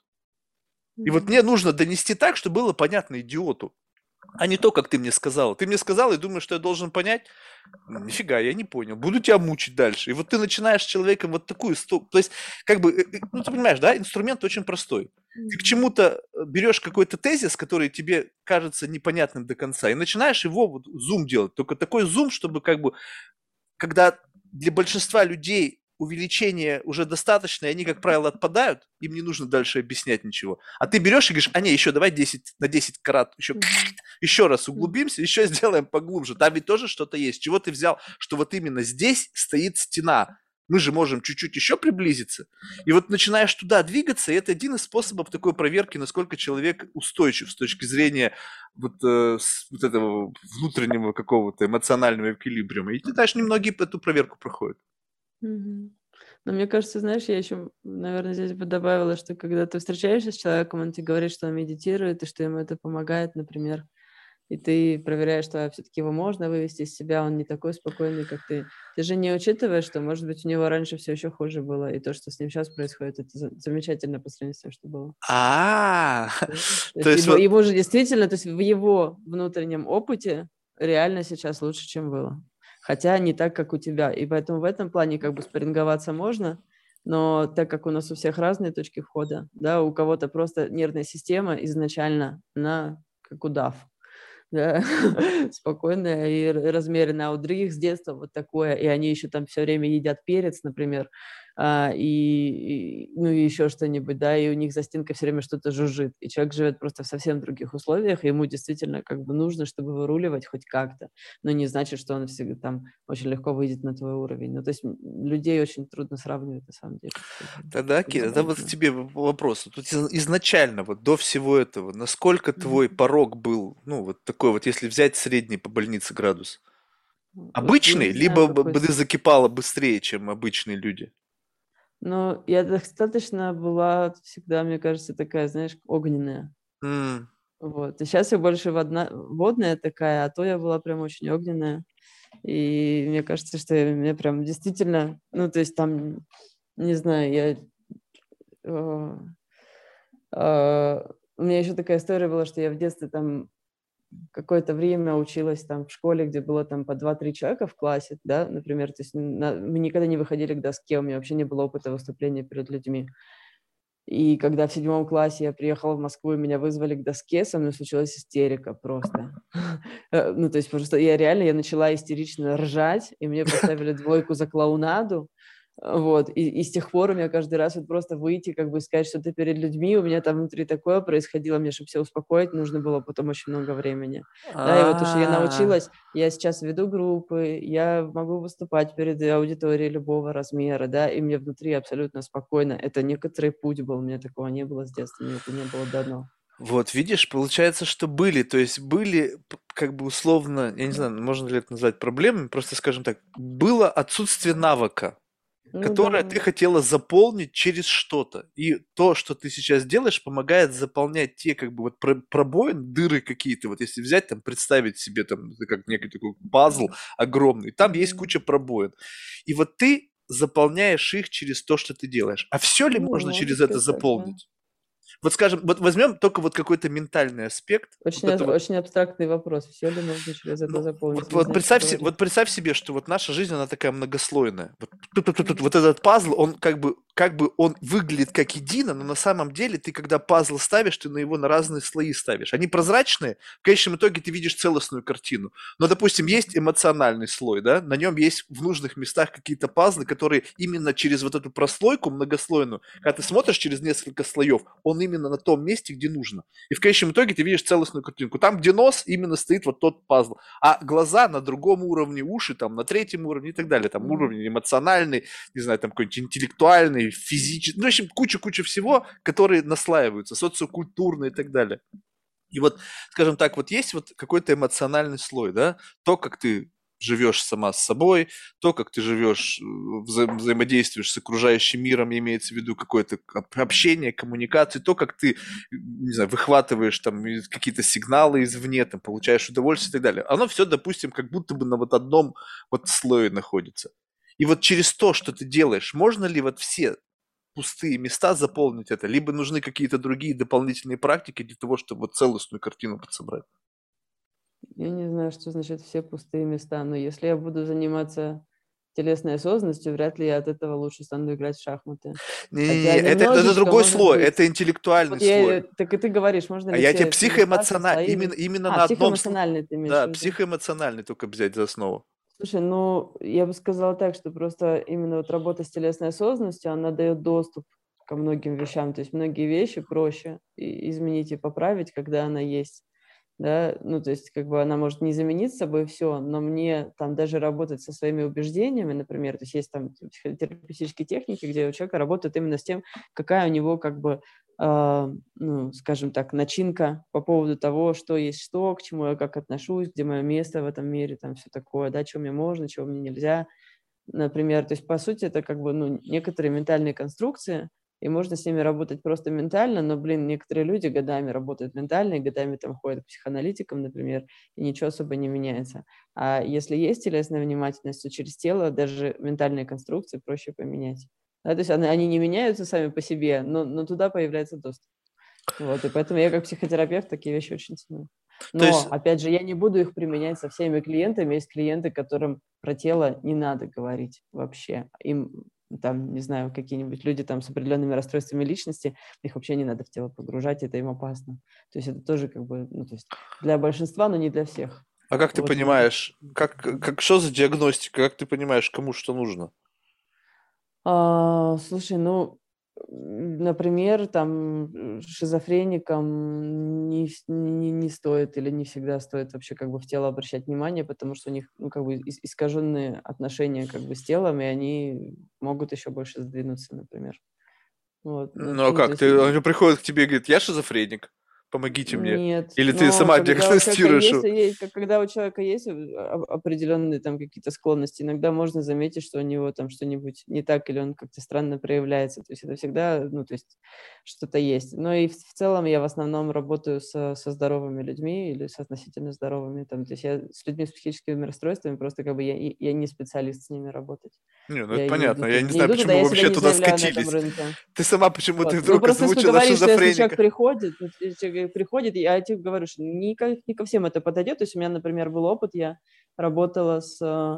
B: И вот
A: Мгм.
B: мне нужно донести так, чтобы было понятно идиоту, а не то, как ты мне сказал. Ты мне сказал и думаешь, что я должен понять? Нифига, я не понял. Буду тебя мучить дальше. И вот ты начинаешь с человеком вот такую... То есть, как бы, ну, ты понимаешь, да, инструмент очень простой. Ты к
A: Мгм.
B: чему-то берешь какой-то тезис, который тебе кажется непонятным до конца, и начинаешь его вот зум делать. Только такой зум, чтобы как бы когда для большинства людей увеличение уже достаточно, и они, как правило, отпадают, им не нужно дальше объяснять ничего. А ты берешь и говоришь, а не, еще давай 10 на 10 карат,
A: Мгм.
B: еще раз
A: Мгм.
B: углубимся, еще сделаем поглубже. Там ведь тоже что-то есть. Чего ты взял, что вот именно здесь стоит стена? Мы же можем чуть-чуть еще приблизиться. И вот начинаешь туда двигаться, и это один из способов такой проверки, насколько человек устойчив с точки зрения вот этого внутреннего какого-то эмоционального эквилибриума. И ты знаешь, немногие эту проверку проходят.
A: Мгм. Но мне кажется, знаешь, я еще, наверное, здесь бы добавила, что когда ты встречаешься с человеком, он тебе говорит, что он медитирует, и что ему это помогает, например, и ты проверяешь, что все-таки его можно вывести из себя, он не такой спокойный, как ты. Ты же не учитываешь, что, может быть, у него раньше все еще хуже было, и то, что с ним сейчас происходит, это замечательно по сравнению с тем, что было.
B: А,
A: Да. То
B: то
A: есть
B: есть вот,
A: ему же действительно, то есть в его внутреннем опыте реально сейчас лучше, чем было. Хотя не так, как у тебя. И поэтому в этом плане как бы спарринговаться можно, но так как у нас у всех разные точки входа, да, у кого-то просто нервная система изначально, она как удав, да, спокойная и размеренная, а у других с детства вот такое, и они еще там все время едят перец, например, ну и еще что-нибудь, да, и у них за стенкой все время что-то жужжит, и человек живет просто в совсем других условиях, и ему действительно как бы нужно, чтобы выруливать хоть как-то, но не значит, что он всегда там очень легко выйдет на твой уровень. Ну, то есть людей очень трудно сравнивать, на самом деле.
B: тогда, окей, тогда вот к
A: Действительно.
B: тебе вопрос. Тут изначально, вот до всего этого, насколько твой
A: Мгм.
B: порог был, ну, вот такой вот, если взять средний по больнице градус?
A: Ой, я
B: Обычный,
A: не знаю,
B: либо
A: какой.
B: бы ты закипала быстрее, чем обычные люди?
A: Но я достаточно была всегда, мне кажется, такая, знаешь, огненная.
B: М,
A: Вот. И сейчас я больше водная такая, а то я была прям очень огненная. И мне кажется, что мне прям действительно, ну, то есть там, не знаю, э, у меня еще такая история была, что я в детстве там какое-то время училась там в школе, где было там по 2-3 человека в классе, да, например, то есть мы никогда не выходили к доске, у меня вообще не было опыта выступления перед людьми. И когда в 7 классе я приехала в Москву, и меня вызвали к доске, со мной случилась истерика просто. Ну, то есть просто я начала истерично ржать, и мне поставили 2 за клоунаду. Вот, и с тех пор у меня каждый раз вот просто выйти, как бы сказать что-то перед людьми, у меня там внутри такое происходило, мне, чтобы все успокоить, нужно было потом очень много времени. Да, и вот то, что я
B: А,
A: научилась, я сейчас веду группы, я могу выступать перед аудиторией любого размера, да, и мне внутри абсолютно спокойно. Это некоторый путь был, у меня такого не было с детства, мне это не было дано.
B: вот видишь, получается, что были, то есть были как бы условно, я не знаю, можно ли это назвать проблемами, просто скажем так, было отсутствие навыка,
A: Ну да.
B: которое ты хотела заполнить через что-то. И то, что ты сейчас делаешь, помогает заполнять те как бы вот пробоины, дыры какие-то. Вот если взять, там, представить себе там, это как некий такой пазл огромный, там есть
A: Мгм.
B: куча пробоин. И вот ты заполняешь их через то, что ты делаешь. А все ли
A: Ну,
B: можно
A: можно
B: через это
A: сказать так, да.
B: заполнить? Вот скажем, вот возьмем только вот какой-то ментальный аспект, вот
A: Очень,
B: это вот.
A: очень абстрактный вопрос. Все ли можно через это
B: Ну,
A: заполнить?
B: вот,
A: Не
B: вот
A: знаю, что
B: представь,
A: говорить.
B: вот представь себе, что вот наша жизнь, она такая многослойная. Вот,
A: Мгм.
B: вот этот пазл, он как бы он выглядит как едино, но на самом деле ты, когда пазл ставишь, ты на его на разные слои ставишь. Они прозрачные, в конечном итоге ты видишь целостную картину. Но, допустим, есть эмоциональный слой, да, на нем есть в нужных местах какие-то пазлы, которые именно через вот эту прослойку многослойную, когда ты смотришь через несколько слоев, он именно на том месте, где нужно. И в конечном итоге ты видишь целостную картинку. Там, где нос, именно стоит вот тот пазл. А глаза на другом уровне, уши там на третьем уровне и так далее. Там
A: Мгм.
B: уровень эмоциональный, не знаю, там какой-нибудь интеллектуальный, физический. Ну, в общем, куча-куча всего, которые наслаиваются, социокультурные и так далее. И вот, скажем так, вот есть вот какой-то эмоциональный слой, да, то, как ты живешь сама с собой, то, как ты живешь, взаимодействуешь с окружающим миром, имеется в виду какое-то общение, коммуникации, то, как ты, не знаю, выхватываешь там какие-то сигналы извне, там, получаешь удовольствие и так далее. Оно все, допустим, как будто бы на вот одном вот слое находится. И вот через то, что ты делаешь, можно ли вот все пустые места заполнить это, либо нужны какие-то другие дополнительные практики для того, чтобы вот целостную картину подсобрать.
A: Я не знаю, что значит все пустые места, но если я буду заниматься телесной осознанностью, вряд ли я от этого лучше стану играть в шахматы.
B: Не-не-не,
A: Хотя
B: это
A: немножечко,
B: другой
A: может
B: слой,
A: быть.
B: это
A: Ну,
B: интеллектуальный
A: вот я,
B: слой.
A: так и ты говоришь, можно
B: А
A: ли
B: я тебе
A: все места, все
B: психоэмоциональный,
A: слои...
B: именно
A: А,
B: на одном слое,
A: психоэмоциональный ты имеешь в
B: да,
A: виду?
B: психоэмоциональный только взять за основу.
A: Слушай, ну, я бы сказала так, что просто именно вот работа с телесной осознанностью, она дает доступ ко многим вещам. То есть многие вещи проще изменить и поправить, когда она есть. Да, ну, то есть, как бы она может не заменить собой все, но мне там даже работать со своими убеждениями, например, то есть есть там психотерапевтические техники, где у человека работают именно с тем, какая у него, как бы, ну, скажем так, начинка по поводу того, что есть что, к чему я как отношусь, где мое место в этом мире, там все такое, да, чего мне можно, чего мне нельзя, например. То есть, по сути, это как бы, ну, некоторые ментальные конструкции, и можно с ними работать просто ментально, но, блин, некоторые люди годами работают ментально, и годами там ходят к психоаналитикам, например, и ничего особо не меняется. А если есть телесная внимательность, то через тело даже ментальные конструкции проще поменять. Да, то есть они не меняются сами по себе, но туда появляется доступ. Вот, и поэтому я как психотерапевт такие вещи очень ценю.
B: То есть,
A: Но, опять же, я не буду их применять со всеми клиентами. Есть клиенты, которым про тело не надо говорить вообще. Им там, не знаю, какие-нибудь люди там с определенными расстройствами личности, их вообще не надо в тело погружать, это им опасно. То есть это тоже как бы, ну, то есть для большинства, но не для всех.
B: а как ты
A: Вот, мне кажется.
B: понимаешь, как что за диагностика, как ты понимаешь, кому что нужно?
A: Слушай, ну, например, там шизофреникам не стоит или не всегда стоит вообще как бы в тело обращать внимание, потому что у них, ну, как бы искаженные отношения как бы с телом, и они могут еще больше сдвинуться, например. Вот, ну,
B: Ну а
A: ну, то
B: как?
A: есть
B: Они приходят к тебе и говорят, я шизофреник, помогите мне.
A: нет,
B: Или ты
A: но
B: сама
A: когда у человека
B: диагностируешь
A: есть,
B: его?
A: когда у человека есть определенные там какие-то склонности, иногда можно заметить, что у него там что-нибудь не так, или он как-то странно проявляется. То есть это всегда, ну, то есть что-то есть. Но и в целом я в основном работаю со здоровыми людьми или с относительно здоровыми. Там, то есть я с людьми с психическими расстройствами, просто как бы я не специалист с ними работать.
B: Не, ну это
A: Я не, ну,
B: понятно.
A: то
B: Я
A: есть
B: не
A: не
B: знаю,
A: иду туда,
B: почему
A: я
B: вы
A: себя
B: вообще
A: не
B: туда
A: заявляю на этом
B: скатились.
A: рынке.
B: Ты сама почему ты
A: Вот. Ну,
B: вдруг
A: просто если
B: озвучила
A: говоришь, что если человек
B: шизофреника?
A: приходит, вот если человек приходит, я тебе говорю, что не ко всем это подойдет. То есть у меня, например, был опыт, я работала с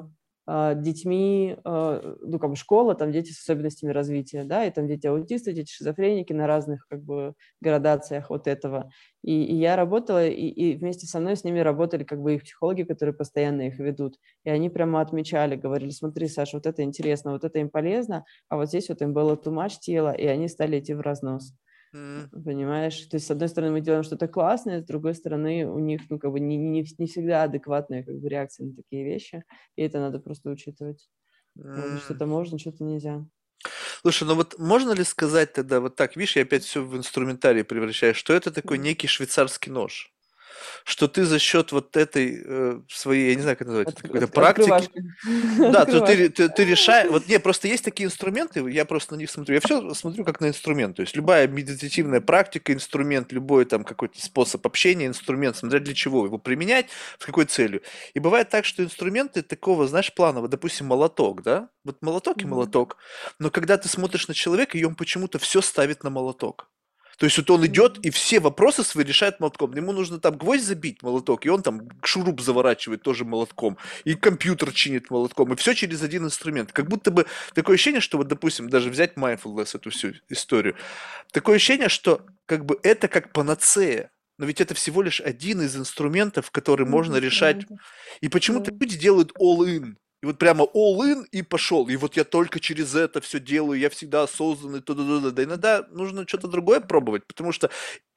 A: детьми, ну, как бы школа, там дети с особенностями развития, да, и там дети аутисты, дети шизофреники на разных, как бы, градациях вот этого. И я работала, и вместе со мной с ними работали, как бы, их психологи, которые постоянно их ведут. И они прямо отмечали, говорили: смотри, Саша, вот это интересно, вот это им полезно, а вот здесь вот им было too much тела, и они стали идти в разнос. Понимаешь? То есть, с одной стороны, мы делаем что-то классное, с другой стороны, у них, ну, как бы, не всегда адекватная, как бы, реакция на такие вещи, и это надо просто учитывать. Вот, что-то можно, что-то нельзя.
B: Слушай, ну вот можно ли сказать тогда вот так, видишь, я опять все в инструментарий превращаю, что это такой некий швейцарский нож? Что ты за счет вот этой своей, я не знаю, как это называется, это какой-то практики,
A: Открывашка.
B: да,
A: Открывашка.
B: ты решаешь, вот не, просто есть такие инструменты, я просто на них смотрю, я все смотрю как на инструмент, то есть любая медитативная практика, инструмент, любой там какой-то способ общения, инструмент, смотря для чего его применять, с какой целью. И бывает так, что инструменты такого, знаешь, планового, допустим, молоток, да, вот молоток и молоток, но когда ты смотришь на человека, и он почему-то все ставит на молоток. То есть вот он идет и все вопросы свои решает молотком. Ему нужно там гвоздь забить молоток, и он там шуруп заворачивает тоже молотком, и компьютер чинит молотком, и все через один инструмент. Как будто бы такое ощущение, что вот, допустим, даже взять mindfulness, эту всю историю, такое ощущение, что как бы это как панацея. Но ведь это всего лишь один из инструментов, который можно решать.
A: Инструментов.
B: И почему-то
A: Да.
B: люди делают all-in. И вот прямо all-in и пошел. И вот я только через это все делаю, я всегда осознанный, туда-туда. Да иногда нужно что-то другое пробовать, потому что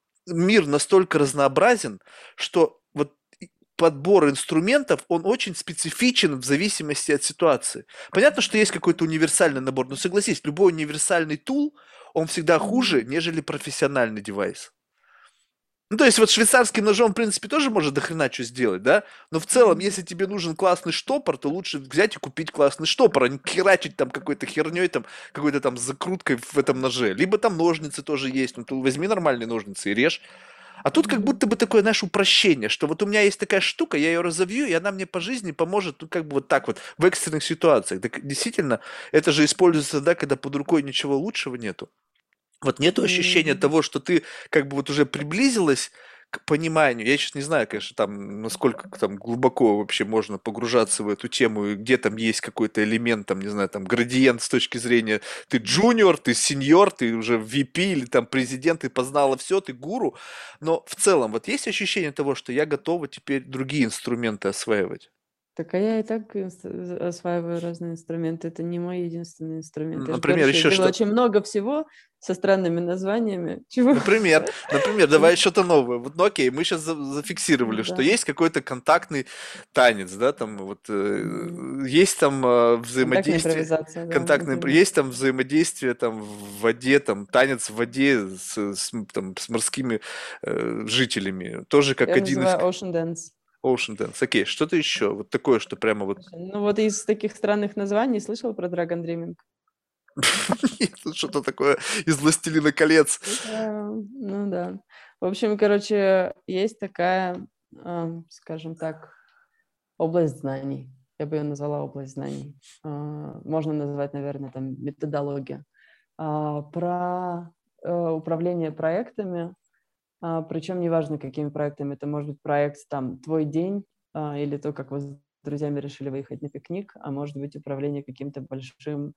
B: мир настолько разнообразен, что вот подбор инструментов, он очень специфичен в зависимости от ситуации. Понятно, что есть какой-то универсальный набор, но согласись, любой универсальный тул, он всегда хуже, нежели профессиональный девайс. Ну, то есть вот швейцарским ножом, в принципе, тоже может дохрена что сделать, да? Но в целом, если тебе нужен классный штопор, то лучше взять и купить классный штопор, а не херачить там какой-то херней, там, какой-то там закруткой в этом ноже. Либо там ножницы тоже есть, ну, ты возьми нормальные ножницы и режь. А тут как будто бы такое, знаешь, упрощение, что вот у меня есть такая штука, я ее разовью, и она мне по жизни поможет, ну, как бы вот так вот, в экстренных ситуациях. Так действительно, это же используется, да, когда под рукой ничего лучшего нету. Вот нету ощущения того, что ты как бы вот уже приблизилась к пониманию. Я сейчас не знаю, конечно, там, насколько там глубоко вообще можно погружаться в эту тему, и где там есть какой-то элемент, там, не знаю, там, градиент с точки зрения ты джуниор, ты сеньор, ты уже VP или там президент, ты познала все, ты гуру. Но в целом, вот есть ощущение того, что я готова теперь другие инструменты осваивать?
A: Так, а я и так осваиваю разные инструменты. Это не мой единственный инструмент. Я же говорю,
B: Например,
A: что я
B: еще
A: делаю
B: что?
A: очень много всего со странными названиями. Чего?
B: Например, давай что-то новое. Вот, ну окей, мы сейчас зафиксировали, что
A: Да.
B: есть какой-то контактный танец, да, там вот есть там
A: Контактная
B: взаимодействие,
A: импровизация, да,
B: контактное,
A: например.
B: есть там взаимодействие там в воде, там танец в воде там, с морскими жителями, тоже как
A: Я
B: один из
A: называю Ocean Dance.
B: Ocean Dance. Окей, что-то еще, вот такое, что прямо вот
A: Ну вот из таких странных названий слышал про Dragon Dreaming?
B: что-то такое из «Властелина колец».
A: Да, ну да. В общем, короче, есть такая, скажем так, область знаний. Я бы ее назвала область знаний. Можно назвать, наверное, там методология. Про управление проектами, причем неважно, какими проектами. Это может быть проект, там, твой день, или то, как вы с друзьями решили выехать на пикник, а может быть управление каким-то большим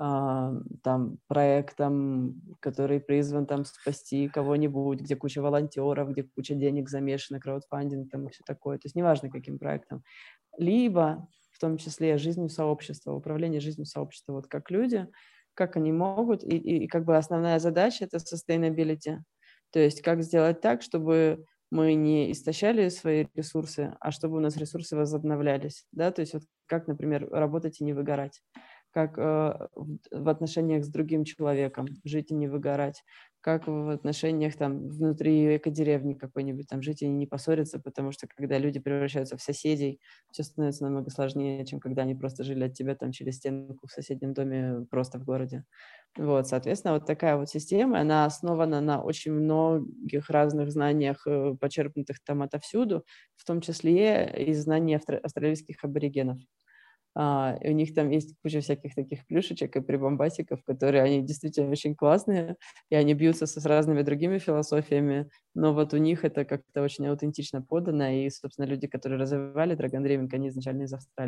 A: там проектом, который призван там спасти кого-нибудь, где куча волонтеров, где куча денег замешана, краудфандинг там и все такое. То есть неважно, каким проектом. Либо в том числе жизнью сообщества, управление жизнью сообщества, вот как люди, как они могут, и как бы основная задача — это sustainability. То есть как сделать так, чтобы мы не истощали свои ресурсы, а чтобы у нас ресурсы возобновлялись. Да? То есть вот как, например, работать и не выгорать, как в отношениях с другим человеком жить и не выгорать, как в отношениях там внутри экодеревни какой-нибудь там жить и не поссориться, потому что когда люди превращаются в соседей, все становится намного сложнее, чем когда они просто жили от тебя там через стенку в соседнем доме просто в городе. Вот, соответственно, вот такая вот система, она основана на очень многих разных знаниях, почерпнутых там отовсюду, в том числе и знаний австралийских аборигенов. И у них там есть куча всяких таких плюшечек и прибамбасиков, которые они действительно очень классные, и они бьются с разными другими философиями, но вот у них это как-то очень аутентично подано, и, собственно, люди, которые развивали Dragon Dreaming, они изначально из Австралии.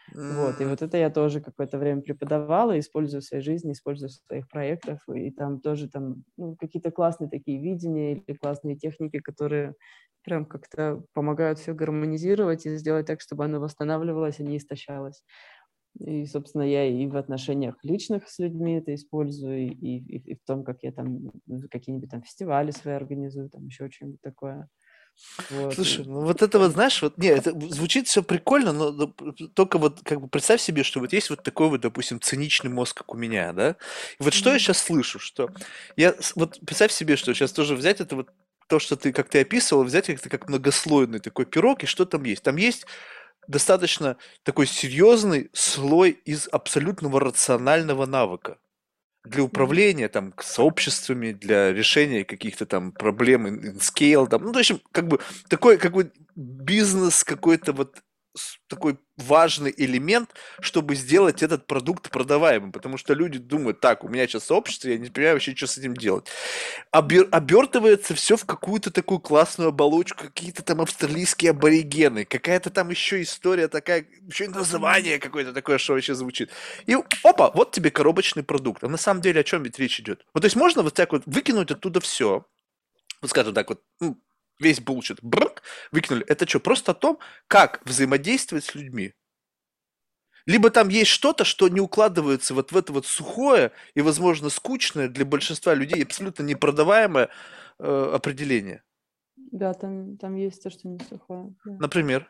A: Вот, и вот это я тоже какое-то время преподавала, использую в своей жизни, использую в своих проектах, и там тоже там какие-то классные такие видения или классные техники, которые прям как-то помогают все гармонизировать и сделать так, чтобы оно восстанавливалось, а не истощалось. И, собственно, я и в отношениях личных с людьми это использую, и в том, как я там какие-нибудь там фестивали свои организую, там еще что-нибудь такое. Вот.
B: Слушай, ну вот это вот, знаешь, вот, не, это звучит все прикольно, но только вот как бы представь себе, что вот есть вот такой вот, допустим, циничный мозг, как у меня, да? И вот что я сейчас слышу, что вот представь себе, что сейчас тоже взять это вот то, что как ты описывал, взять это как многослойный такой пирог, и что там есть? Там есть достаточно такой серьезный слой из абсолютного рационального навыка для
A: Мгм.
B: управления там сообществами, для решения каких-то там проблем in scale, там, ну, в общем, как бы такой, как бы бизнес какой-то вот такой важный элемент, чтобы сделать этот продукт продаваемым, потому что люди думают, так, у меня сейчас сообщество, я не понимаю вообще, что с этим делать. Обертывается все в какую-то такую классную оболочку, какие-то там австралийские аборигены, какая-то там еще история такая, еще и название какое-то такое, что вообще звучит. И опа, вот тебе коробочный продукт. А на самом деле о чем ведь речь идет? Вот то есть можно вот так вот выкинуть оттуда все, вот скажем так вот, весь булчит, выкинули. Это что, просто о том, как взаимодействовать с людьми? Либо там есть что-то, что не укладывается вот в это вот сухое и, возможно, скучное для большинства людей, абсолютно непродаваемое определение.
A: Да, там есть то, что не сухое. Да.
B: Например,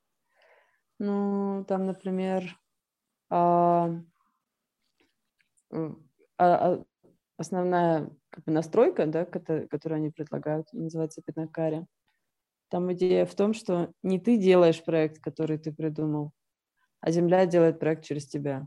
A: Ну, там, например, а, м, а- а- основная как бы настройка, да, которую они предлагают, называется Питнакари. Там идея в том, что не ты делаешь проект, который ты придумал, а Земля делает проект через тебя.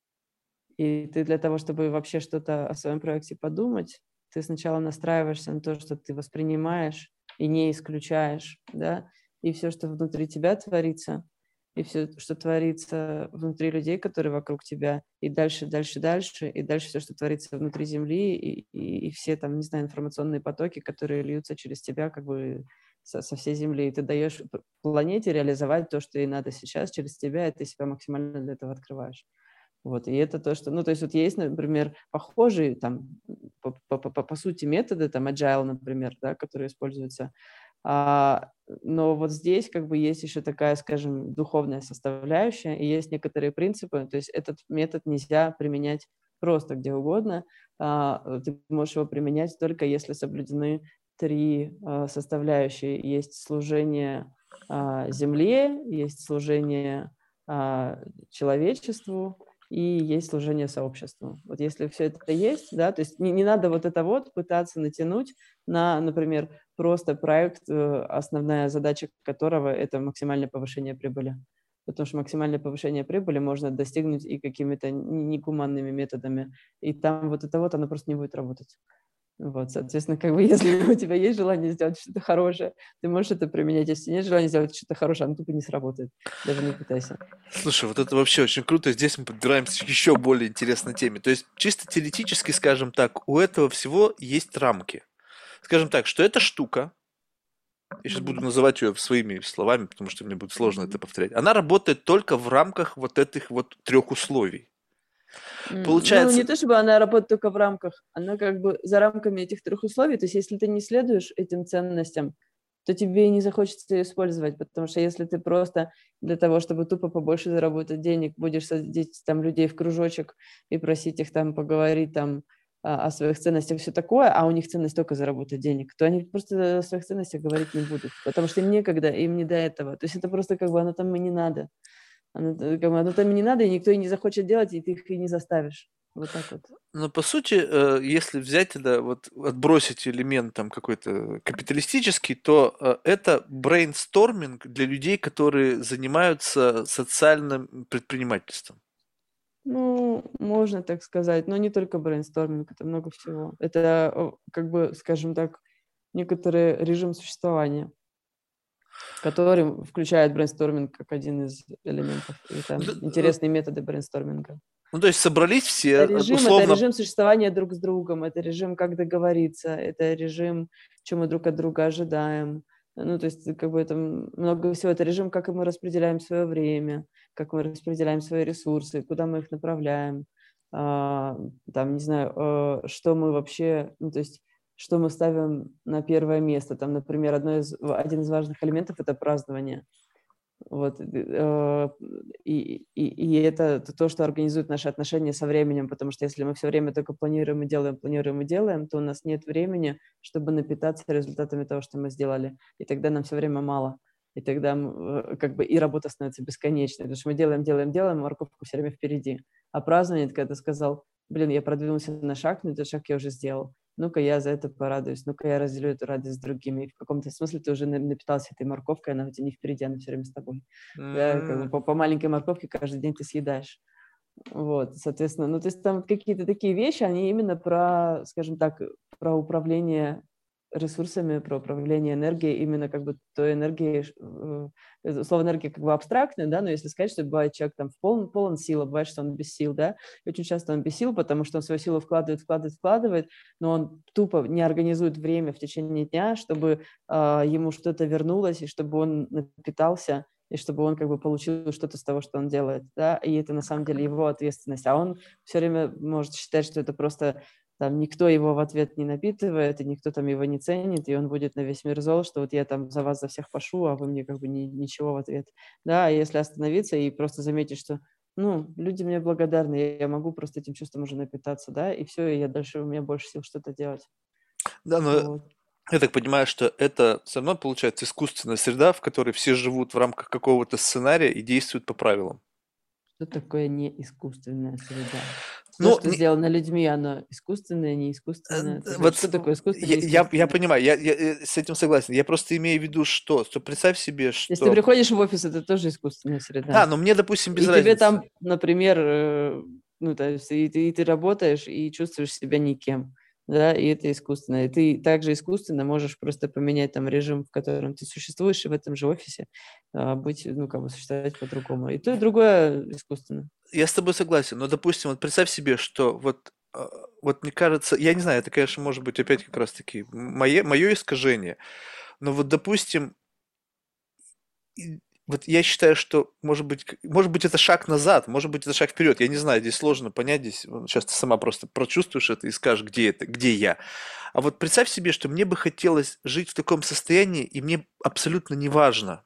A: И ты для того, чтобы вообще что-то о своем проекте подумать, ты сначала настраиваешься на то, что ты воспринимаешь и не исключаешь, да, и все, что внутри тебя творится, и все, что творится внутри людей, которые вокруг тебя, и дальше, дальше, дальше, и дальше все, что творится внутри Земли, и все там, не знаю, информационные потоки, которые льются через тебя как бы со всей Земли, и ты даешь планете реализовать то, что ей надо сейчас через тебя, и ты себя максимально для этого открываешь. Вот, и это то, что, ну, то есть вот есть, например, похожие там по сути методы, там agile, например, да, которые используются, но вот здесь как бы есть еще такая, скажем, духовная составляющая, и есть некоторые принципы, то есть этот метод нельзя применять просто где угодно, ты можешь его применять только если соблюдены три составляющие. Есть служение земле, есть служение человечеству, и есть служение сообществу. Вот если все это есть, да, то есть не надо вот это вот пытаться натянуть на, например, просто проект, основная задача которого – это максимальное повышение прибыли. Потому что максимальное повышение прибыли можно достигнуть и какими-то негуманными методами. И там вот это вот, оно просто не будет работать. Вот, соответственно, как бы если у тебя есть желание сделать что-то хорошее, ты можешь это применять. Если нет желания сделать что-то хорошее, оно тупо не сработает. Даже не пытайся.
B: слушай, вот это вообще очень круто. Здесь мы подбираемся к еще более интересной теме. То есть, чисто теоретически, скажем так, у этого всего есть рамки. Скажем так, что эта штука, я сейчас буду
A: Мгм.
B: называть ее своими словами, потому что мне будет сложно это
A: Мгм.
B: повторять, она работает только в рамках вот этих вот трех условий.
A: Ну, не
B: Получается,
A: то чтобы она работает только в рамках, она как бы за рамками этих трех условий. То есть если ты не следуешь этим ценностям, то тебе и не захочется ее использовать, потому что если ты просто для того, чтобы тупо побольше заработать денег, будешь садить там людей в кружочек и просить их там поговорить там о своих ценностях, все такое, а у них ценность только заработать денег, то они просто о своих ценностях говорить не будут, потому что им некогда, им не до этого. То есть это просто как бы оно там и не надо. Оно там и не надо, и никто и не захочет делать, и ты их и не заставишь. Вот так вот.
B: но по сути, если взять это, вот отбросить элемент там какой-то капиталистический, то это брейнсторминг для людей, которые занимаются социальным предпринимательством.
A: Ну, можно так сказать, но не только брейнсторминг, это много всего. Это, как бы, скажем так, некоторый режим существования, который включает брейнсторминг как один из элементов. И
B: Ну,
A: там интересные методы брейнсторминга.
B: ну, то есть собрались все,
A: Это
B: условно,
A: режим существования друг с другом, это режим, как договориться, это режим, что мы друг от друга ожидаем. Ну, то есть, как бы это много всего. Это режим, как мы распределяем свое время, как мы распределяем свои ресурсы, куда мы их направляем, там, не знаю, что мы вообще, ну, то есть, что мы ставим на первое место. Там, например, один из важных элементов – это празднование. Вот, и это то, что организует наши отношения со временем, потому что если мы все время только планируем и делаем, то у нас нет времени, чтобы напитаться результатами того, что мы сделали, и тогда нам все время мало, и тогда как бы и работа становится бесконечной, потому что мы делаем, морковку все время впереди. А празднование, это когда ты сказал, блин, я продвинулся на шаг, но этот шаг я уже сделал. Ну-ка я за это порадуюсь, ну-ка я разделю эту радость с другими. И в каком-то смысле ты уже напитался этой морковкой, она у тебя не впереди, она все время с тобой. Да, как бы по маленькой морковке каждый день ты съедаешь. Вот, соответственно, ну, то есть там какие-то такие вещи, они именно про, скажем так, про управление ресурсами, про управление энергией, именно как бы той энергией, слово энергия как бы абстрактное, да, но если сказать, что бывает человек там полон сил, а бывает, что он без сил, да, и очень часто он без сил, потому что он свою силу вкладывает, но он тупо не организует время в течение дня, чтобы ему что-то вернулось, и чтобы он напитался, и чтобы он как бы получил что-то с того, что он делает, да, и это на самом деле его ответственность, а он все время может считать, что это просто там никто его в ответ не напитывает, и никто там его не ценит, и он будет на весь мир зол, что вот я там за вас за всех пошу, а вы мне как бы ничего в ответ, да, а если остановиться и просто заметить, что, ну, люди мне благодарны, я могу просто этим чувством уже напитаться, да, и все, и я дальше, у меня больше сил что-то делать.
B: Да, но
A: Вот.
B: я так понимаю, что это все равно получается искусственная среда, в которой все живут в рамках какого-то сценария и действуют по правилам.
A: Что такое неискусственная среда? Все,
B: Ну,
A: что сделано людьми, оно искусственное, неискусственное. То есть вот
B: вот
A: что такое искусственное,
B: я
A: неискусственное?
B: понимаю, я с этим согласен. Я просто имею в виду, что представь себе,
A: Если ты
B: что...
A: приходишь в офис, это тоже искусственная
B: Да,
A: среда.
B: но мне, допустим, без
A: И тебе
B: разницы.
A: там, например, ну, то есть и ты работаешь и чувствуешь себя никем, да, и это искусственно. И ты также искусственно можешь просто поменять там режим, в котором ты существуешь, и в этом же офисе быть, ну, как бы существовать по-другому. И то, и другое искусственно.
B: Я с тобой согласен, но, допустим, вот представь себе, что вот мне кажется, я не знаю, это, конечно, может быть опять как раз-таки мое искажение, но вот, допустим, вот я считаю, что, может быть, это шаг назад, может быть, это шаг вперед. Я не знаю, здесь сложно понять, здесь сейчас ты сама просто прочувствуешь это и скажешь, где это, где я. А вот представь себе, что мне бы хотелось жить в таком состоянии, и мне абсолютно не важно.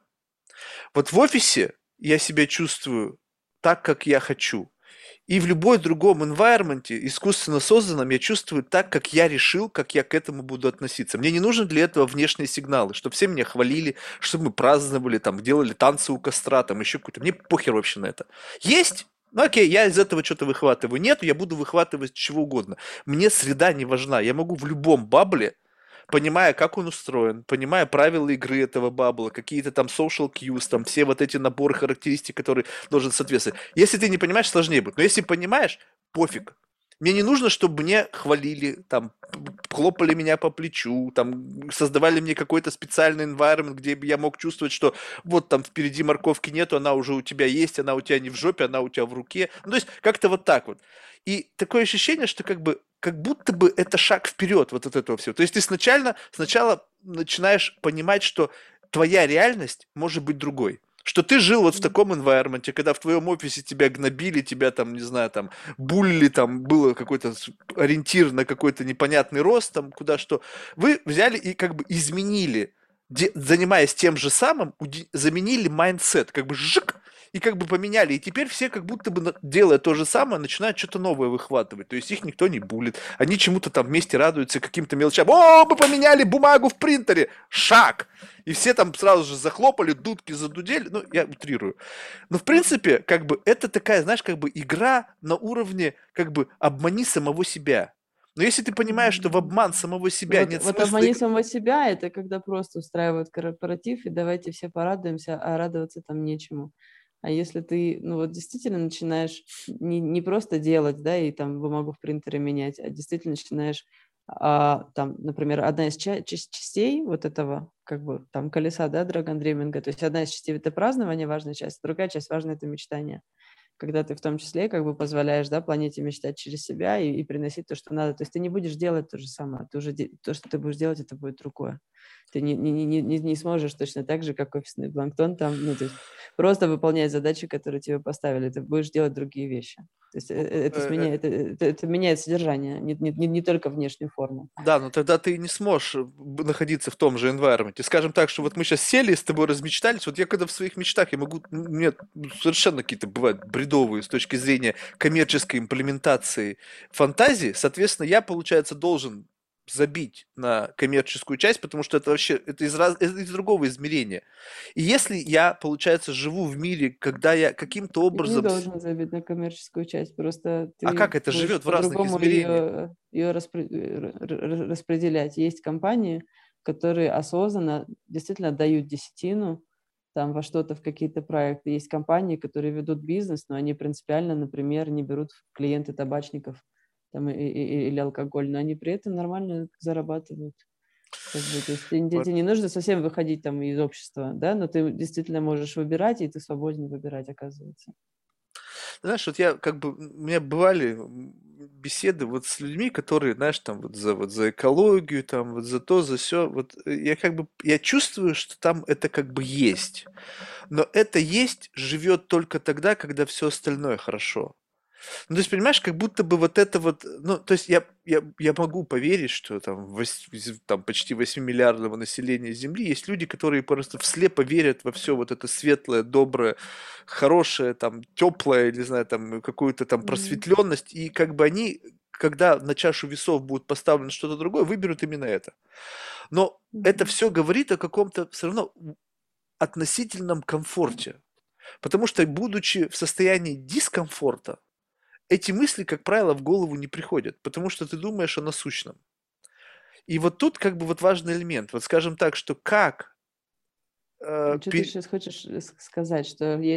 B: Вот в офисе я себя чувствую так, как я хочу. И в любой другом environment, искусственно созданном, я чувствую так, как я решил, как я к этому буду относиться. Мне не нужны для этого внешние сигналы, чтобы все меня хвалили, чтобы мы праздновали, там, делали танцы у костра, там, еще какой-то. Мне похер вообще на это. Есть? Ну окей, я из этого что-то выхватываю. Нет, я буду выхватывать чего угодно. Мне среда не важна. Я могу в любом бабле, понимая, как он устроен, понимая правила игры этого бабла, какие-то там social cues, там все вот эти наборы характеристик, которые должен соответствовать. Если ты не понимаешь, сложнее будет. Но если понимаешь, пофиг. Мне не нужно, чтобы мне хвалили, там, хлопали меня по плечу, там, создавали мне какой-то специальный environment, где бы я мог чувствовать, что вот там впереди морковки нету, она уже у тебя есть, она у тебя не в жопе, она у тебя в руке. Ну, то есть как-то вот так вот. И такое ощущение, что как будто бы это шаг вперед вот от этого всего. То есть ты сначала начинаешь понимать, что твоя реальность может быть другой. Что ты жил вот в таком environment, когда в твоем офисе тебя гнобили, тебя там, не знаю, там, булили, там, было какой-то ориентир на какой-то непонятный рост, там, куда что. Вы взяли и как бы изменили, занимаясь тем же самым, заменили майндсет, как бы жик, и как бы поменяли. И теперь все как будто бы, делая то же самое, начинают что-то новое выхватывать. То есть их никто не булит. Они чему-то там вместе радуются, каким-то мелочам. О, мы поменяли бумагу в принтере! Шаг! И все там сразу же захлопали, дудки задудели. Ну, я утрирую. Но, в принципе, как бы это такая, знаешь, как бы игра на уровне, как бы, обмани самого себя. Но если ты понимаешь, что в обман самого себя
A: Вот,
B: нет
A: вот
B: смысла...
A: обмани самого себя, это когда просто устраивают корпоратив, и давайте все порадуемся, а радоваться там нечему. А если ты, ну вот действительно начинаешь не просто делать, да, и там бумагу в принтере менять, а действительно начинаешь, там, например, одна из частей вот этого, как бы, там, колеса, да, драгондриминга, то есть одна из частей – это празднование, важная часть, другая часть – важная – это мечтание. когда ты в том числе как бы позволяешь, да, планете мечтать через себя и приносить то, что надо. То есть ты не будешь делать то же самое, ты уже то, что ты будешь делать, это будет другое. Ты не сможешь точно так же, как офисный планктон, там, ну, то есть просто выполнять задачи, которые тебе поставили, ты будешь делать другие вещи. То есть это меняет содержание, не только внешнюю форму.
B: Да, но тогда ты не сможешь находиться в том же environment. Скажем так, что вот мы сейчас сели с тобой размечтались, вот я когда в своих мечтах, я могу, у меня совершенно какие-то бывают бредовые с точки зрения коммерческой имплементации фантазии, соответственно, я, получается, должен забить на коммерческую часть, потому что это вообще это это из другого измерения. И если я, получается, живу в мире, когда я каким-то
A: Ты не
B: образом...
A: должен забить на коммерческую часть, просто
B: А
A: ты
B: как это
A: будешь
B: живет в разных
A: по-другому
B: измерениях?
A: ее распределять. Есть компании, которые осознанно действительно дают десятину там во что-то, в какие-то проекты. Есть компании, которые ведут бизнес, но они принципиально, например, не берут в клиенты табачников там, или алкоголь, но они при этом нормально зарабатывают. Как бы, то есть
B: Вот.
A: тебе не нужно совсем выходить там из общества, да, но ты действительно можешь выбирать, и ты свободен выбирать, оказывается.
B: Знаешь, вот я как бы, у меня бывали беседы вот с людьми, которые, знаешь, там вот за экологию, там вот за то, за все. Вот я как бы, я чувствую, что там это как бы есть. Но это есть живет только тогда, когда все остальное хорошо. Ну, то есть, понимаешь, как будто бы вот это вот, ну, то есть я могу поверить, что там, там почти 8 миллиардов населения Земли есть люди, которые просто вслепо верят во все вот это светлое, доброе, хорошее, там, теплое, не знаю, там, какую-то там
A: Мгм.
B: просветленность, и как бы они, когда на чашу весов будет поставлено что-то другое, выберут именно это. Но это
A: Мгм.
B: все говорит о каком-то все равно относительном комфорте. Потому что, будучи в состоянии дискомфорта, эти мысли, как правило, в голову не приходят, потому что ты думаешь о насущном. И вот тут как бы вот важный элемент. Вот скажем так, что как
A: Что ты сейчас хочешь сказать,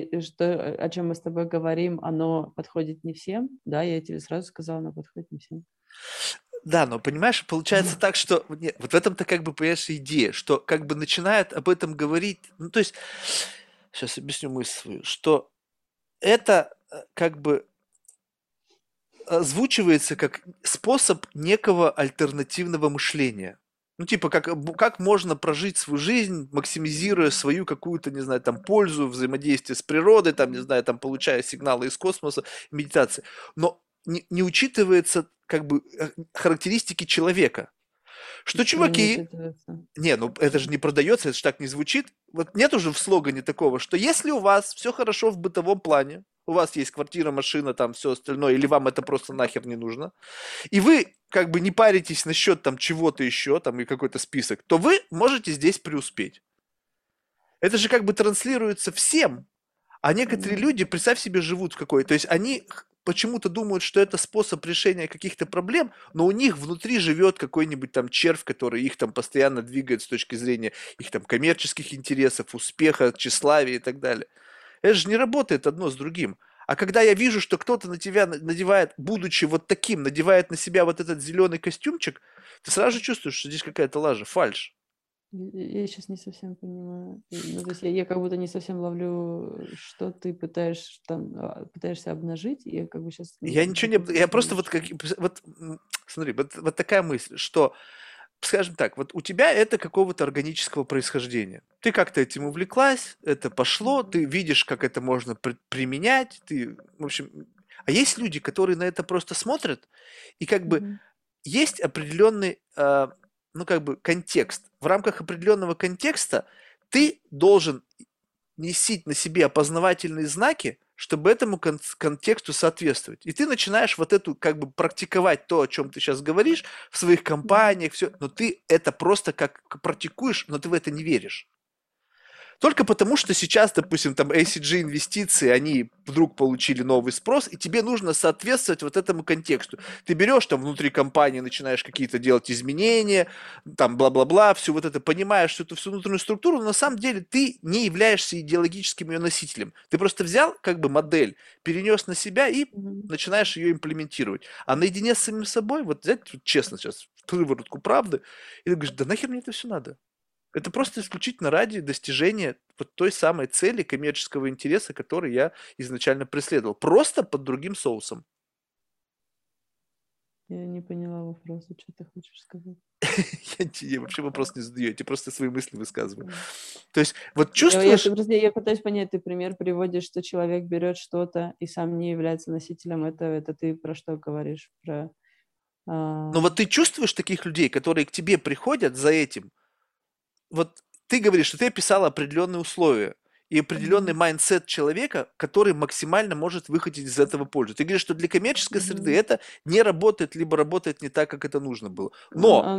A: о чем мы с тобой говорим, оно подходит не всем? Да, я тебе сразу сказала, оно подходит не всем.
B: Да, но понимаешь, получается так, что нет, вот в этом-то как бы, понимаешь, идея, что как бы начинают об этом говорить, ну то есть, сейчас объясню мысль свою, что это как бы озвучивается как способ некого альтернативного мышления. Ну, типа, как можно прожить свою жизнь, максимизируя свою какую-то, не знаю, там, пользу, взаимодействие с природой, там, не знаю, там, получая сигналы из космоса, медитации. Но не учитывается, как бы, характеристики человека. Что
A: Почему не
B: чуваки,
A: учитывается?
B: не, ну это же не продается, это же так не звучит. Вот нет уже в слогане такого, что если у вас все хорошо в бытовом плане, у вас есть квартира, машина, там все остальное, или вам это просто нахер не нужно, и вы как бы не паритесь насчет там чего-то еще, там и какой-то список, то вы можете здесь преуспеть. Это же как бы транслируется всем. А некоторые
A: М,
B: люди, представь себе, живут в какой. То есть они почему-то думают, что это способ решения каких-то проблем, но у них внутри живет какой-нибудь там червь, который их там постоянно двигает с точки зрения их там коммерческих интересов, успеха, тщеславия и так далее. Это же не работает одно с другим. А когда я вижу, что кто-то на тебя надевает, будучи вот таким, надевает на себя вот этот зеленый костюмчик, ты сразу же чувствуешь, что здесь какая-то лажа, фальшь.
A: Я сейчас не совсем понимаю. Ну, то есть я как будто не совсем ловлю, что ты пытаешься обнажить. Я как бы сейчас
B: Я ничего не... Я просто вот, как,
A: немножко...
B: вот смотри, вот такая мысль, что, скажем так, вот у тебя это какого-то органического происхождения. Ты как-то этим увлеклась, это пошло, ты видишь, как это можно применять, ты, в общем... А есть люди, которые на это просто смотрят, и как бы
A: Мгм.
B: есть определенный, ну, как бы контекст. В рамках определенного контекста ты должен носить на себе опознавательные знаки, чтобы этому контексту соответствовать. И ты начинаешь вот эту, как бы, практиковать то, о чем ты сейчас говоришь, в своих
A: Мгм.
B: компаниях, все, но ты это просто как практикуешь, но ты в это не веришь. Только потому, что сейчас, допустим, там ACG инвестиции, они вдруг получили новый спрос, и тебе нужно соответствовать вот этому контексту. Ты берешь там внутри компании, начинаешь какие-то делать изменения, там бла-бла-бла, все вот это, понимаешь всю эту всю внутреннюю структуру, но на самом деле ты не являешься идеологическим ее носителем. Ты просто взял как бы модель, перенес на себя и
A: Мгм.
B: начинаешь ее имплементировать. А наедине с самим собой, вот взять, вот честно сейчас, в выворотку правды, и ты говоришь, да нахер мне это все надо? Это просто исключительно ради достижения вот той самой цели коммерческого интереса, который я изначально преследовал. Просто под другим соусом.
A: Я не поняла вопроса, что ты хочешь сказать.
B: Я вообще вопрос не задаю, я тебе просто свои мысли высказываю.
A: Мгм.
B: То есть вот
A: Я,
B: чувствуешь...
A: подожди, я пытаюсь понять, ты пример приводишь, что человек берет что-то и сам не является носителем этого. Это ты про что говоришь? Про...
B: Но вот ты чувствуешь таких людей, которые к тебе приходят за этим? Вот ты говоришь, что ты описал определенные условия и определенный
A: Мгм.
B: майндсет человека, который максимально может выхватить из этого пользу. Ты говоришь, что для коммерческой среды
A: Мгм.
B: это не работает, либо работает не так, как это нужно было. Но,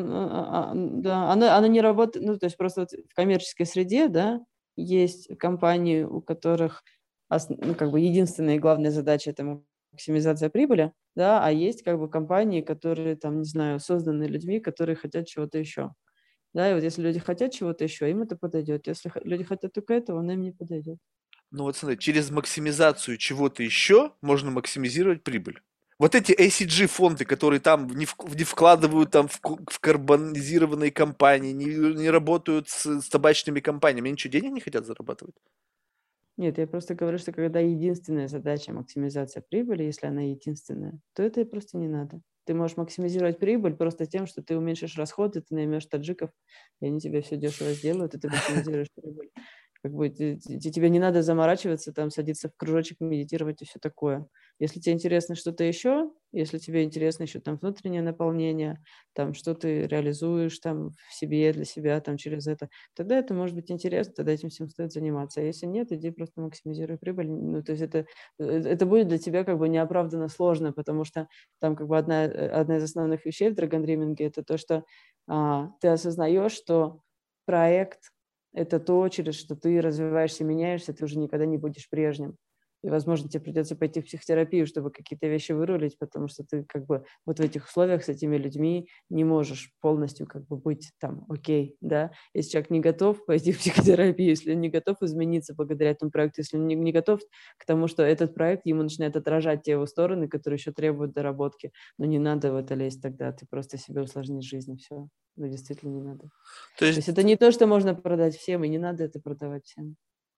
A: Да, она не работает, ну, то есть просто вот в коммерческой среде, да, есть компании, у которых ну, как бы единственная и главная задача – это максимизация прибыли, да, а есть как бы компании, которые там, не знаю, созданы людьми, которые хотят чего-то еще. Да, и вот если люди хотят чего-то еще, им это подойдет. Если люди хотят только этого, оно им не подойдет.
B: ну вот смотри, через максимизацию чего-то еще можно максимизировать прибыль. Вот эти ACG фонды, которые там не вкладывают там в карбонизированные компании, не работают с табачными компаниями, они что, денег не хотят зарабатывать?
A: Нет, я просто говорю, что когда единственная задача максимизация прибыли, если она единственная, то это просто не надо. Ты можешь максимизировать прибыль просто тем, что ты уменьшишь расходы, ты наймешь таджиков, и они тебе все дешево сделают, и ты максимизируешь прибыль. Как бы тебе не надо заморачиваться, там, садиться в кружочек, медитировать и все такое. Если тебе интересно что-то еще, если тебе интересно еще там внутреннее наполнение, там, что ты реализуешь там в себе, для себя, там, через это, тогда это может быть интересно, тогда этим всем стоит заниматься. А если нет, иди просто максимизируй прибыль. Ну, то есть это будет для тебя как бы неоправданно сложно, потому что там как бы одна из основных вещей в драгондриминге это то, что ты осознаешь, что проект это то, через что ты развиваешься, меняешься, ты уже никогда не будешь прежним. И, возможно, тебе придется пойти в психотерапию, чтобы какие-то вещи вырулить, потому что ты как бы вот в этих условиях с этими людьми не можешь полностью как бы быть там окей, да. Если человек не готов пойти в психотерапию, если он не готов измениться благодаря этому проекту, если он не готов к тому, что этот проект ему начинает отражать те его стороны, которые еще требуют доработки, но не надо в это лезть тогда, ты просто себе усложнишь жизнь, и все. Ну, действительно не надо.
B: То
A: То есть
B: есть
A: это не то, что можно продать всем, и не надо это продавать всем.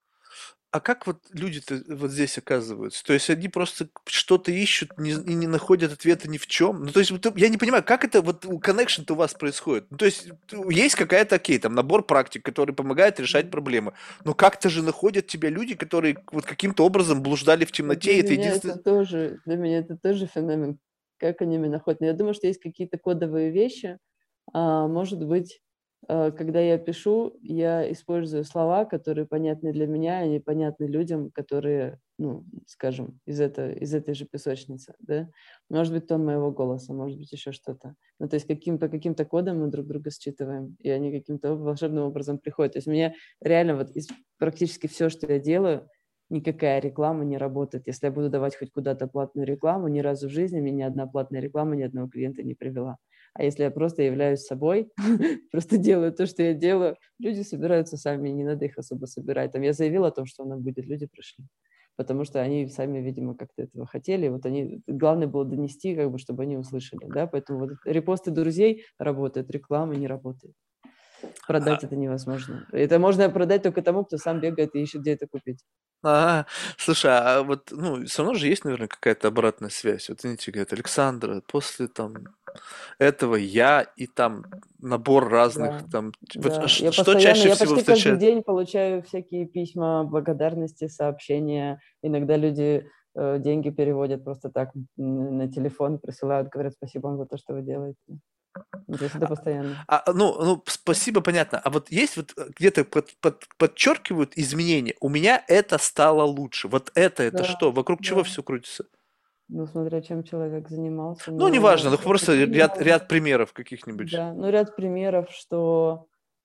B: а как вот люди-то вот здесь оказываются? То есть они просто что-то ищут и не находят ответа ни в чем? Ну, то есть вот я не понимаю, как это вот connection-то у вас происходит? Ну, то есть есть какая-то, окей, там набор практик, который помогает решать
A: Мгм.
B: проблемы. Но как-то же находят тебя люди, которые вот каким-то образом блуждали в
A: Вот
B: темноте, и это единственное...
A: для меня это тоже феномен, как они меня находят. Но я думаю, что есть какие-то кодовые вещи. Может быть, когда я пишу, я использую слова, которые понятны для меня, и непонятны людям, которые, ну, скажем, из этой же песочницы, да? Может быть, тон моего голоса, может быть, еще что-то. Ну, то есть по каким-то кодам мы друг друга считываем, и они каким-то волшебным образом приходят. То есть у меня реально вот практически все, что я делаю, никакая реклама не работает. Если я буду давать хоть куда-то платную рекламу, ни разу в жизни мне ни одна платная реклама ни одного клиента не привела. А если я просто являюсь собой, просто делаю то, что я делаю, люди собираются сами, не надо их особо собирать. Там я заявила о том, что она будет, люди пришли. Потому что они сами, видимо, как-то этого хотели. Вот они, главное было донести, как бы, чтобы они услышали. Да? Поэтому вот репосты друзей работают, реклама не работает. Продать это невозможно. Это можно продать только тому, кто сам бегает и ищет, где это купить.
B: Ага. Слушай, а вот, ну, все равно же есть, наверное, какая-то обратная связь. Вот они тебе говорят, Александра, после там этого я и там набор разных
A: Да,
B: там. Вот
A: да.
B: что чаще
A: Я
B: всего
A: почти каждый
B: встречается?
A: день получаю всякие письма, благодарности, сообщения. Иногда люди деньги переводят просто так на телефон, присылают, говорят спасибо вам за то, что вы делаете. Ну, то есть это постоянно.
B: Ну, спасибо, понятно. А вот есть вот где-то подчеркивают изменения. У меня это стало лучше. Вот это
A: Да,
B: что? Вокруг чего
A: да.
B: все крутится?
A: Ну, смотря чем человек занимался.
B: Ну, неважно, ну
A: Но
B: просто
A: как минимум,
B: ряд примеров каких-нибудь.
A: да. Ну, ряд примеров, что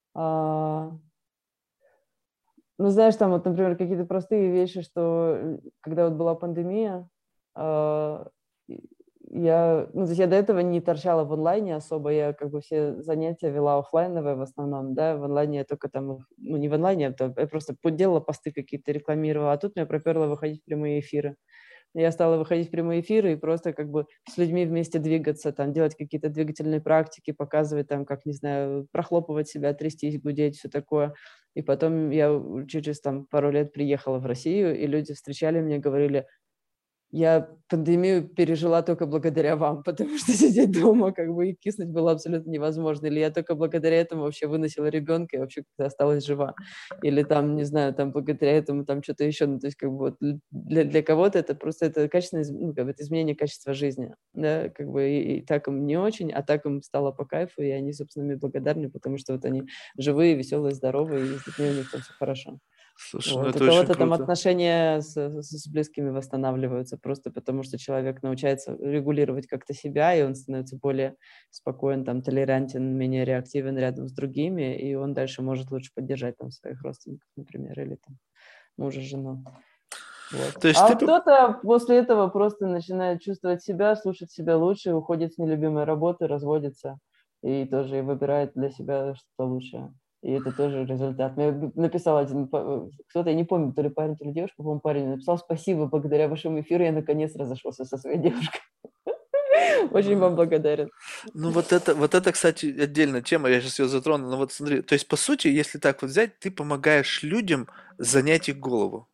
A: а, ну, знаешь, там вот, например, какие-то простые вещи, что когда вот была пандемия, а, ну, то есть я до этого не торчала в онлайне особо, я как бы все занятия вела оффлайновые в основном, да, в онлайне я только там, ну, не в онлайне, я просто делала посты какие-то, рекламировала, а тут меня проперло выходить в прямые эфиры. Я стала выходить в прямые эфиры и просто как бы с людьми вместе двигаться, там, делать какие-то двигательные практики, показывать там, как, не знаю, прохлопывать себя, трястись, гудеть, все такое. И потом я через там пару лет приехала в Россию, и люди встречали меня, говорили: я пандемию пережила только благодаря вам, потому что сидеть дома как бы и киснуть было абсолютно невозможно. Или я только благодаря этому вообще выносила ребенка и вообще как-то осталась жива. Или там, не знаю, там благодаря этому там что-то еще. Ну, то есть как бы вот для кого-то это просто это качественное ну, как бы это изменение качества жизни. Да, как бы и так им не очень, а так им стало по кайфу, и они, собственно, мне благодарны, потому что вот они живые, веселые, здоровые, и с детьми у них там все хорошо.
B: Слушай, ну
A: Вот. У
B: это очень
A: кого-то там
B: круто.
A: отношения с близкими восстанавливаются просто потому, что человек научается регулировать как-то себя, и он становится более спокоен, там, толерантен, менее реактивен рядом с другими, и он дальше может лучше поддержать там своих родственников, например, или там мужа, жену. Вот.
B: То есть
A: А
B: ты...
A: кто-то после этого просто начинает чувствовать себя, слушать себя лучше, уходит с нелюбимой работы, разводится и тоже выбирает для себя что-то лучшее. И это тоже результат. Мне написал один кто-то, я не помню, то ли парень, то ли девушка, по-моему, парень написал: спасибо, благодаря вашему эфиру я наконец разошелся со своей девушкой. Очень вам благодарен.
B: Ну вот это, кстати, отдельная тема, я сейчас ее затрону, но вот смотри, то есть по сути, если так вот взять, ты помогаешь людям занять их голову.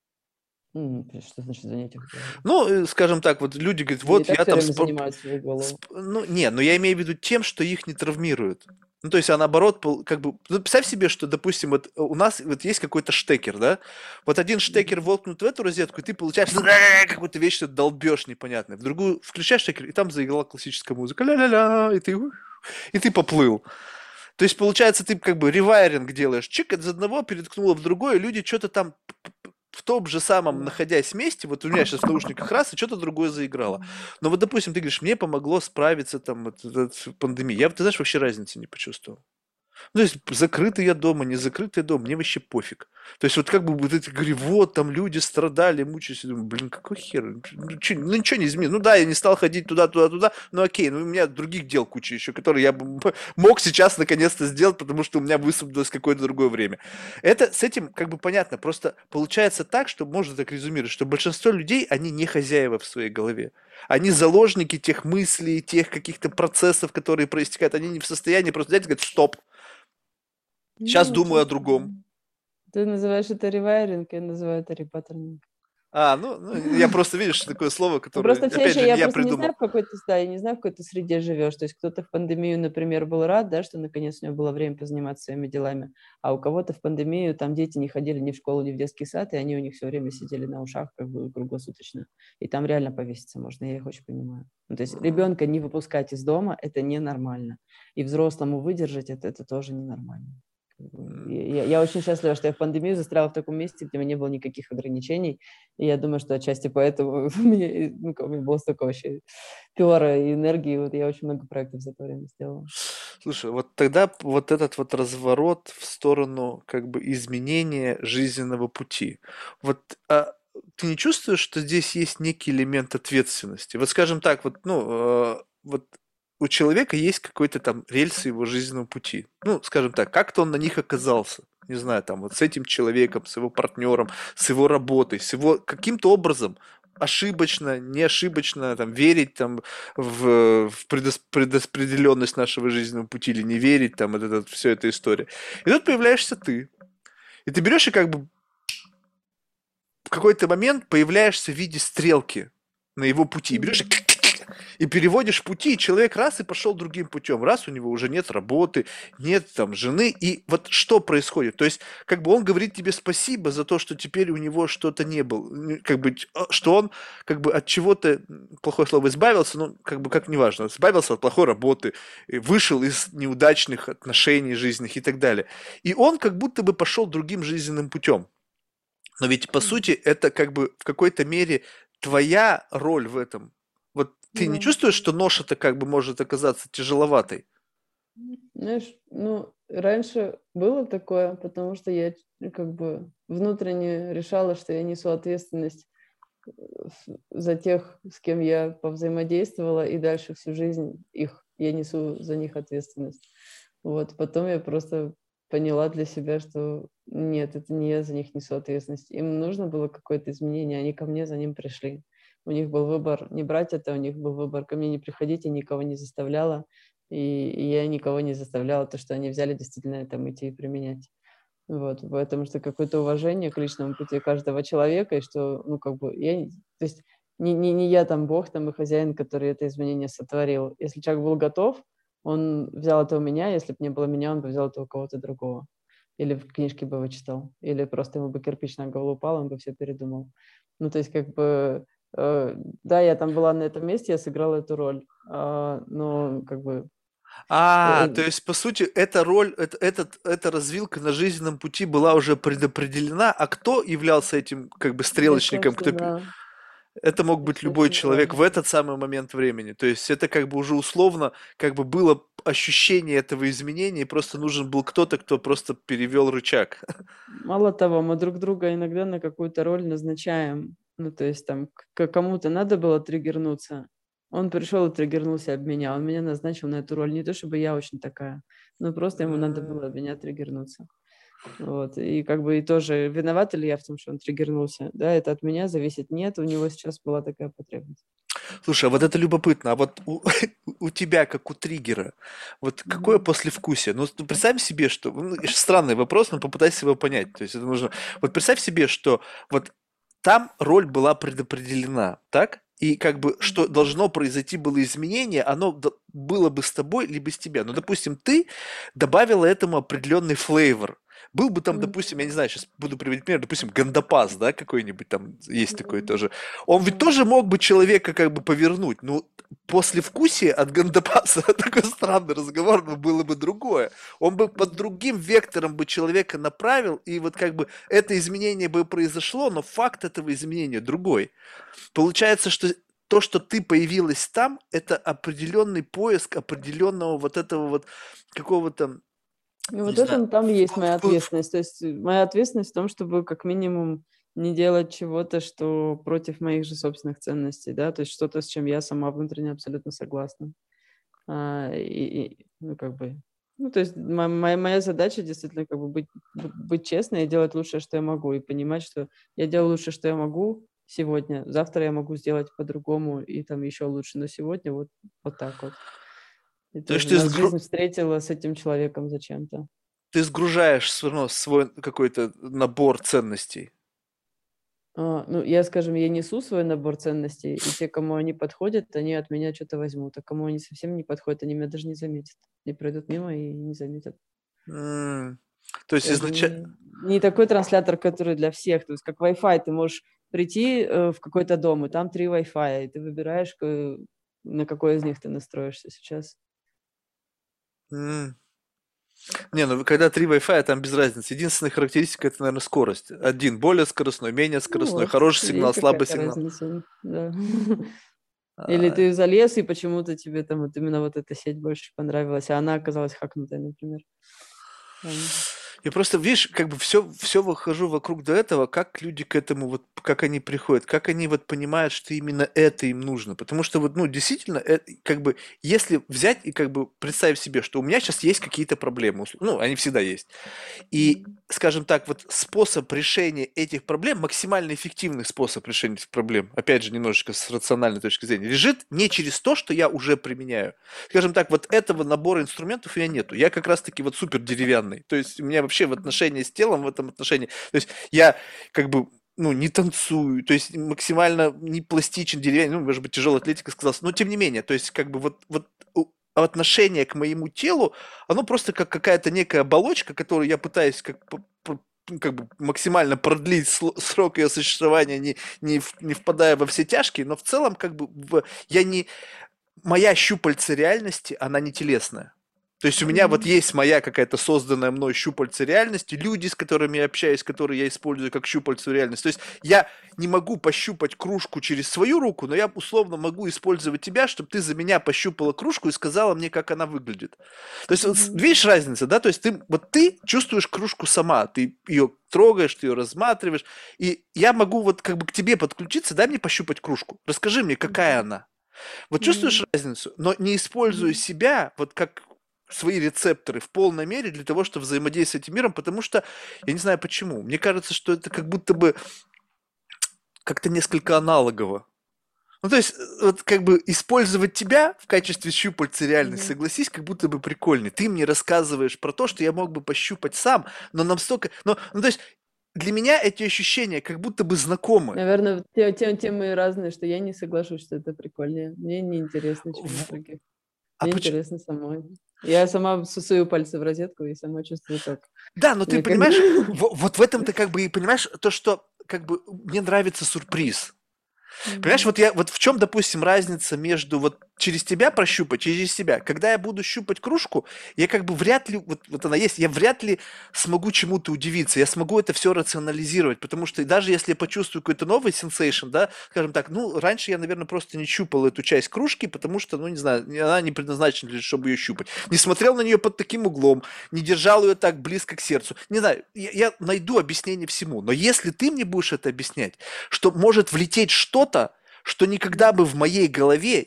A: Что значит занять их голову?
B: Ну, скажем так, вот люди говорят,
A: Они и
B: вот
A: так
B: я
A: все
B: там
A: время занимают свою голову.
B: Ну, не, но я имею в виду тем, что их не травмируют. Ну, то есть, а наоборот, как бы, ну, представь себе, что, допустим, вот у нас вот есть какой-то штекер, да? Вот один штекер
A: Мгм.
B: воткнут в эту розетку, и ты получаешь какую-то вещь, что долбешь непонятно. В другую включаешь штекер, и там заиграла классическая музыка, ля-ля-ля, и ты поплыл. То есть, получается, ты как бы ревайринг делаешь, чик, из одного переткнуло в другое, люди что-то там в том же самом,
A: Да.
B: находясь вместе, вот у меня сейчас в наушниках раз, и что-то другое заиграло. Но вот, допустим, ты говоришь, мне помогло справиться там с пандемией. Я, ты знаешь, вообще разницы не почувствовал. Ну, то есть закрытый я дома, не закрытый дом, мне вообще пофиг. То есть вот как бы вот эти, говорю, вот там люди страдали, мучились. Я думаю, блин, какой хер? Ну, ничего не изменилось. Ну да, я не стал ходить туда, туда, туда, ну окей, ну у меня других дел куча еще, которые я бы мог сейчас наконец-то сделать, потому что у меня высвободилось какое-то другое время. Это с этим как бы понятно, просто получается так, что можно так резюмировать, что большинство людей, они не хозяева в своей голове. Они заложники тех мыслей, тех каких-то процессов, которые проистекают. Они не в состоянии просто взять и сказать, стоп, сейчас
A: Ну,
B: думаю о другом.
A: ты называешь это ревайринг, я называю это репаттернинг.
B: Я просто, видишь, такое слово,
A: Ну,
B: которое,
A: просто все
B: опять
A: еще,
B: же, не
A: я
B: я
A: просто не знаю,
B: придумал.
A: в какой ты, да, я не знаю, в какой ты среде живешь. То есть кто-то в пандемию, например, был рад, да, что наконец у него было время позаниматься своими делами, а у кого-то в пандемию там дети не ходили ни в школу, ни в детский сад, и они у них все время сидели на ушах как бы круглосуточно. И там реально повеситься можно, я их очень понимаю. Ну, то есть ребенка не выпускать из дома– это ненормально. И взрослому выдержать это тоже ненормально. Я очень счастлива, что я в пандемию застряла в таком месте, где у меня не было никаких ограничений. И я думаю, что отчасти поэтому у меня было столько вообще пиара и энергии. Вот я очень много проектов за это время сделала.
B: Слушай, вот тогда вот этот вот разворот в сторону как бы изменения жизненного пути. Вот ты не чувствуешь, что здесь есть некий элемент ответственности? Вот скажем так, вот, вот у человека есть какой-то там рельсы его жизненного пути. Ну, скажем так, как-то он на них оказался. Не знаю, там вот с этим человеком, с его партнером, с его работой, с его каким-то образом ошибочно, не ошибочно, там, верить там в предопределенность нашего жизненного пути или не верить, там, все эта история. И тут появляешься ты. И ты берешь и как бы в какой-то момент появляешься в виде стрелки на его пути. Берешь и переводишь пути, и человек раз и пошел другим путем. Раз у него уже нет работы, нет там жены. И вот что происходит? То есть, как бы он говорит тебе спасибо за то, что теперь у него что-то не было. Как бы, что он как бы от чего-то, плохое слово, избавился, ну, как бы как неважно, избавился от плохой работы, вышел из неудачных отношений жизненных и так далее. И он как будто бы пошел другим жизненным путем. Но ведь, по сути, это как бы в какой-то мере твоя роль в этом. Вот ты не
A: Да.
B: чувствуешь, что ноша то как бы может оказаться тяжеловатой?
A: Знаешь, ну, раньше было такое, потому что я как бы внутренне решала, что я несу ответственность за тех, с кем я повзаимодействовала, и дальше всю жизнь я несу за них ответственность. Вот, потом я просто поняла для себя, что нет, это не я за них несу ответственность. Им нужно было какое-то изменение, они ко мне за ним пришли. у них был выбор не брать это, у них был выбор ко мне не приходить, я никого не заставляла, и я никого не заставляла, то, что они взяли, действительно это идти и применять. Вот, потому что какое-то уважение к личному пути каждого человека, и что, ну, как бы, то есть не я там Бог там и хозяин, который это изменение сотворил. Если человек был готов, он взял это у меня, если бы не было меня, он бы взял это у кого-то другого. Или в книжке бы вычитал, или просто ему бы кирпич на голову упал, он бы все передумал. Ну, то есть, как бы, да, я там была на этом месте, я сыграла эту роль, но, как бы,
B: То есть, по сути, эта роль, эта развилка на жизненном пути была уже предопределена, а кто являлся этим, как бы, стрелочником,
A: естественно,
B: это мог быть любой
A: естественно,
B: человек в этот самый момент времени. То есть это как бы уже условно, как бы было ощущение этого изменения, и просто нужен был кто-то, кто просто перевел рычаг.
A: мало того, мы друг друга иногда на какую-то роль назначаем. Ну, то есть там кому-то надо было триггернуться. Он пришел и триггернулся об меня. Он меня назначил на эту роль. Не то, чтобы я очень такая, но просто ему надо было об меня триггернуться. Вот. И как бы и тоже виновата ли я в том, что он триггернулся? Да, это от меня зависит. Нет, у него сейчас была такая потребность.
B: Слушай, а вот это любопытно. А вот у тебя, как у триггера, вот какое
A: Мгм.
B: послевкусие? Ну, представь себе, что... Ну, странный вопрос, но попытайся его понять. То есть это нужно... Вот представь себе, что вот там роль была предопределена, так? И как бы что должно произойти было изменение, оно было бы с тобой, либо с тебя. Ну, допустим, ты добавила этому определенный флейвор. Был бы там,
A: Мгм.
B: допустим, я не знаю, сейчас буду приводить пример, допустим, Гандапас, да, какой-нибудь там есть такой
A: Мгм.
B: тоже. Он ведь
A: Да.
B: тоже мог бы человека как бы повернуть. Ну, послевкусие от Гандапаса, такой странный разговор, но было бы другое. Он бы под
A: Мгм.
B: другим вектором бы человека направил, и вот как бы это изменение бы произошло, но факт этого изменения другой. Получается, что то, что ты появилась там, это определенный поиск определенного вот этого вот какого-то,
A: И
B: не
A: вот
B: знаю,
A: это там есть моя
B: в- в-
A: ответственность. То есть моя ответственность в том, чтобы как минимум не делать чего-то, что против моих же собственных ценностей, да, то есть что-то, с чем я сама внутренне абсолютно согласна. Ну, как бы, ну, то есть моя задача действительно как бы быть честной и делать лучшее, что я могу, и понимать, что я делаю лучшее, что я могу сегодня, завтра я могу сделать по-другому и там еще лучше, но сегодня вот так вот. И
B: то есть
A: тоже
B: ты,
A: нас жизнь встретила с этим человеком зачем-то.
B: ты сгружаешь все равно свой какой-то набор ценностей.
A: Ну, я, скажем, я несу свой набор ценностей, и те, кому они подходят, они от меня что-то возьмут, а кому они совсем не подходят, они меня даже не заметят. Не пройдут мимо и не заметят.
B: М, То есть
A: Я же
B: изначально...
A: не такой транслятор, который для всех. То есть как Wi-Fi, ты можешь прийти в какой-то дом, и там 3 Wi-Fi, и ты выбираешь, на какой из них ты настроишься сейчас.
B: Не, ну когда три Wi-Fi, там без разницы. Единственная характеристика это, наверное, скорость. Один более скоростной, менее
A: Ну
B: скоростной,
A: вот,
B: хороший сигнал,
A: есть
B: слабый
A: какая-то
B: сигнал.
A: разница, да. Или
B: А,
A: ты залез, и почему-то тебе там вот именно вот эта сеть больше понравилась, а она оказалась хакнутой, например. Там.
B: Я просто, видишь, как бы все выхожу вокруг до этого, как люди к этому, вот как они приходят, как они вот понимают, что именно это им нужно. Потому что вот, ну, действительно, как бы, если взять и как бы представить себе, что у меня сейчас есть какие-то проблемы, ну, они всегда есть. И,
A: Мгм.
B: скажем так, вот способ решения этих проблем, максимально эффективный способ решения этих проблем, опять же, немножечко с рациональной точки зрения, лежит не через то, что я уже применяю. Скажем так, вот этого набора инструментов у меня нету. Я как раз-таки вот супер деревянный. То есть у меня вообще в отношении с телом, в этом отношении, то есть я как бы ну, не танцую, то есть максимально не пластичен, деревянный, ну, может быть, тяжелая атлетика сказалась, но тем не менее, то есть как бы вот отношение к моему телу, оно просто как какая-то некая оболочка, которую я пытаюсь как бы максимально продлить срок ее существования, не впадая во все тяжкие, но в целом как бы я не... Моя щупальца реальности, она не телесная. То есть у меня вот
A: Мгм.
B: есть моя какая-то созданная мной щупальца реальности, люди, с которыми я общаюсь, которые я использую как щупальцу реальности. То есть я не могу пощупать кружку через свою руку, но я условно могу использовать тебя, чтобы ты за меня пощупала кружку и сказала мне, как она выглядит. То есть вот,
A: Мгм.
B: видишь разницу, да? То есть ты чувствуешь кружку сама, ты ее трогаешь, ты ее рассматриваешь, и я могу вот как бы к тебе подключиться, дай мне пощупать кружку, расскажи мне, какая
A: Мгм.
B: она. Вот чувствуешь
A: Мгм.
B: разницу, но не используя
A: Мгм.
B: себя вот как свои рецепторы в полной мере для того, чтобы взаимодействовать с этим миром, потому что я не знаю почему. Мне кажется, что это как будто бы как-то несколько аналогово. Ну, то есть, вот как бы использовать тебя в качестве щупальца реальности,
A: Мгм.
B: согласись, как будто бы прикольнее. Ты мне рассказываешь про то, что я мог бы пощупать сам, но нам столько... Ну, то есть, для меня эти ощущения как будто бы знакомы.
A: Наверное, темы разные, что я не соглашусь, что это прикольнее. Мне не интересно чужих
B: В-
A: других.
B: А
A: Мне
B: почему?
A: интересно самой. Я сама сую пальцы в розетку и сама чувствую, как
B: Да, но ты
A: мне как...
B: понимаешь, вот в этом ты как бы и понимаешь то, что как бы мне нравится сюрприз. Понимаешь,
A: Мгм.
B: вот я вот в чем, допустим, разница между вот через тебя прощупать, через себя. Когда я буду щупать кружку, я как бы вряд ли, вот она есть, я вряд ли смогу чему-то удивиться, я смогу это все рационализировать, потому что даже если я почувствую какой-то новый сенсейшн, да, скажем так, ну, раньше я, наверное, просто не щупал эту часть кружки, потому что, ну, не знаю, она не предназначена, чтобы ее щупать. Не смотрел на нее под таким углом, не держал ее так близко к сердцу. Не знаю, я найду объяснение всему, но если ты мне будешь это объяснять, что может влететь что-то, что никогда бы в моей голове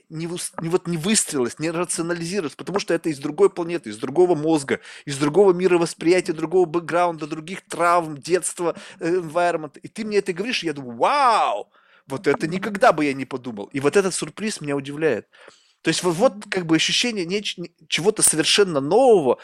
B: не выстроилось, не рационализировалось, потому что это из другой планеты, из другого мозга, из другого мировосприятия, другого бэкграунда, других травм, детства, environment. И ты мне это говоришь, и я думаю, вау, вот это
A: Мгм.
B: никогда бы я не подумал. И вот этот сюрприз меня удивляет. То есть вот
A: Мгм.
B: как бы ощущение чего-то совершенно нового,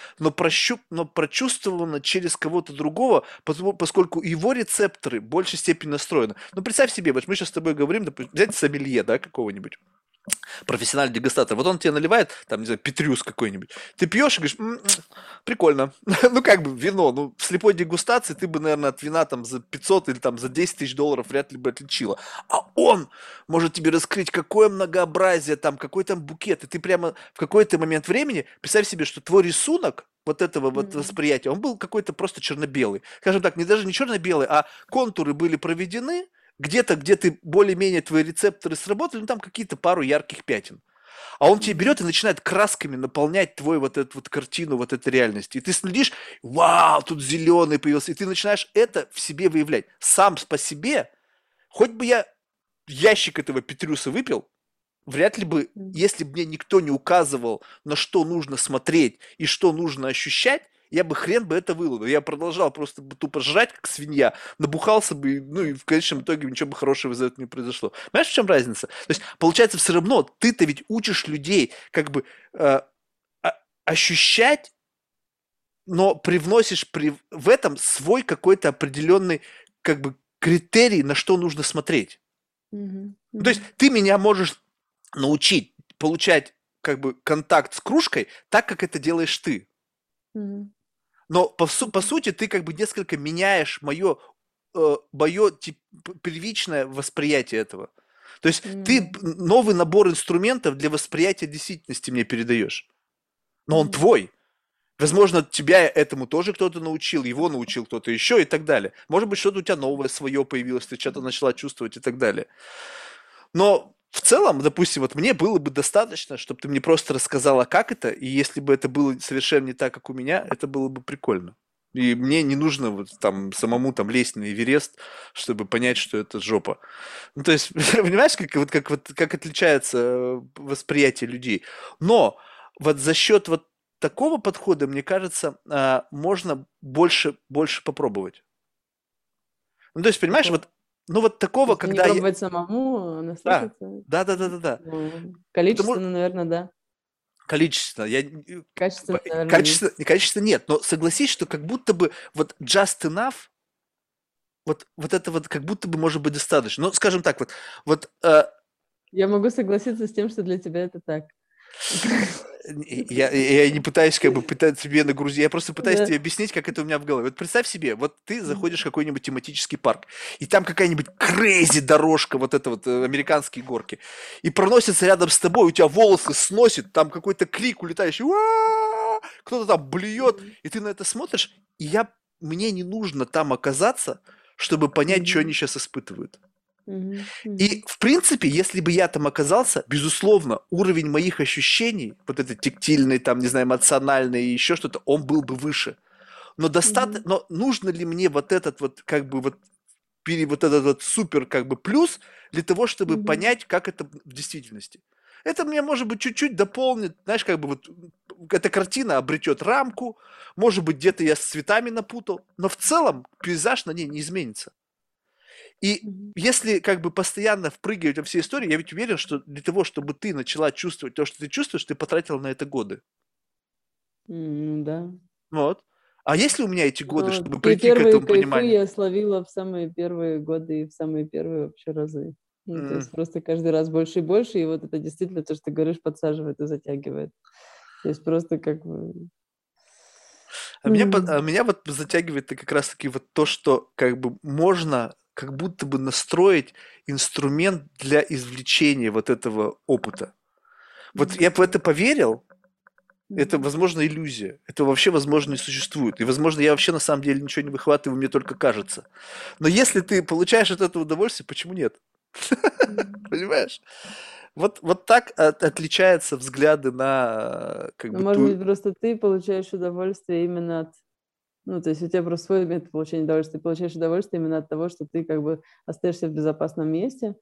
B: но прочувствовано через кого-то другого, поскольку его рецепторы в большей степени настроены. Ну, представь себе, вот мы сейчас с тобой говорим, допустим, взять сомелье, да, какого-нибудь профессиональный дегустатор. Вот он тебе наливает, там, не знаю, петрюс какой-нибудь. Ты пьешь и говоришь, прикольно. Ну, как бы вино. Ну, в слепой дегустации ты бы, наверное, от вина там за 500 или там за 10 тысяч долларов вряд ли бы отличила. А он может тебе раскрыть, какое многообразие там, какой там букет. И ты прямо в какой-то момент времени, представь себе, что твой рисунок вот этого вот
A: Мгм.
B: восприятия, он был какой-то просто черно-белый. Скажем так, не даже не черно-белый, а контуры были проведены, где-то, где ты более-менее твои рецепторы сработали, ну там какие-то пару ярких пятен. А он тебе
A: Мгм.
B: берет и начинает красками наполнять твой вот эту вот картину вот этой реальности. И ты следишь, вау, тут зеленый появился. И ты начинаешь это в себе выявлять. Сам по себе, хоть бы я ящик этого Петрюса выпил, вряд ли бы,
A: Мгм.
B: если бы мне никто не указывал, на что нужно смотреть и что нужно ощущать, я бы хрен бы это выловил. Я продолжал просто тупо жрать, как свинья, набухался бы, ну и в конечном итоге ничего бы хорошего из этого не произошло. Понимаешь, в чем разница? То есть, получается, все равно ты-то ведь учишь людей как бы э, ощущать, но привносишь в этом свой какой-то определенный как бы критерий, на что нужно смотреть.
A: Мгм.
B: Ну, то есть
A: Мгм.
B: ты меня можешь научить получать как бы контакт с кружкой так, как это делаешь ты.
A: Мгм.
B: Но по сути ты как бы несколько меняешь мое первичное восприятие этого. То есть ты
A: Мгм.
B: новый набор инструментов для восприятия действительности мне передаешь. Но он
A: Мгм.
B: твой. Возможно, тебя этому тоже кто-то научил, его научил кто-то еще и так далее. Может быть, что-то у тебя новое свое появилось, ты что-то начала чувствовать и так далее. Но в целом, допустим, вот мне было бы достаточно, чтобы ты мне просто рассказала, как это, и если бы это было совершенно не так, как у меня, это было бы прикольно. И мне не нужно вот там самому там лезть на Эверест, чтобы понять, что это жопа. Ну, то есть, понимаешь, как отличается восприятие людей. Но вот за счет вот такого подхода, мне кажется, можно больше попробовать. Ну, то есть, понимаешь,
A: Какого?
B: вот, ну, вот
A: То
B: такого,
A: есть, ну, не
B: когда я...
A: пробовать самому, а
B: Да,
A: наслушаться.
B: да.
A: Ну,
B: Потому
A: количественно, наверное, да.
B: количественно,
A: Качественно, наверное, нет.
B: качество нет, но согласись, что как будто бы вот just enough, вот это вот как будто бы может быть достаточно. Ну, скажем так, вот
A: Я могу согласиться с тем, что для тебя это так.
B: я не пытаюсь как бы пытать тебе нагрузить, я просто пытаюсь
A: Да.
B: тебе объяснить, как это у меня в голове. Вот представь себе, вот ты заходишь в какой-нибудь тематический парк, и там какая-нибудь крейзи дорожка, вот это вот американские горки, и проносится рядом с тобой, у тебя волосы сносит, там какой-то крик улетающий, «Уа!» кто-то там блюет,
A: Мгм.
B: и ты на это смотришь, и мне не нужно там оказаться, чтобы понять, что они
A: Мгм.
B: сейчас испытывают.
A: Мгм.
B: И,
A: Мгм.
B: в принципе, если бы я там оказался, безусловно, уровень моих ощущений, вот это тактильный, там, не знаю, эмоциональный и еще что-то, он был бы выше.
A: Мгм.
B: Но нужно ли мне вот этот вот, как бы, вот этот вот супер, как бы, плюс для того, чтобы
A: Мгм.
B: понять, как это в действительности? Это мне, может быть, чуть-чуть дополнит, знаешь, как бы вот эта картина обретет рамку, может быть, где-то я с цветами напутал, но в целом пейзаж на ней не изменится. И
A: Мгм.
B: если как бы постоянно впрыгивать во все истории, я ведь уверен, что для того, чтобы ты начала чувствовать то, что ты чувствуешь, ты потратил на это годы.
A: Да.
B: Вот. А есть ли у меня эти годы,
A: Но
B: чтобы
A: такие
B: прийти к
A: первые
B: этому
A: кайфы
B: пониманию?
A: я словила в самые первые годы и в самые первые вообще разы. Ну, то
B: М.
A: есть просто каждый раз больше и больше, и вот это действительно то, что ты говоришь, подсаживает и затягивает. То есть просто как бы...
B: А меня вот затягивает как раз-таки вот то, что как бы можно как будто бы настроить инструмент для извлечения вот этого опыта. Вот я
A: Мгм.
B: в это поверил, это,
A: Мгм.
B: возможно, иллюзия. Это вообще, возможно, не существует. И, возможно, я вообще на самом деле ничего не выхватываю, мне только кажется. Но если ты получаешь от этого удовольствие, почему нет?
A: Мгм.
B: Понимаешь? Вот так отличаются взгляды на как
A: Ну,
B: бы
A: может
B: ту...
A: быть, просто ты получаешь удовольствие именно от... Ну, то есть у тебя просто свой метод получения удовольствия. Ты получаешь удовольствие именно от того, что ты как бы остаешься в безопасном месте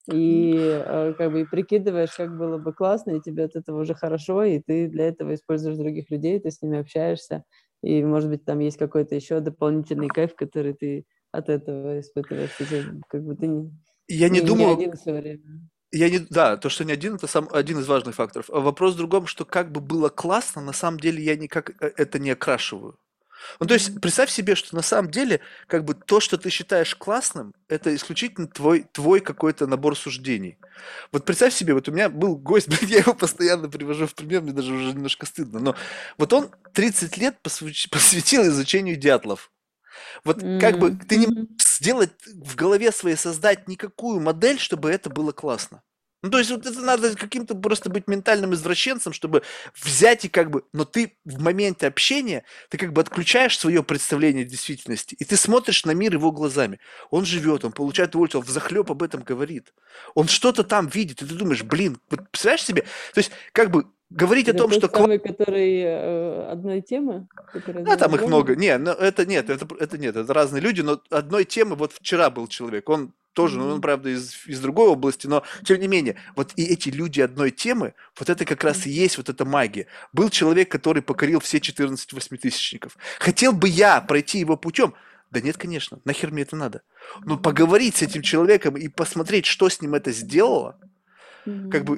A: и как бы и прикидываешь, как было бы классно, и тебе от этого уже хорошо, и ты для этого используешь других людей, ты с ними общаешься, и, может быть, там есть какой-то еще дополнительный кайф, который ты от этого испытываешь. Ты как бы ты
B: Я не
A: не
B: думаю,
A: один все время.
B: я не, да, то, что не один, это сам один из важных факторов. А вопрос в другом, что как бы было классно, на самом деле я никак это не окрашиваю. Ну, то есть,
A: Мгм.
B: представь себе, что на самом деле, как бы то, что ты считаешь классным, это исключительно твой какой-то набор суждений. Вот представь себе, вот у меня был гость, блин, я его постоянно привожу в пример, мне даже уже немножко стыдно, но вот он 30 лет посвятил изучению дятлов. Вот как бы ты не можешь
A: Мгм.
B: сделать в голове своей, создать никакую модель, чтобы это было классно. Ну, то есть вот это надо каким-то просто быть ментальным извращенцем, чтобы взять и как бы... Но ты в моменте общения, ты как бы отключаешь свое представление действительности, и ты смотришь на мир его глазами. Он живет, он получает удовольствие, он взахлеб об этом говорит. Он что-то там видит, и ты думаешь, блин, вот представляешь себе? То есть как бы говорить о
A: Это
B: том,
A: тот
B: что
A: самый, который одной темы, который
B: а
A: одного
B: там их
A: жанра.
B: много. Не, ну это нет, это нет, это разные люди, но одной темы, вот вчера был человек, он тоже, ну он,
A: Мгм.
B: правда, из другой области, но тем не менее, вот и эти люди одной темы, вот это как раз и
A: Мгм.
B: есть вот эта магия. Был человек, который покорил все 14 восьмитысячников. Хотел бы я пройти его путем? Да нет, конечно, нахер мне это надо. Но
A: Мгм.
B: поговорить с этим человеком и посмотреть, что с ним это сделало, как
A: Мгм.
B: бы,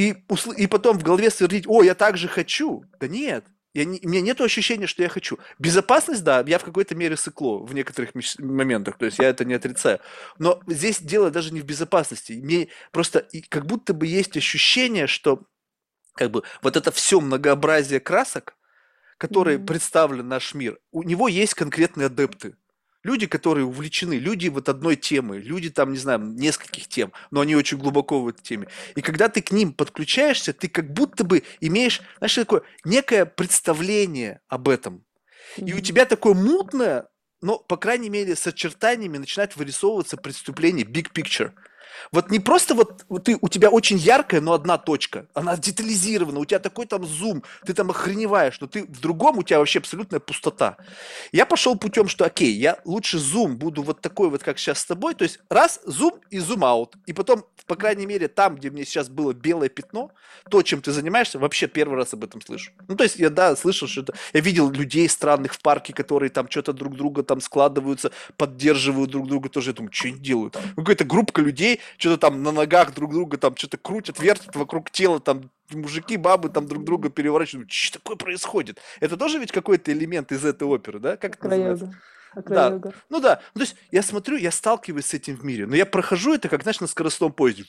B: и потом в голове свердить, о, я так же хочу. Да нет, у меня нет ощущения, что я хочу. Безопасность, да, я в какой-то мере сыкло в некоторых моментах, то есть я это не отрицаю. Но здесь дело даже не в безопасности. Мне просто как будто бы есть ощущение, что как бы вот это все многообразие красок, которой
A: Мгм.
B: представлен наш мир, у него есть конкретные адепты. Люди, которые увлечены, люди вот одной темы, люди там, не знаю, нескольких тем, но они очень глубоко в этой теме. И когда ты к ним подключаешься, ты как будто бы имеешь, знаешь, такое некое представление об этом. И у
A: Мгм.
B: тебя такое мутное, но, по крайней мере, с очертаниями начинает вырисовываться преступление, big picture. Вот не просто вот ты, у тебя очень яркая, но одна точка. Она детализирована, у тебя такой там зум, ты там охреневаешь, но ты в другом у тебя вообще абсолютная пустота. Я пошел путем, что окей, я лучше зум буду вот такой вот, как сейчас с тобой. То есть раз, зум и зум-аут. И потом, по крайней мере, там, где мне сейчас было белое пятно, то, чем ты занимаешься, вообще первый раз об этом слышу. Ну, то есть я, да, слышал, что это... Я видел людей странных в парке, которые там что-то друг друга там складываются, поддерживают друг друга тоже. Я думаю, что они делают? Ну, какая-то группа людей, что-то там на ногах друг друга там что-то крутят, вертят вокруг тела, там мужики, бабы там друг друга переворачивают. Что такое происходит? Это тоже ведь какой-то элемент из этой оперы, да? Как это называется?
A: Акро-йога.
B: Да.
A: Акро-йога.
B: Ну да. Ну, то есть я смотрю, я сталкиваюсь с этим в мире, но я прохожу это, как, знаешь, на скоростном поезде.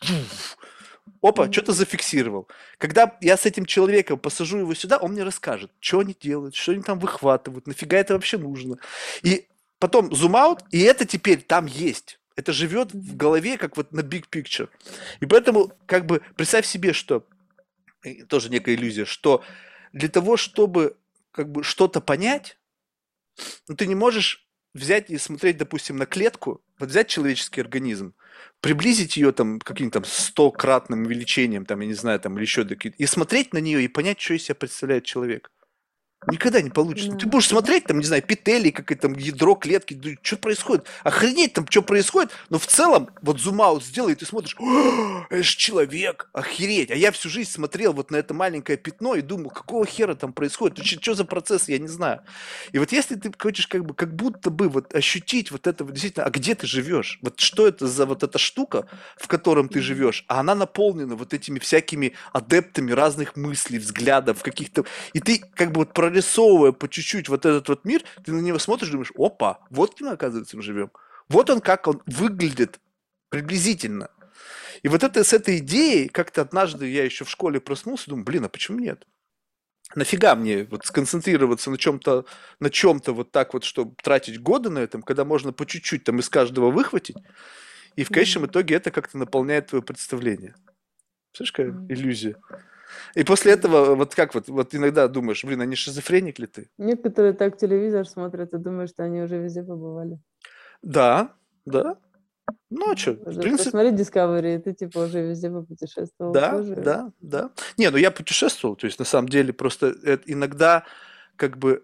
B: Опа, что-то
A: Мгм.
B: зафиксировал. Когда я с этим человеком посажу его сюда, он мне расскажет, что они делают, что они там выхватывают, нафига это вообще нужно. И потом зум-аут, и это теперь там есть. Это живет в
A: Мгм.
B: голове, как вот на big picture. И поэтому, как бы, представь себе, что, тоже некая иллюзия, что для того, чтобы как бы что-то понять, ну, ты не можешь взять и смотреть, допустим, на клетку, вот взять человеческий организм, приблизить ее там каким-то там 100-кратным увеличением, там, я не знаю, там, или еще какие-то, и смотреть на нее и понять, что из себя представляет человек. Никогда не получится. Ты
A: Да.
B: будешь смотреть, там, не знаю, петели, как это там ядро клетки, что происходит. Охренеть там, что происходит. Но в целом, вот зум-аут сделай, и ты смотришь, это же человек, охереть. А я всю жизнь смотрел вот на это маленькое пятно и думал, какого хера там происходит, что за процесс, я не знаю. И вот если ты хочешь как будто бы вот ощутить вот это вот действительно, а где ты живешь? Вот что это за вот эта штука, в котором ты
A: Мгм.
B: живешь, а она наполнена вот этими всякими адептами разных мыслей, взглядов, каких-то. И ты как бы вот прорисовывая по чуть-чуть вот этот вот мир, ты на него смотришь, думаешь, опа, вот где мы, оказывается, мы живем. Вот он, как он выглядит приблизительно. И вот это с этой идеей, как-то однажды я еще в школе проснулся, думаю, блин, а почему нет? Нафига мне вот сконцентрироваться на чем-то вот так вот, чтобы тратить годы на этом, когда можно по чуть-чуть там из каждого выхватить, и в конечном
A: Мгм.
B: итоге это как-то наполняет твое представление. Слышишь, какая
A: Мгм.
B: иллюзия? И после
A: Да.
B: этого вот как вот иногда думаешь, блин, а не шизофреник ли ты?
A: Некоторые так телевизор смотрят и думают, что они уже везде побывали.
B: Да, да. Ну, а чё? В
A: Уже
B: принципе,
A: посмотри Discovery, и ты типа уже везде попутешествовал
B: да,
A: тоже.
B: да, да. Не, ну я путешествовал, то есть на самом деле просто иногда как бы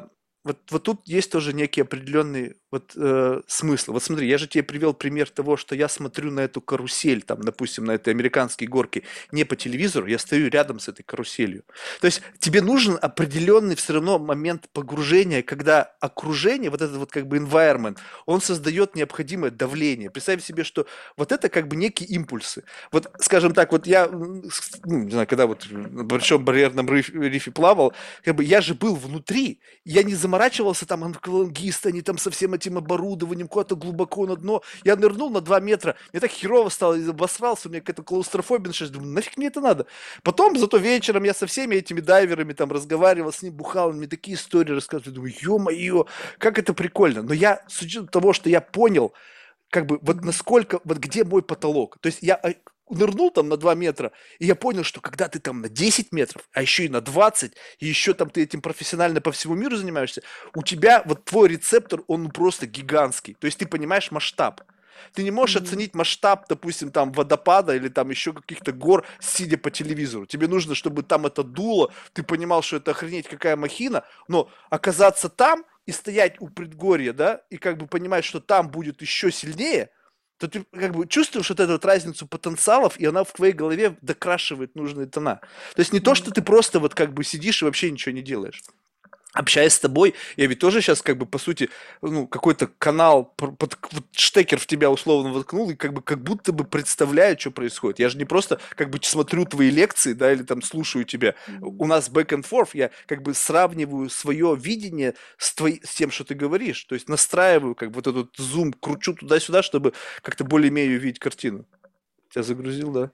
B: вот тут есть тоже некий определенный вот смысл. Вот смотри, я же тебе привел пример того, что я смотрю на эту карусель, там, допустим, на этой американской горке не по телевизору, я стою рядом с этой каруселью. То есть тебе нужен определенный все равно момент погружения, когда окружение, вот этот вот как бы environment, он создает необходимое давление. Представь себе, что вот это как бы некие импульсы. Вот, скажем так, вот я, ну, не знаю, когда вот на Большом барьерном рифе плавал, как бы я же был внутри, я не заморачивался там аквалангистами, там со всем этим оборудованием, куда-то глубоко на дно. Я нырнул на 2 метра, мне так херово стало, и обосрался, у меня какая-то клаустрофобия началась. Думаю, нафиг мне это надо? Потом, зато вечером я со всеми этими дайверами там разговаривал, с ним бухал, он мне такие истории рассказывал. Думаю, ё-моё, как это прикольно. Но я, с учетом того, что я понял, как бы вот
A: Мгм.
B: насколько, вот где мой потолок. То есть я нырнул там на 2 метра, и я понял, что когда ты там на 10 метров, а еще и на 20, и еще там ты этим профессионально по всему миру занимаешься, у тебя вот твой рецептор, он просто гигантский. То есть ты понимаешь масштаб. Ты не можешь
A: Мгм.
B: оценить масштаб, допустим, там водопада или там еще каких-то гор, сидя по телевизору. Тебе нужно, чтобы там это дуло, ты понимал, что это охренеть какая махина, но оказаться там и стоять у предгорья, да, и как бы понимать, что там будет еще сильнее, то ты как бы чувствуешь вот эту вот разницу потенциалов, и она в твоей голове докрашивает нужные тона. То есть не то, что
A: Мгм.
B: ты просто вот как бы сидишь и вообще ничего не делаешь. Общаясь с тобой, я ведь тоже сейчас как бы по сути, ну, какой-то канал, вот штекер в тебя условно воткнул, и как бы как будто бы представляю, что происходит. Я же не просто как бы смотрю твои лекции, да, или там слушаю тебя. У
A: Мгм.
B: нас back and forth, я как бы сравниваю свое видение с тем, что ты говоришь. То есть настраиваю как бы вот этот зум, кручу туда-сюда, чтобы как-то более-менее увидеть картину. Тебя загрузил, да?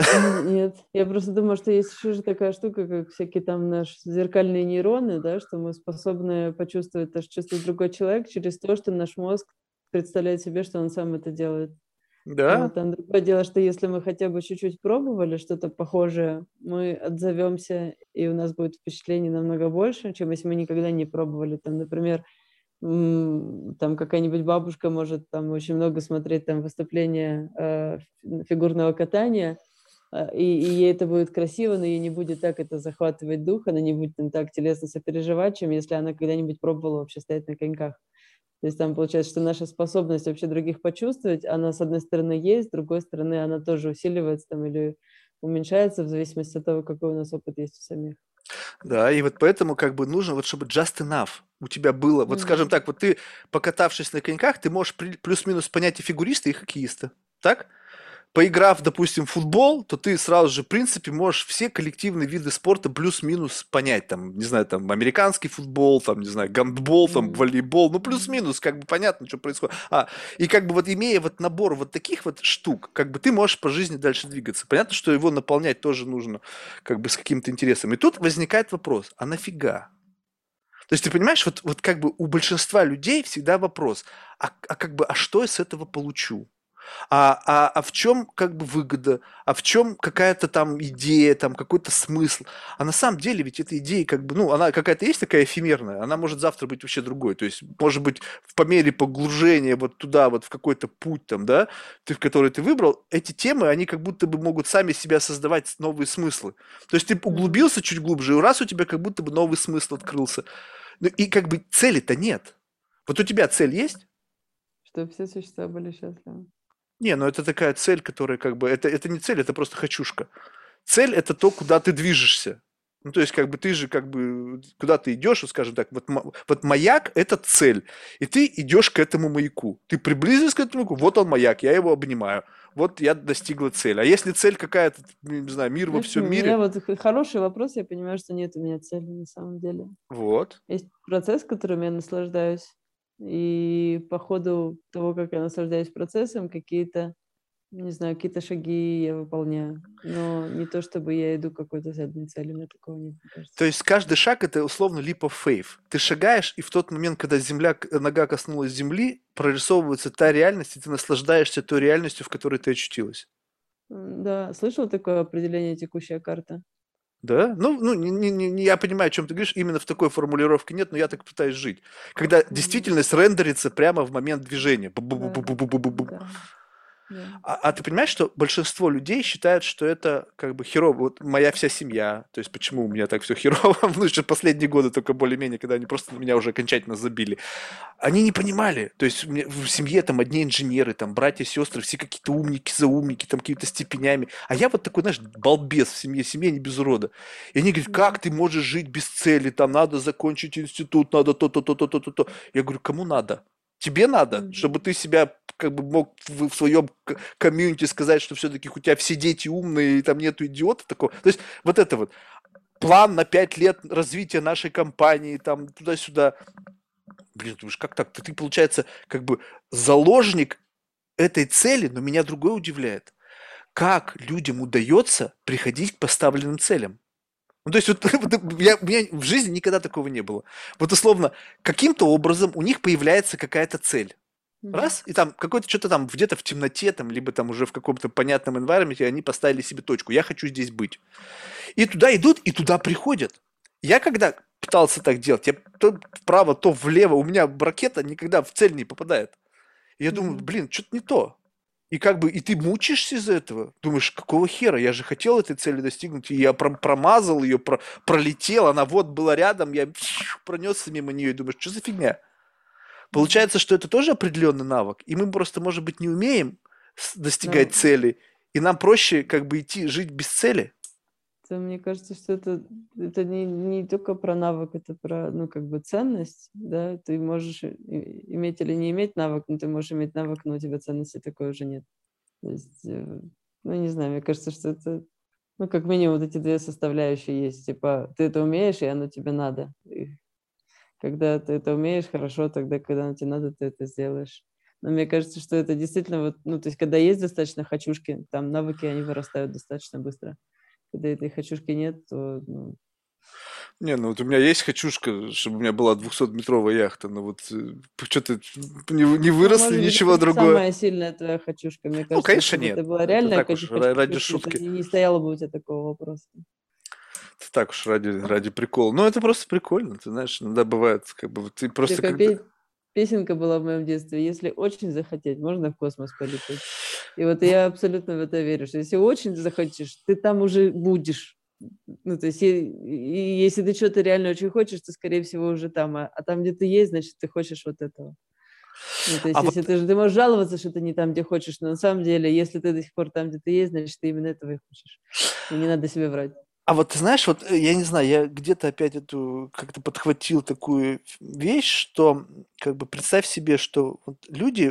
A: Нет, я просто думаю, что есть еще же такая штука, как всякие там наши зеркальные нейроны, да, что мы способны почувствовать то, что чувствует другой человек через то, что наш мозг представляет себе, что он сам это делает.
B: Да,
A: Вот, там другое дело, что если мы хотя бы чуть-чуть пробовали что-то похожее, мы отзовемся, и у нас будет впечатлений намного больше, чем если мы никогда не пробовали. Там, например, там какая-нибудь бабушка может там очень много смотреть там выступления фигурного катания, и ей это будет красиво, но ей не будет так это захватывать дух, она не будет там так телесно сопереживать, чем если она когда-нибудь пробовала вообще стоять на коньках. То есть там получается, что наша способность вообще других почувствовать, она с одной стороны есть, с другой стороны она тоже усиливается там или уменьшается в зависимости от того, какой у нас опыт есть у самих.
B: да, и вот поэтому как бы нужно вот, чтобы just enough у тебя было. Вот скажем
A: Мгм.
B: так, вот ты, покатавшись на коньках, ты можешь плюс-минус понять и фигуриста, и хоккеиста. Так? Поиграв, допустим, в футбол, то ты сразу же, в принципе, можешь все коллективные виды спорта плюс-минус понять. Там, не знаю, там, американский футбол, там, не знаю, гандбол, там,
A: Мгм.
B: волейбол. Ну,
A: Мгм.
B: плюс-минус, как бы понятно, что происходит. И как бы вот имея вот набор вот таких вот штук, как бы ты можешь по жизни дальше двигаться. Понятно, что его наполнять тоже нужно как бы с каким-то интересом. И тут возникает вопрос, а нафига? То есть ты понимаешь, вот как бы у большинства людей всегда вопрос, как бы, а что я с этого получу? А в чем как бы выгода, а в чем какая-то там идея, там какой-то смысл. А на самом деле ведь эта идея как бы, ну, она какая-то есть такая эфемерная, она может завтра быть вообще другой. То есть, может быть, по мере погружения вот туда, вот в какой-то путь там, да, в который ты выбрал, эти темы, они как будто бы могут сами себя создавать новые смыслы. То есть ты
A: Мгм.
B: углубился чуть глубже, и раз у тебя как будто бы новый смысл открылся. Ну и как бы цели-то нет. Вот у тебя цель есть?
A: Чтобы все существа были счастливы.
B: Не, ну это такая цель, которая как бы... Это не цель, это просто хочушка. Цель– это то, куда ты движешься. Ну, то есть, как бы ты же, как бы, куда ты идешь, вот скажем так, вот маяк– это цель, и ты идешь к этому маяку. Ты приблизился к этому маяку, вот он маяк, я его обнимаю, вот я достигла цели. А если цель какая-то, не знаю, мир во
A: Знаешь,
B: всем
A: у меня
B: мире,
A: вот хороший вопрос, я понимаю, что нет у меня цели на самом деле.
B: вот.
A: Есть процесс, которым я наслаждаюсь, и по ходу того, как я наслаждаюсь процессом, какие-то, не знаю, какие-то шаги я выполняю. Но не то, чтобы я иду к какой-то заданной цели, у меня такого нет, мне
B: То
A: кажется.
B: есть каждый шаг– это условно leap of faith. Ты шагаешь, и в тот момент, когда нога коснулась земли, прорисовывается та реальность, и ты наслаждаешься той реальностью, в которой ты очутилась.
A: Да, слышал такое определение «текущая карта»?
B: Да? Ну я понимаю, о чем ты говоришь, именно в такой формулировке нет, но я так пытаюсь жить. Когда
A: Мгм.
B: действительность рендерится прямо в момент движения.
A: Да,
B: Бу-бу-бу-бу-бу-бу-бу-бу.
A: да, да.
B: А ты понимаешь, что большинство людей считают, что это как бы херово. Вот моя вся семья, то есть почему у меня так все херово, ну, что последние годы только более-менее, когда они просто на меня уже окончательно забили. Они не понимали. То есть в семье там одни инженеры, там братья, сестры, все какие-то умники, заумники, там какие-то степенями. А я вот такой, знаешь, балбес в семье не без урода. И они говорят, как
A: Мгм.
B: ты можешь жить без цели, там надо закончить институт, надо то-то, то-то, то-то, то. Я говорю, кому надо? Тебе надо, чтобы
A: Мгм.
B: ты себя как бы мог в своем комьюнити сказать, что все-таки у тебя все дети умные, и там нету идиота такого. То есть вот это вот план на 5 лет развития нашей компании, там туда-сюда. Блин, думаешь, как так? Ты, получается, как бы заложник этой цели, но меня другое удивляет. Как людям удается приходить к поставленным целям? Ну, то есть, вот, у меня в жизни никогда такого не было. Вот, условно, каким-то образом у них появляется какая-то цель.
A: Мгм.
B: Раз, и там какой-то что-то там где-то в темноте, там, либо там уже в каком-то понятном environment они поставили себе точку. Я хочу здесь быть. И туда идут, и туда приходят. Я когда пытался так делать, я то вправо, то влево, у меня ракета никогда в цель не попадает. И я думаю,
A: Мгм.
B: блин, что-то не то. И как бы, и ты мучаешься из-за этого. Думаешь, какого хера? Я же хотел этой цели достигнуть, и я промазал ее, пролетел, она вот была рядом, я пронесся мимо нее, и думаешь, что за фигня?
A: Мгм.
B: Получается, что это тоже определенный навык, и мы просто, может быть, не умеем достигать
A: Но
B: цели, и нам проще как бы идти жить без цели.
A: это, мне кажется, что это не только про навык, это про, ну, как бы ценность, да, ты можешь иметь или не иметь навык, но ты можешь иметь навык, но у тебя ценности такой уже нет. То есть, ну, не знаю, мне кажется, что это, ну, как минимум, вот эти две составляющие есть, типа, ты это умеешь, и оно тебе надо. И когда ты это умеешь, хорошо, тогда, когда оно тебе надо, ты это сделаешь. Но мне кажется, что это действительно вот, ну, то есть, когда есть достаточно хочушки, там навыки, они вырастают достаточно быстро. Когда этой хочушки нет, то, ну,
B: Не, ну вот у меня есть хочушка, чтобы у меня была 200-метровая яхта, но вот что-то не
A: ну,
B: выросли
A: может быть, это
B: ничего
A: не
B: другое.
A: самая сильная твоя хочушка. Мне
B: Ну,
A: кажется,
B: конечно,
A: если бы
B: нет.
A: это была
B: Это
A: реальная
B: так уж, ради
A: хочушка, это
B: шутки.
A: не стояло бы у тебя такого вопроса.
B: Это так уж ради прикола. Ну, это просто прикольно, ты знаешь, иногда бывает, как бы, вот ты просто
A: Такая
B: когда...
A: песенка была в моем детстве. Если очень захотеть, можно в космос полететь. И вот я абсолютно в это верю, что если очень захочешь, ты там уже будешь. Ну, то есть, и если ты что-то реально очень хочешь, ты, скорее всего, уже там. А там, где ты есть, значит, ты хочешь вот этого. Ну, то есть,
B: А
A: если
B: вот,
A: ты можешь жаловаться, что ты не там, где хочешь, но на самом деле, если ты до сих пор там, где ты есть, значит, ты именно этого и хочешь. И не надо себе врать.
B: а вот ты знаешь, вот я не знаю, я где-то опять эту как-то подхватил такую вещь, что как бы представь себе, что вот люди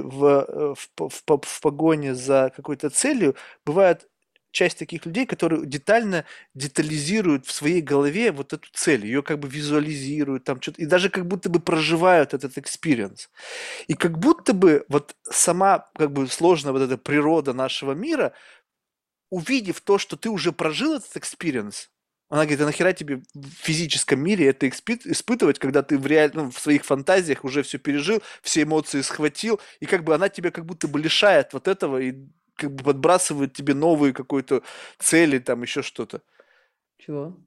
B: в погоне за какой-то целью бывают часть таких людей, которые детализируют в своей голове вот эту цель, ее как бы визуализируют, там что-то, и даже как будто бы проживают этот экспириенс. И как будто бы вот сама как бы сложная вот эта природа нашего мира, увидев то, что ты уже прожил этот экспириенс, Она говорит, а нахера тебе в физическом мире это испытывать, когда ты в своих фантазиях уже все пережил, все эмоции схватил, и как бы она тебя как будто бы лишает вот этого и как бы подбрасывает тебе новые какой-то цели, там еще что-то.
A: Чего?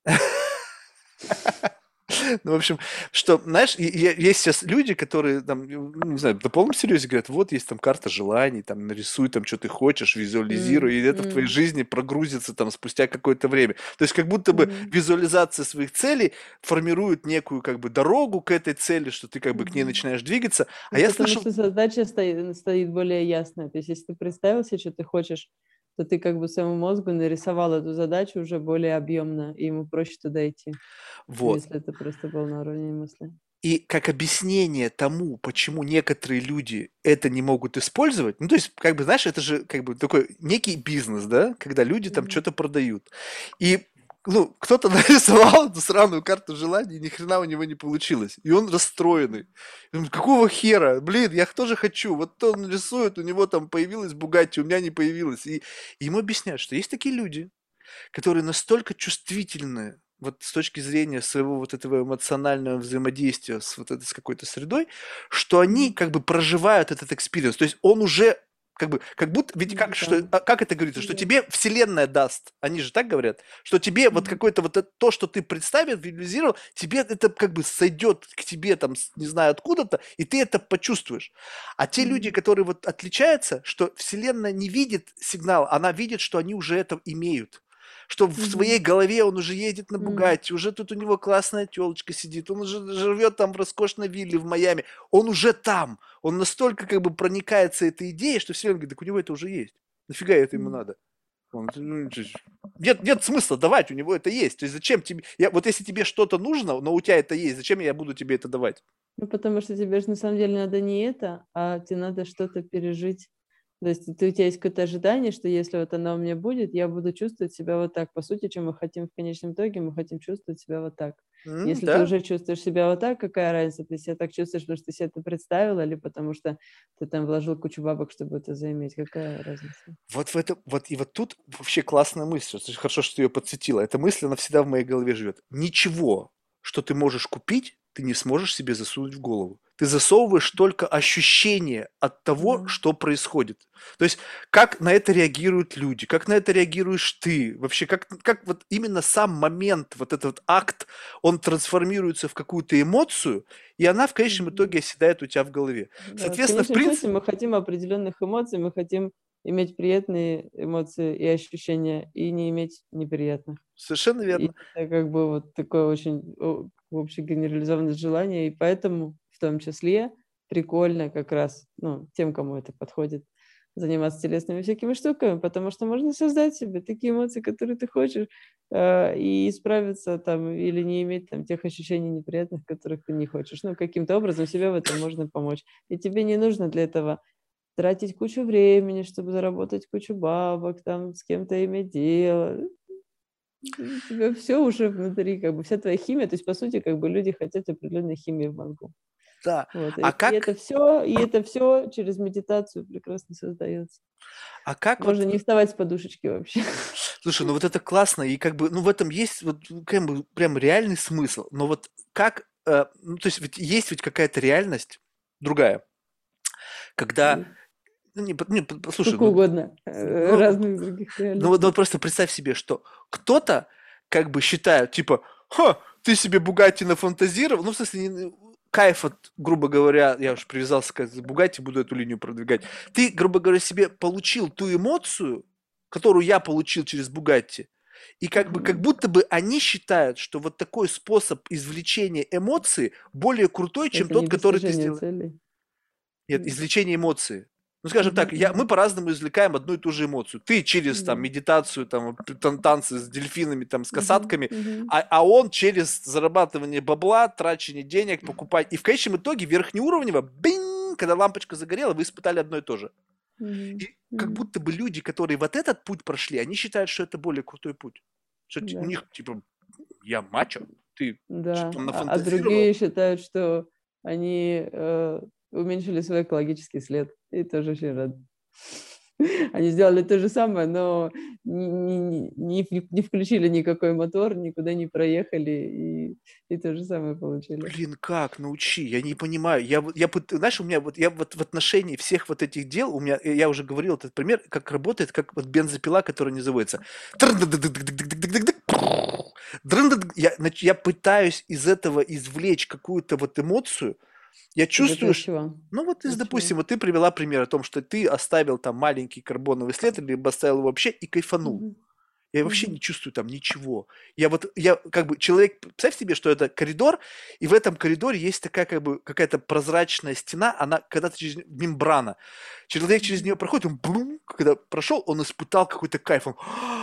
B: Ну, в общем, что, знаешь, есть сейчас люди, которые там, не знаю, на полном серьезе говорят, вот есть там карта желаний, там нарисуй там, что ты хочешь, визуализируй, и это в твоей жизни прогрузится там спустя какое-то время. То есть как будто бы визуализация своих целей формирует некую как бы дорогу к этой цели, что ты как бы к ней начинаешь двигаться. А
A: Ну,
B: я
A: потому
B: слышал...
A: что задача стоит более ясная. То есть если ты представил себе, что ты хочешь, то ты как бы своему мозгу нарисовал эту задачу уже более объемно, и ему проще туда идти, чем
B: Вот.
A: если это просто был на уровне мысли.
B: И как объяснение тому, почему некоторые люди это не могут использовать, ну, то есть, как бы, знаешь, это же как бы такой некий бизнес, да, когда люди там что-то продают. И, ну, кто-то нарисовал эту сраную карту желаний, и ни хрена у него не получилось. И он расстроенный. И он, какого хера? Блин, я тоже хочу. Вот он рисует, у него там появилась Бугатти, у меня не появилась. И ему объясняют, что есть такие люди, которые настолько чувствительны вот с точки зрения своего вот этого эмоционального взаимодействия с какой-то средой, что они как бы проживают этот экспириенс. То есть он уже как будто, ведь как это говорится, что тебе вселенная даст, они же так говорят, что тебе вот какое-то вот то, что ты представил, визуализировал, тебе это как бы сойдет к тебе там, не знаю откуда-то, и ты это почувствуешь. А те люди, которые вот отличаются, что вселенная не видит сигнал, она видит, что они уже это имеют. Что в своей голове он уже едет на Бугатти, уже тут у него классная телочка сидит, он уже живет там в роскошной вилле в Майами, он уже там, он настолько как бы проникается этой идеей, что вселенная говорит, так у него это уже есть, нафига это ему надо? Нет смысла давать, у него это есть. То есть зачем тебе... вот если тебе что-то нужно, но у тебя это есть, зачем я буду тебе это давать?
A: Ну, потому что тебе же на самом деле надо не это, а тебе надо что-то пережить. То есть у тебя есть какое-то ожидание, что если вот оно у меня будет, я буду чувствовать себя вот так. По сути, что мы хотим в конечном итоге, мы хотим чувствовать себя вот так. Если ты
B: Да.
A: уже чувствуешь себя вот так, какая разница, ты себя так чувствуешь, потому что ты себе это представил, или потому что ты там вложил кучу бабок, чтобы это заиметь, какая разница?
B: Вот в этом, и вот тут вообще классная мысль. Хорошо, что ты ее подсветила. Эта мысль, она всегда в моей голове живет. Ничего, что ты можешь купить, ты не сможешь себе засунуть в голову. Ты засовываешь только ощущение от того, что происходит. То есть, как на это реагируют люди, как на это реагируешь ты. Вообще, как вот именно сам момент, вот этот акт, он трансформируется в какую-то эмоцию, и она в конечном итоге оседает у тебя в голове.
A: Да, в
B: Соответственно, в
A: конечном счете
B: принципе...
A: мы хотим определенных эмоций, мы хотим иметь приятные эмоции и ощущения, и не иметь неприятных.
B: Совершенно
A: И
B: верно.
A: это как бы вот такое очень общее генерализованное желание, и поэтому в том числе прикольно как раз, ну, тем, кому это подходит, заниматься телесными всякими штуками, потому что можно создать себе такие эмоции, которые ты хочешь, и справиться там или не иметь там тех ощущений неприятных, которых ты не хочешь. Ну, каким-то образом себе в этом можно помочь. И тебе не нужно для этого тратить кучу времени, чтобы заработать кучу бабок, там с кем-то иметь дело. У тебя все уже внутри, как бы вся твоя химия. То есть, по сути, как бы люди хотят определенной химии в мозгу.
B: Да.
A: Вот.
B: А
A: И
B: как,
A: это все через медитацию прекрасно создается.
B: а как
A: Можно
B: вот,
A: не вставать с подушечки вообще.
B: слушай, ну вот это классно, и как бы, ну в этом есть вот прям реальный смысл, но вот как, ну то есть ведь есть ведь какая-то реальность другая, когда, слушай,
A: Сколько угодно
B: ну,
A: разных других
B: ну
A: реальностей.
B: вот просто представь себе, что кто-то как бы считает, типа, ха, ты себе Бугатти нафантазировал, ну в смысле, кайф от, грубо говоря, я уж привязался к Бугатти, буду эту линию продвигать, ты, грубо говоря, себе получил ту эмоцию, которую я получил через Бугатти, и как бы как будто бы они считают, что вот такой способ извлечения эмоций более крутой, чем
A: Это не
B: тот, который ты
A: достижение
B: сделал.
A: целей.
B: Нет, извлечение эмоции. Ну, скажем так, мы по-разному извлекаем одну и ту же эмоцию. Ты через там медитацию, там, танцы с дельфинами, там, с касатками, а он через зарабатывание бабла, трачение денег, покупать. И в конечном итоге верхнеуровнево, бинь, когда лампочка загорела, вы испытали одно и то же. И как будто бы люди, которые вот этот путь прошли, они считают, что это более крутой путь. Что у
A: Да.
B: них, типа, я мачо, ты
A: Да,
B: что-то
A: а
B: нафантазировал.
A: другие считают, что они уменьшили свой экологический след. И тоже очень рад. Они сделали то же самое, но не включили никакой мотор, никуда не проехали, и то же самое получили.
B: Блин, как? Научи, я не понимаю. Знаешь, у меня вот, я вот в отношении всех вот этих дел, у меня, я уже говорил этот пример, как работает, как вот бензопила, которая не заводится. Я пытаюсь из этого извлечь какую-то вот эмоцию, я
A: Так это
B: чувствую,
A: от чего?
B: ну вот
A: От чего?
B: допустим, вот ты привела пример о том, что ты оставил там маленький карбоновый след, либо оставил его вообще и кайфанул.
A: Мгм.
B: Я вообще не
A: Мгм.
B: чувствую там ничего. Я как бы человек, представь себе, что это коридор, и в этом коридоре есть такая как бы какая-то прозрачная стена, она когда-то через мембрана. Человек через нее
A: Мгм.
B: проходит, он блум, когда прошел, он испытал какой-то кайф, он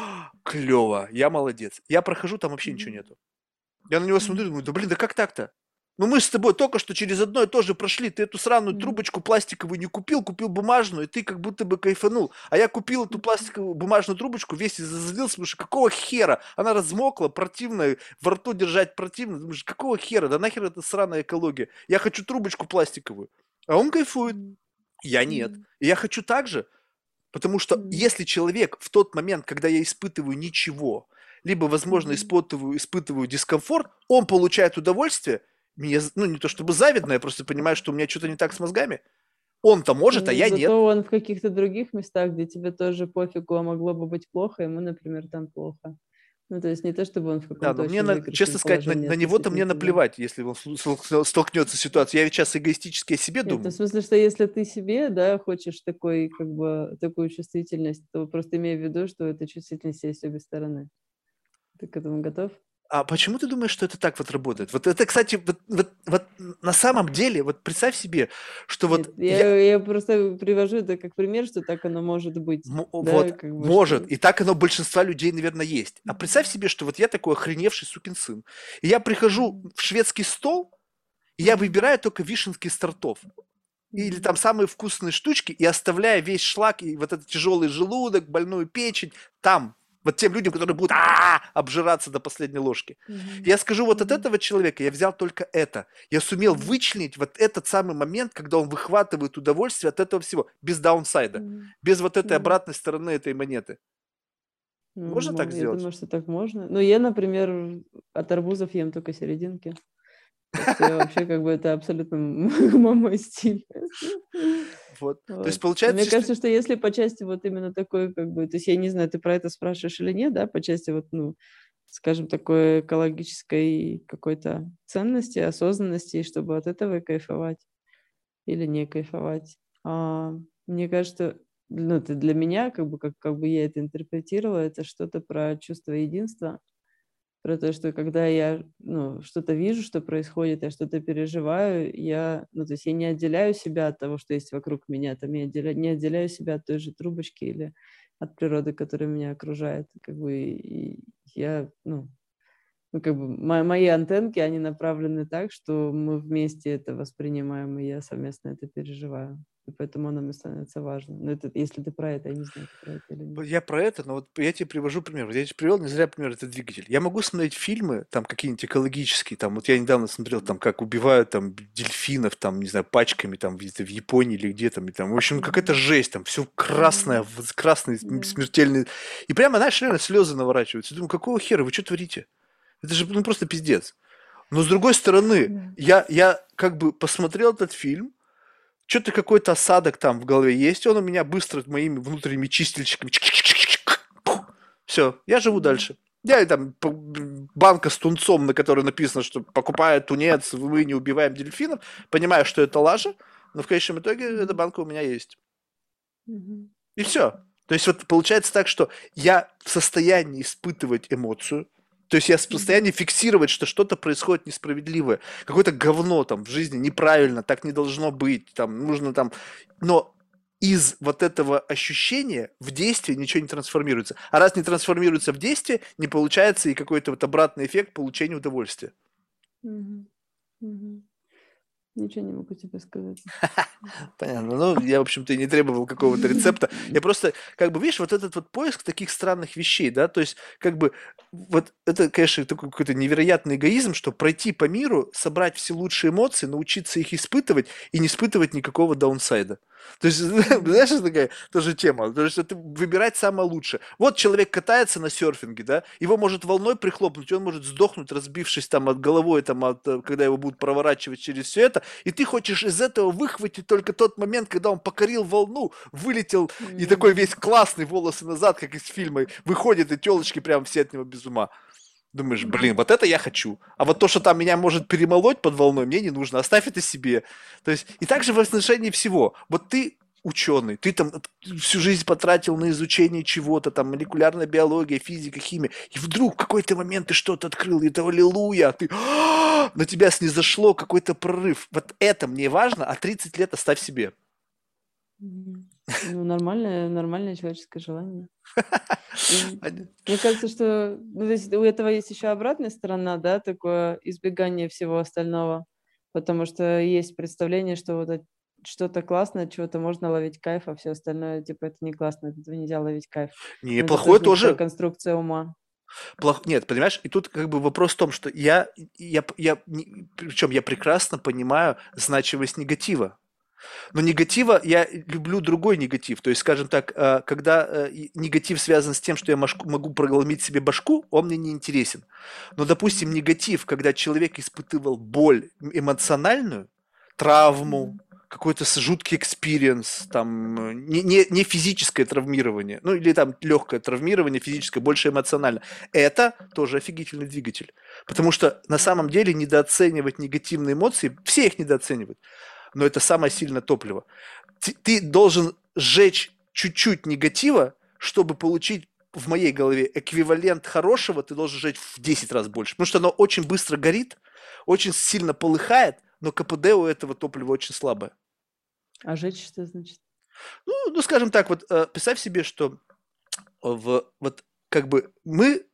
B: клево, я молодец. Я прохожу, там вообще ничего
A: Мгм.
B: нету. Я на него смотрю,
A: Мгм.
B: думаю, да блин, да как так-то? Ну мы с тобой только что через одно и то же прошли. Ты эту сраную
A: Мгм.
B: трубочку пластиковую не купил, купил бумажную, и ты как будто бы кайфанул. А я купил эту пластиковую бумажную трубочку, весь зазлился, потому что какого хера? Она размокла, противная, во рту держать противно. Думаешь, какого хера? Да нахер это сраная экология? Я хочу трубочку пластиковую. А он кайфует.
A: Мгм.
B: Я нет.
A: Мгм.
B: И я хочу так же. Потому что
A: Мгм.
B: если человек в тот момент, когда я испытываю ничего, либо, возможно,
A: Мгм.
B: испытываю дискомфорт, он получает удовольствие, мне, ну, не то чтобы завидно, я просто понимаю, что у меня что-то не так с мозгами. Он-то может, а
A: Ну,
B: я нет.
A: зато он в каких-то других местах, где тебе тоже пофигу, а могло бы быть плохо, ему, например, там плохо. Ну, то есть не то, чтобы он в
B: Да,
A: каком-то
B: но мне,
A: очень
B: честно
A: выигрышном
B: сказать,
A: положении
B: на него-то
A: относительно
B: мне
A: тебя.
B: наплевать, если он столкнется с ситуацией. Я ведь сейчас эгоистически о себе
A: Нет, ну, в
B: думаю.
A: смысле, что если ты себе, да, хочешь такой, как бы, такую чувствительность, то просто имей в виду, что эта чувствительность есть с обе стороны. Ты к этому готов?
B: А почему ты думаешь, что это так вот работает? Вот это, кстати, вот на самом деле, вот представь себе, что
A: Нет,
B: вот я,
A: я просто привожу это как пример, что так оно может быть, да,
B: Вот,
A: как бы
B: может.
A: что.
B: И так оно у большинства людей, наверное, есть. А представь себе, что вот я такой охреневший сукин сын. И я прихожу
A: Мгм.
B: в шведский стол, и я
A: Мгм.
B: выбираю только вишенки с тортов. Или
A: Мгм.
B: там самые вкусные штучки, и оставляя весь шлак, и вот этот тяжелый желудок, больную печень, там, вот тем людям, которые будут обжираться до последней ложки.
A: Мгм.
B: Я скажу, вот от
A: Мгм.
B: этого человека я взял только это. Я сумел
A: Мгм.
B: вычленить вот этот самый момент, когда он выхватывает удовольствие от этого всего, без даунсайда,
A: Мгм.
B: без вот этой
A: Мгм.
B: обратной стороны этой монеты.
A: Ну,
B: Можно так
A: я
B: сделать?
A: думаю, что так можно. Но я, например, от арбузов ем только серединки. Так что я вообще как бы это абсолютно мой стиль.
B: Вот. То есть
A: Вот. Но мне
B: получается, что...
A: кажется, что если по части вот именно такой, как бы, то есть я не знаю, ты про это спрашиваешь или нет, да, по части вот, ну, скажем, такой экологической какой-то ценности, осознанности, и чтобы от этого кайфовать или не кайфовать. Мне кажется, ну, это для меня, как бы я это интерпретировала, это что-то про чувство единства, про то, что когда я, ну, что-то вижу, что происходит, я что-то переживаю, ну, то есть я не отделяю себя от того, что есть вокруг меня, там, не отделяю себя от той же трубочки или от природы, которая меня окружает, как бы, и я, ну, как бы мои антенки, они направлены так, что мы вместе это воспринимаем, и я совместно это переживаю. И поэтому оно мне становится важно. Но это, если ты про это, я не знаю, ты про это или нет.
B: Я про это, но вот я тебе привожу пример. Вот я тебе привел не зря пример, это двигатель. Я могу смотреть фильмы, там какие-нибудь экологические, там, вот я недавно смотрел, там, как убивают там дельфинов, там, не знаю, пачками, там, где-то в Японии или где там, и там, в общем, какая-то
A: Мгм.
B: жесть, там, все красное,
A: Мгм.
B: красный,
A: Да.
B: смертельный. И прямо, знаешь, реально слезы наворачиваются. Я думаю, какого хера, вы что творите? Это же, ну, просто пиздец. Но с другой стороны,
A: Да.
B: я как бы посмотрел этот фильм, что-то какой-то осадок там в голове есть, он у меня быстро моими внутренними чистильщиками. Все, я живу
A: Мгм.
B: дальше. Я там банка с тунцом, на которой написано, что покупая тунец, мы не убиваем дельфинов. Понимаю, что это лажа, но в конечном итоге эта
A: Мгм.
B: банка у меня есть.
A: Мгм.
B: И все. То есть вот получается так, что я в состоянии испытывать эмоцию, то есть я в
A: Мгм.
B: состоянии фиксировать, что что-то происходит несправедливое, какое-то говно там в жизни неправильно, так не должно быть, там нужно там, но из вот этого ощущения в действие ничего не трансформируется. А раз не трансформируется в действие, не получается и какой-то вот обратный эффект получения удовольствия.
A: Мгм. Мгм. Ничего не могу тебе сказать.
B: Понятно. Ну, я, в общем-то, и не требовал какого-то рецепта. Я просто, как бы, видишь, вот этот вот поиск таких странных вещей, да, то есть, как бы, вот это, конечно, такой какой-то невероятный эгоизм, что пройти по миру, собрать все лучшие эмоции, научиться их испытывать и не испытывать никакого даунсайда. То есть,
A: Мгм.
B: знаешь, это такая тоже тема. То есть, это выбирать самое лучшее. Вот человек катается на серфинге, да, его может волной прихлопнуть, он может сдохнуть, разбившись там от головой, там, когда его будут проворачивать через все это, и ты хочешь из этого выхватить только тот момент, когда он покорил волну, вылетел, и такой
A: М.
B: весь классный, волосы назад, как из фильма, выходит, и телочки прям все от него без ума. Думаешь, блин,
A: Мгм.
B: вот это я хочу. А вот то, что там меня может перемолоть под волной, мне не нужно. Оставь это себе. То есть, и также в отношении всего. Вот ты ученый, ты там всю жизнь потратил на изучение чего-то, там, молекулярная биология, физика, химия, и вдруг в какой-то момент ты что-то открыл, и это аллилуйя, ты, на тебя снизошло какой-то прорыв. Вот это мне важно, а 30 лет оставь себе.
A: Мгм. Ну, нормальное человеческое желание. И
B: Ань,
A: мне кажется, что ну, то есть у этого есть еще обратная сторона, да, такое избегание всего остального, потому что есть представление, что вот что-то классное, от чего-то можно ловить кайф, а все остальное, типа, это не классно, от этого нельзя ловить кайф. Но это
B: неплохое
A: тоже некоторая
B: тоже.
A: конструкция ума.
B: Нет, понимаешь, и тут как бы вопрос в том, что причем я прекрасно понимаю значимость негатива. Но негатива я люблю другой негатив. То есть, скажем так, когда негатив связан с тем, что я могу проломить себе башку, он мне не интересен. Но, допустим,
A: Мгм.
B: негатив, когда человек испытывал боль эмоциональную, травму,
A: Мгм.
B: какой-то жуткий экспириенс, там, не физическое травмирование, ну или там легкое травмирование физическое, больше эмоционально. Это тоже офигительный двигатель. Потому что на самом
A: Мгм.
B: деле недооценивать негативные эмоции, все их недооценивают, но это самое сильное топливо. Ты должен сжечь чуть-чуть негатива, чтобы получить в моей голове эквивалент хорошего, ты должен сжечь в 10 раз больше. Потому что оно очень быстро горит, очень сильно полыхает, но КПД у этого топлива очень слабое.
A: А жечь что значит?
B: Ну, скажем так, вот представь себе, что вот как бы мы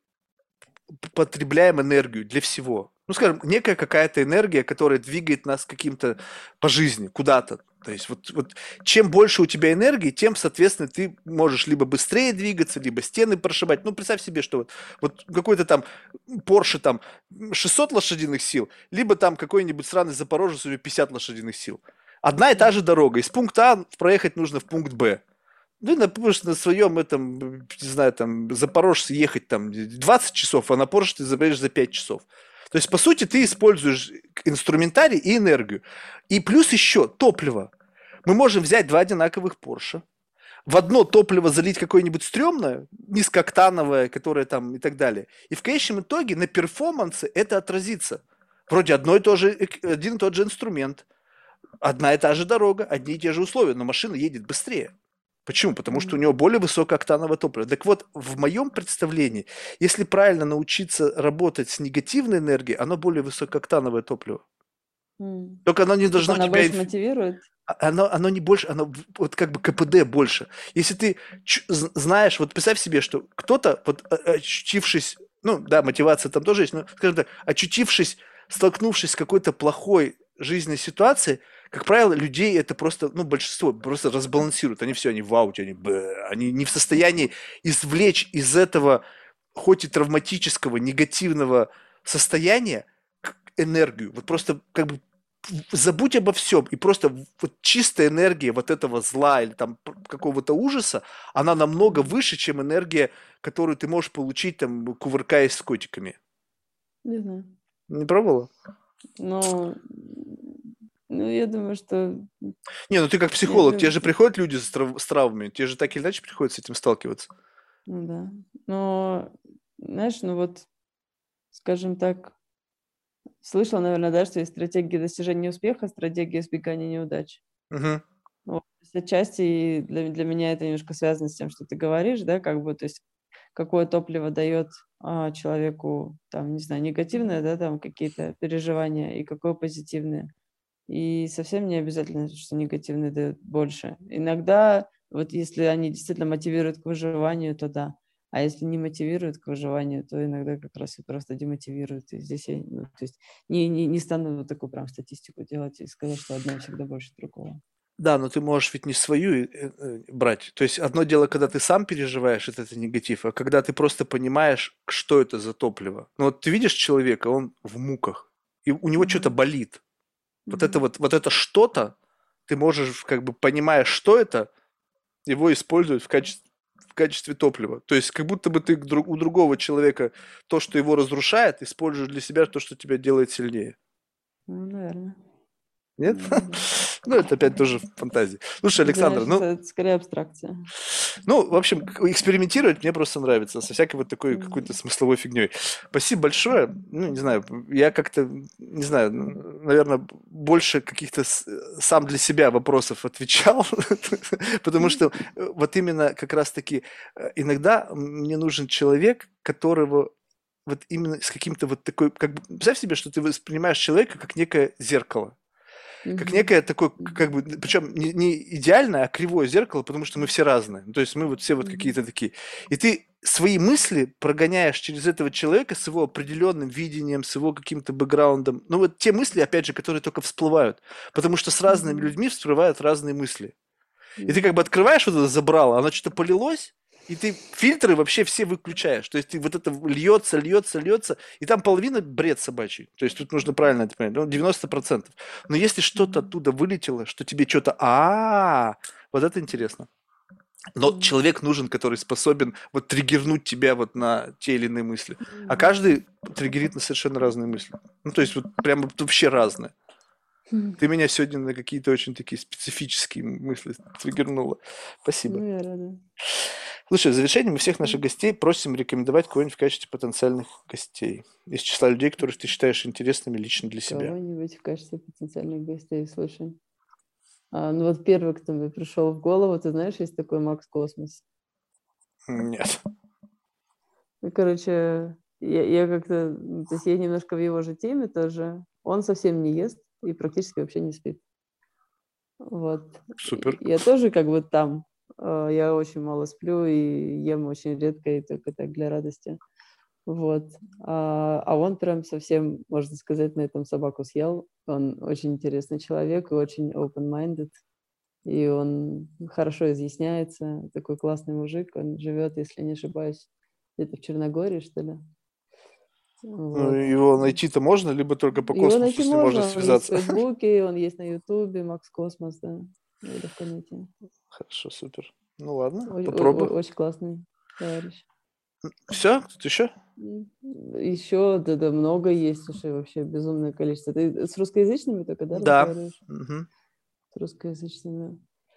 B: потребляем энергию для всего. Ну, скажем, некая какая-то энергия, которая двигает нас каким-то по жизни, куда-то. То есть вот чем больше у тебя энергии, тем, соответственно, ты можешь либо быстрее двигаться, либо стены прошибать. Ну, представь себе, что вот какой-то там Porsche там 600 лошадиных сил, либо там какой-нибудь сраный Запорожец у него 50 лошадиных сил. Одна и та же
A: Мгм.
B: дорога. Из пункта А проехать нужно в пункт Б. Вы на своем этом, не знаю, там, Запорожце ехать там 20 часов, а на Порше ты заберешь за 5 часов. То есть, по сути, ты используешь инструментарий и энергию. И плюс еще топливо. Мы можем взять два одинаковых Порше, в одно топливо залить какое-нибудь стрёмное, низкооктановое, которое там и так далее. И в конечном итоге на перформансе это отразится. Вроде один и тот же инструмент, одна и та же дорога, одни и те же условия, но машина едет быстрее. Почему? Потому что у
A: Мгм.
B: него более высокооктановое топливо. Так вот, в моем представлении, если правильно научиться работать с негативной энергией, оно более высокооктановое топливо.
A: М.
B: Только оно не
A: Типа
B: должно
A: она
B: тебя...
A: больше мотивирует?
B: Оно не больше, оно вот как бы КПД больше. Если ты знаешь, вот представь себе, что кто-то, вот очутившись, ну да, мотивация там тоже есть, но, скажем так, очутившись, столкнувшись с какой-то плохой жизненной ситуацией, как правило, людей это просто, ну, большинство просто разбалансируют. Они все, они в ауте, они не в состоянии извлечь из этого хоть и травматического, негативного состояния энергию. Вот просто как бы забудь обо всем, и просто вот чистая энергия вот этого зла или там какого-то ужаса, она намного
A: Мгм.
B: выше, чем энергия, которую ты можешь получить там, кувыркаясь с котиками.
A: Не знаю.
B: Не пробовала?
A: Но, ну, я думаю, что
B: Не, ну ты как
A: я
B: психолог, тебе
A: лю-
B: же приходят люди с травмами, тебе же так или иначе приходится с этим сталкиваться.
A: ну да. Но, знаешь, ну вот, скажем так, слышала, наверное, да, что есть стратегия достижения успеха, стратегия избегания неудач.
B: Мгм.
A: Вот. То есть отчасти и для меня это немножко связано с тем, что ты говоришь, да, как бы, то есть какое топливо дает человеку, там, не знаю, негативное, да, там какие-то переживания, и какое позитивное. И совсем не обязательно, что негативные дают больше. Иногда, вот если они действительно мотивируют к выживанию, то да. А если не мотивируют к выживанию, то иногда как раз и просто демотивируют. И здесь я, ну, то есть не стану вот такую прям статистику делать и сказать, что одно всегда больше другого.
B: Да, но ты можешь ведь не свою брать. То есть одно дело, когда ты сам переживаешь этот негатив, а когда ты просто понимаешь, что это за топливо. Ну вот ты видишь человека, он в муках, и у него что-то
A: Мгм.
B: болит.
A: Мгм.
B: Вот это что-то, ты можешь, как бы понимая, что это, его использовать в качестве топлива. То есть как будто бы ты у другого человека то, что его разрушает, используешь для себя то, что тебя делает сильнее.
A: Ну, наверное.
B: Нет?
A: Наверное.
B: Ну, это опять тоже фантазии. Слушай, Александр,
A: Знаешь,
B: ну,
A: это скорее абстракция.
B: ну, в общем, экспериментировать мне просто нравится со всякой вот такой какой-то
A: Мгм.
B: смысловой фигней. Спасибо большое. Ну, не знаю, я как-то, не знаю, наверное, больше каких-то сам для себя вопросов отвечал, потому что вот именно как раз-таки иногда мне нужен человек, которого вот именно с каким-то вот такой, как бы, представь себе, что ты воспринимаешь человека как некое зеркало. Как
A: Мгм.
B: некое такое, как
A: Мгм.
B: бы, причем не идеальное, а кривое зеркало, потому что мы все разные. Ну, то есть мы вот все вот
A: Мгм.
B: какие-то такие. И ты свои мысли прогоняешь через этого человека с его определенным видением, с его каким-то бэкграундом. Ну, вот те мысли, опять же, которые только всплывают. Потому что с разными
A: Мгм.
B: людьми всплывают разные мысли. И ты как бы
A: Мгм.
B: открываешь вот это забрало, оно что-то полилось, и ты фильтры вообще все выключаешь. То есть ты вот это льется, льется, льется, и там половина бред собачий. То есть тут нужно правильно это понять, ну, 90%. Но если что-то
A: Мгм.
B: оттуда вылетело, что тебе что-то, вот это интересно. Но
A: Мгм.
B: человек нужен, который способен вот триггернуть тебя вот на те или иные мысли. А
A: Мгм.
B: каждый триггерит на совершенно разные мысли. Ну, то есть вот прямо вот вообще разные. Ты меня сегодня на какие-то очень такие специфические мысли триггернула. Спасибо.
A: Ну, я рада.
B: Слушай, в завершение мы всех наших
A: М.
B: гостей просим рекомендовать кого-нибудь в качестве потенциальных гостей. Из числа людей, которых ты считаешь интересными лично для себя.
A: Кого-нибудь в качестве потенциальных гостей, слушай. Ну вот первый, кто мне пришел в голову, ты знаешь, есть такой Макс Космос.
B: Нет.
A: Ну, короче, я как-то, то есть я немножко в его же теме тоже. Он совсем не ест и практически вообще не спит. Вот.
B: Супер.
A: Я тоже как бы там. Я очень мало сплю и ем очень редко и только так для радости. Вот. А он прям совсем, можно сказать, на этом собаку съел. Он очень интересный человек и очень open-minded. И он хорошо изъясняется. Такой классный мужик. Он живет, если не ошибаюсь, где-то в Черногории, что ли.
B: Ну,
A: Вот.
B: его найти-то можно, либо только по
A: Его
B: космосу
A: найти
B: с ним можно
A: можно. Он есть в
B: связаться.
A: Фейсбуке, он есть на Ютубе, Макс Космос, да. Его легко найти.
B: Хорошо, супер. Ну ладно, попробую.
A: Очень классный товарищ.
B: Все? Тут еще?
A: Еще, да, много есть уже вообще безумное количество. Ты с русскоязычными только, да,
B: Да.
A: разговариваешь?
B: Мгм.
A: С русскоязычными.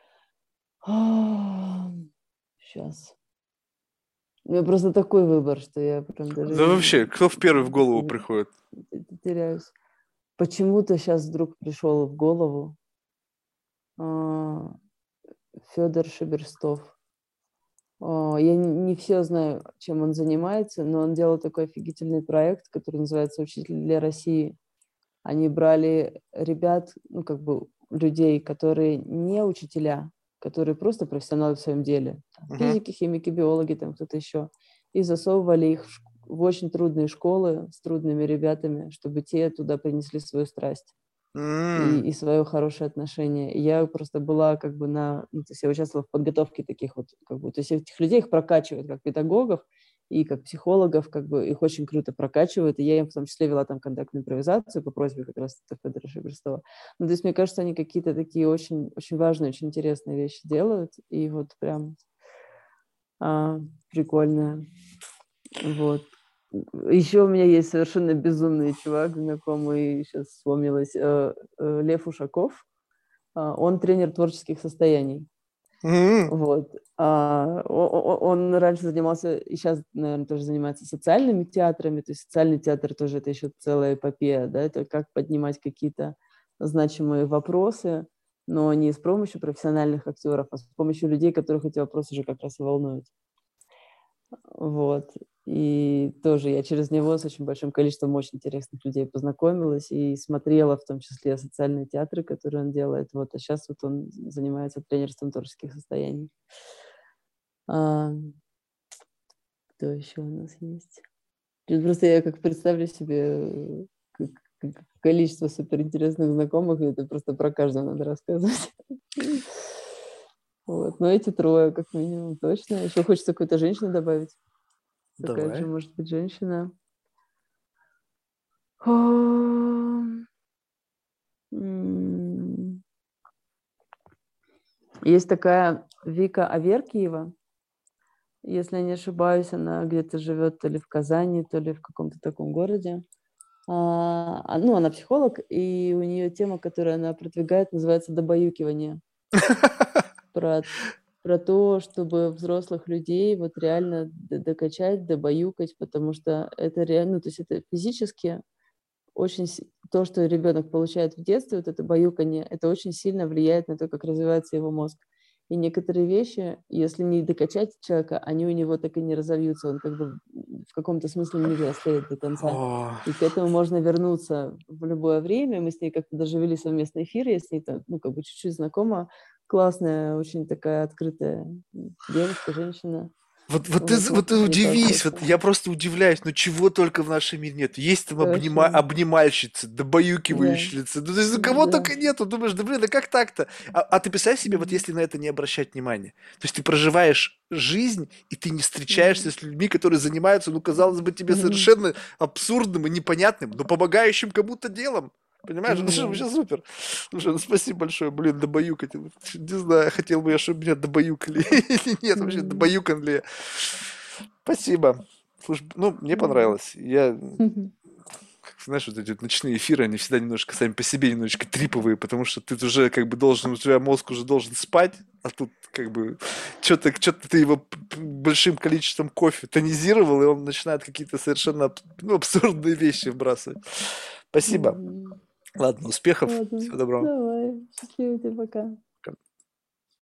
A: Сейчас. У меня просто такой выбор, что я прям даже
B: Да вообще, кто в первый в голову приходит?
A: теряюсь. Почему-то сейчас вдруг пришел в голову Федор Шеберстов. Я не все знаю, чем он занимается, но он делал такой офигительный проект, который называется «Учитель для России». Они брали ребят, ну, как бы людей, которые не учителя, которые просто профессионалы в своем деле. Там,
B: Мгм.
A: физики, химики, биологи, там кто-то еще. И засовывали их в очень трудные школы с трудными ребятами, чтобы те туда принесли свою страсть
B: М.
A: и свое хорошее отношение. И я просто была как бы ну, то есть я участвовала в подготовке таких вот, как бы, то есть этих людей их прокачивают как педагогов и как психологов, как бы их очень круто прокачивают, и я им в том числе вела там контактную импровизацию по просьбе как раз Федора Шеберстова. Ну, то есть мне кажется, они какие-то такие очень, очень важные, очень интересные вещи делают, и вот прям прикольно. Вот. Еще у меня есть совершенно безумный чувак, знакомый, сейчас вспомнилось, Лев Ушаков. Он тренер творческих состояний.
B: М.
A: Вот. Он раньше занимался, и сейчас, наверное, тоже занимается социальными театрами. То есть социальный театр тоже это еще целая эпопея, да, это как поднимать какие-то значимые вопросы, но не с помощью профессиональных актеров, а с помощью людей, которых эти вопросы уже как раз и волнуют. Вот. И тоже я через него с очень большим количеством очень интересных людей познакомилась и смотрела в том числе социальные театры, которые он делает. Вот. А сейчас вот он занимается тренерством творческих состояний. А, кто еще у нас есть? Просто я как представлю себе количество суперинтересных знакомых, и это просто про каждого надо рассказывать. Вот. Но эти трое, как минимум, точно. Еще хочется какую-то женщину добавить. Какая же
B: Давай.
A: может быть женщина? Ам, м, Есть такая Вика Аверкиева, если я не ошибаюсь, она где-то живет то ли в Казани, то ли в каком-то таком городе. Ну, она психолог, и у нее тема, которую она продвигает, называется «Добаюкивание». Про, про то, чтобы взрослых людей вот реально докачать, добаюкать, потому что это реально, то есть это физически очень то, что ребенок получает в детстве, вот это баюканье, это очень сильно влияет на то, как развивается его мозг. И некоторые вещи, если не докачать человека, они у него так и не разовьются, он как бы в каком-то смысле не взрослеет до конца.
B: О,
A: И к этому можно вернуться в любое время. Мы с ней как-то даже вели совместный эфир, я с ней там, ну, как бы чуть-чуть знакома. Классная, очень такая открытая девушка, женщина. Вот
B: Вот ты
A: можете с ней
B: удивись, вот
A: пообщаться.
B: я просто удивляюсь, ну чего только в нашем мире нет. Есть там
A: Точно.
B: обнимальщицы,
A: Да,
B: добаюкивающие лица, ну, то есть, ну, кого
A: да.
B: только нету, думаешь, да блин, да как так-то? А ты представь себе, вот
A: Мгм.
B: если на это не обращать внимания. То есть ты проживаешь жизнь, и ты не встречаешься
A: Мгм.
B: с людьми, которые занимаются, ну, казалось бы, тебе
A: Мгм.
B: совершенно абсурдным и непонятным, но помогающим кому-то делом. Понимаешь? Ну, что,
A: Да.
B: вообще супер. Слушай, ну, спасибо большое, блин, добаюкать. Не знаю, хотел бы я, чтобы меня добаюкали или нет, вообще,
A: М.
B: добаюкан ли я. Спасибо. Слушай, ну, мне
A: Да.
B: понравилось. Знаешь, вот эти вот ночные эфиры, они всегда немножко сами по себе немножечко триповые, потому что ты уже как бы должен, у тебя мозг уже должен спать, а тут как бы что-то ты его большим количеством кофе тонизировал, и он начинает какие-то совершенно ну, абсурдные вещи вбрасывать. Спасибо.
A: Мгм.
B: Ладно, успехов.
A: Ладно,
B: Всего доброго.
A: давай. Счастливо тебе, пока.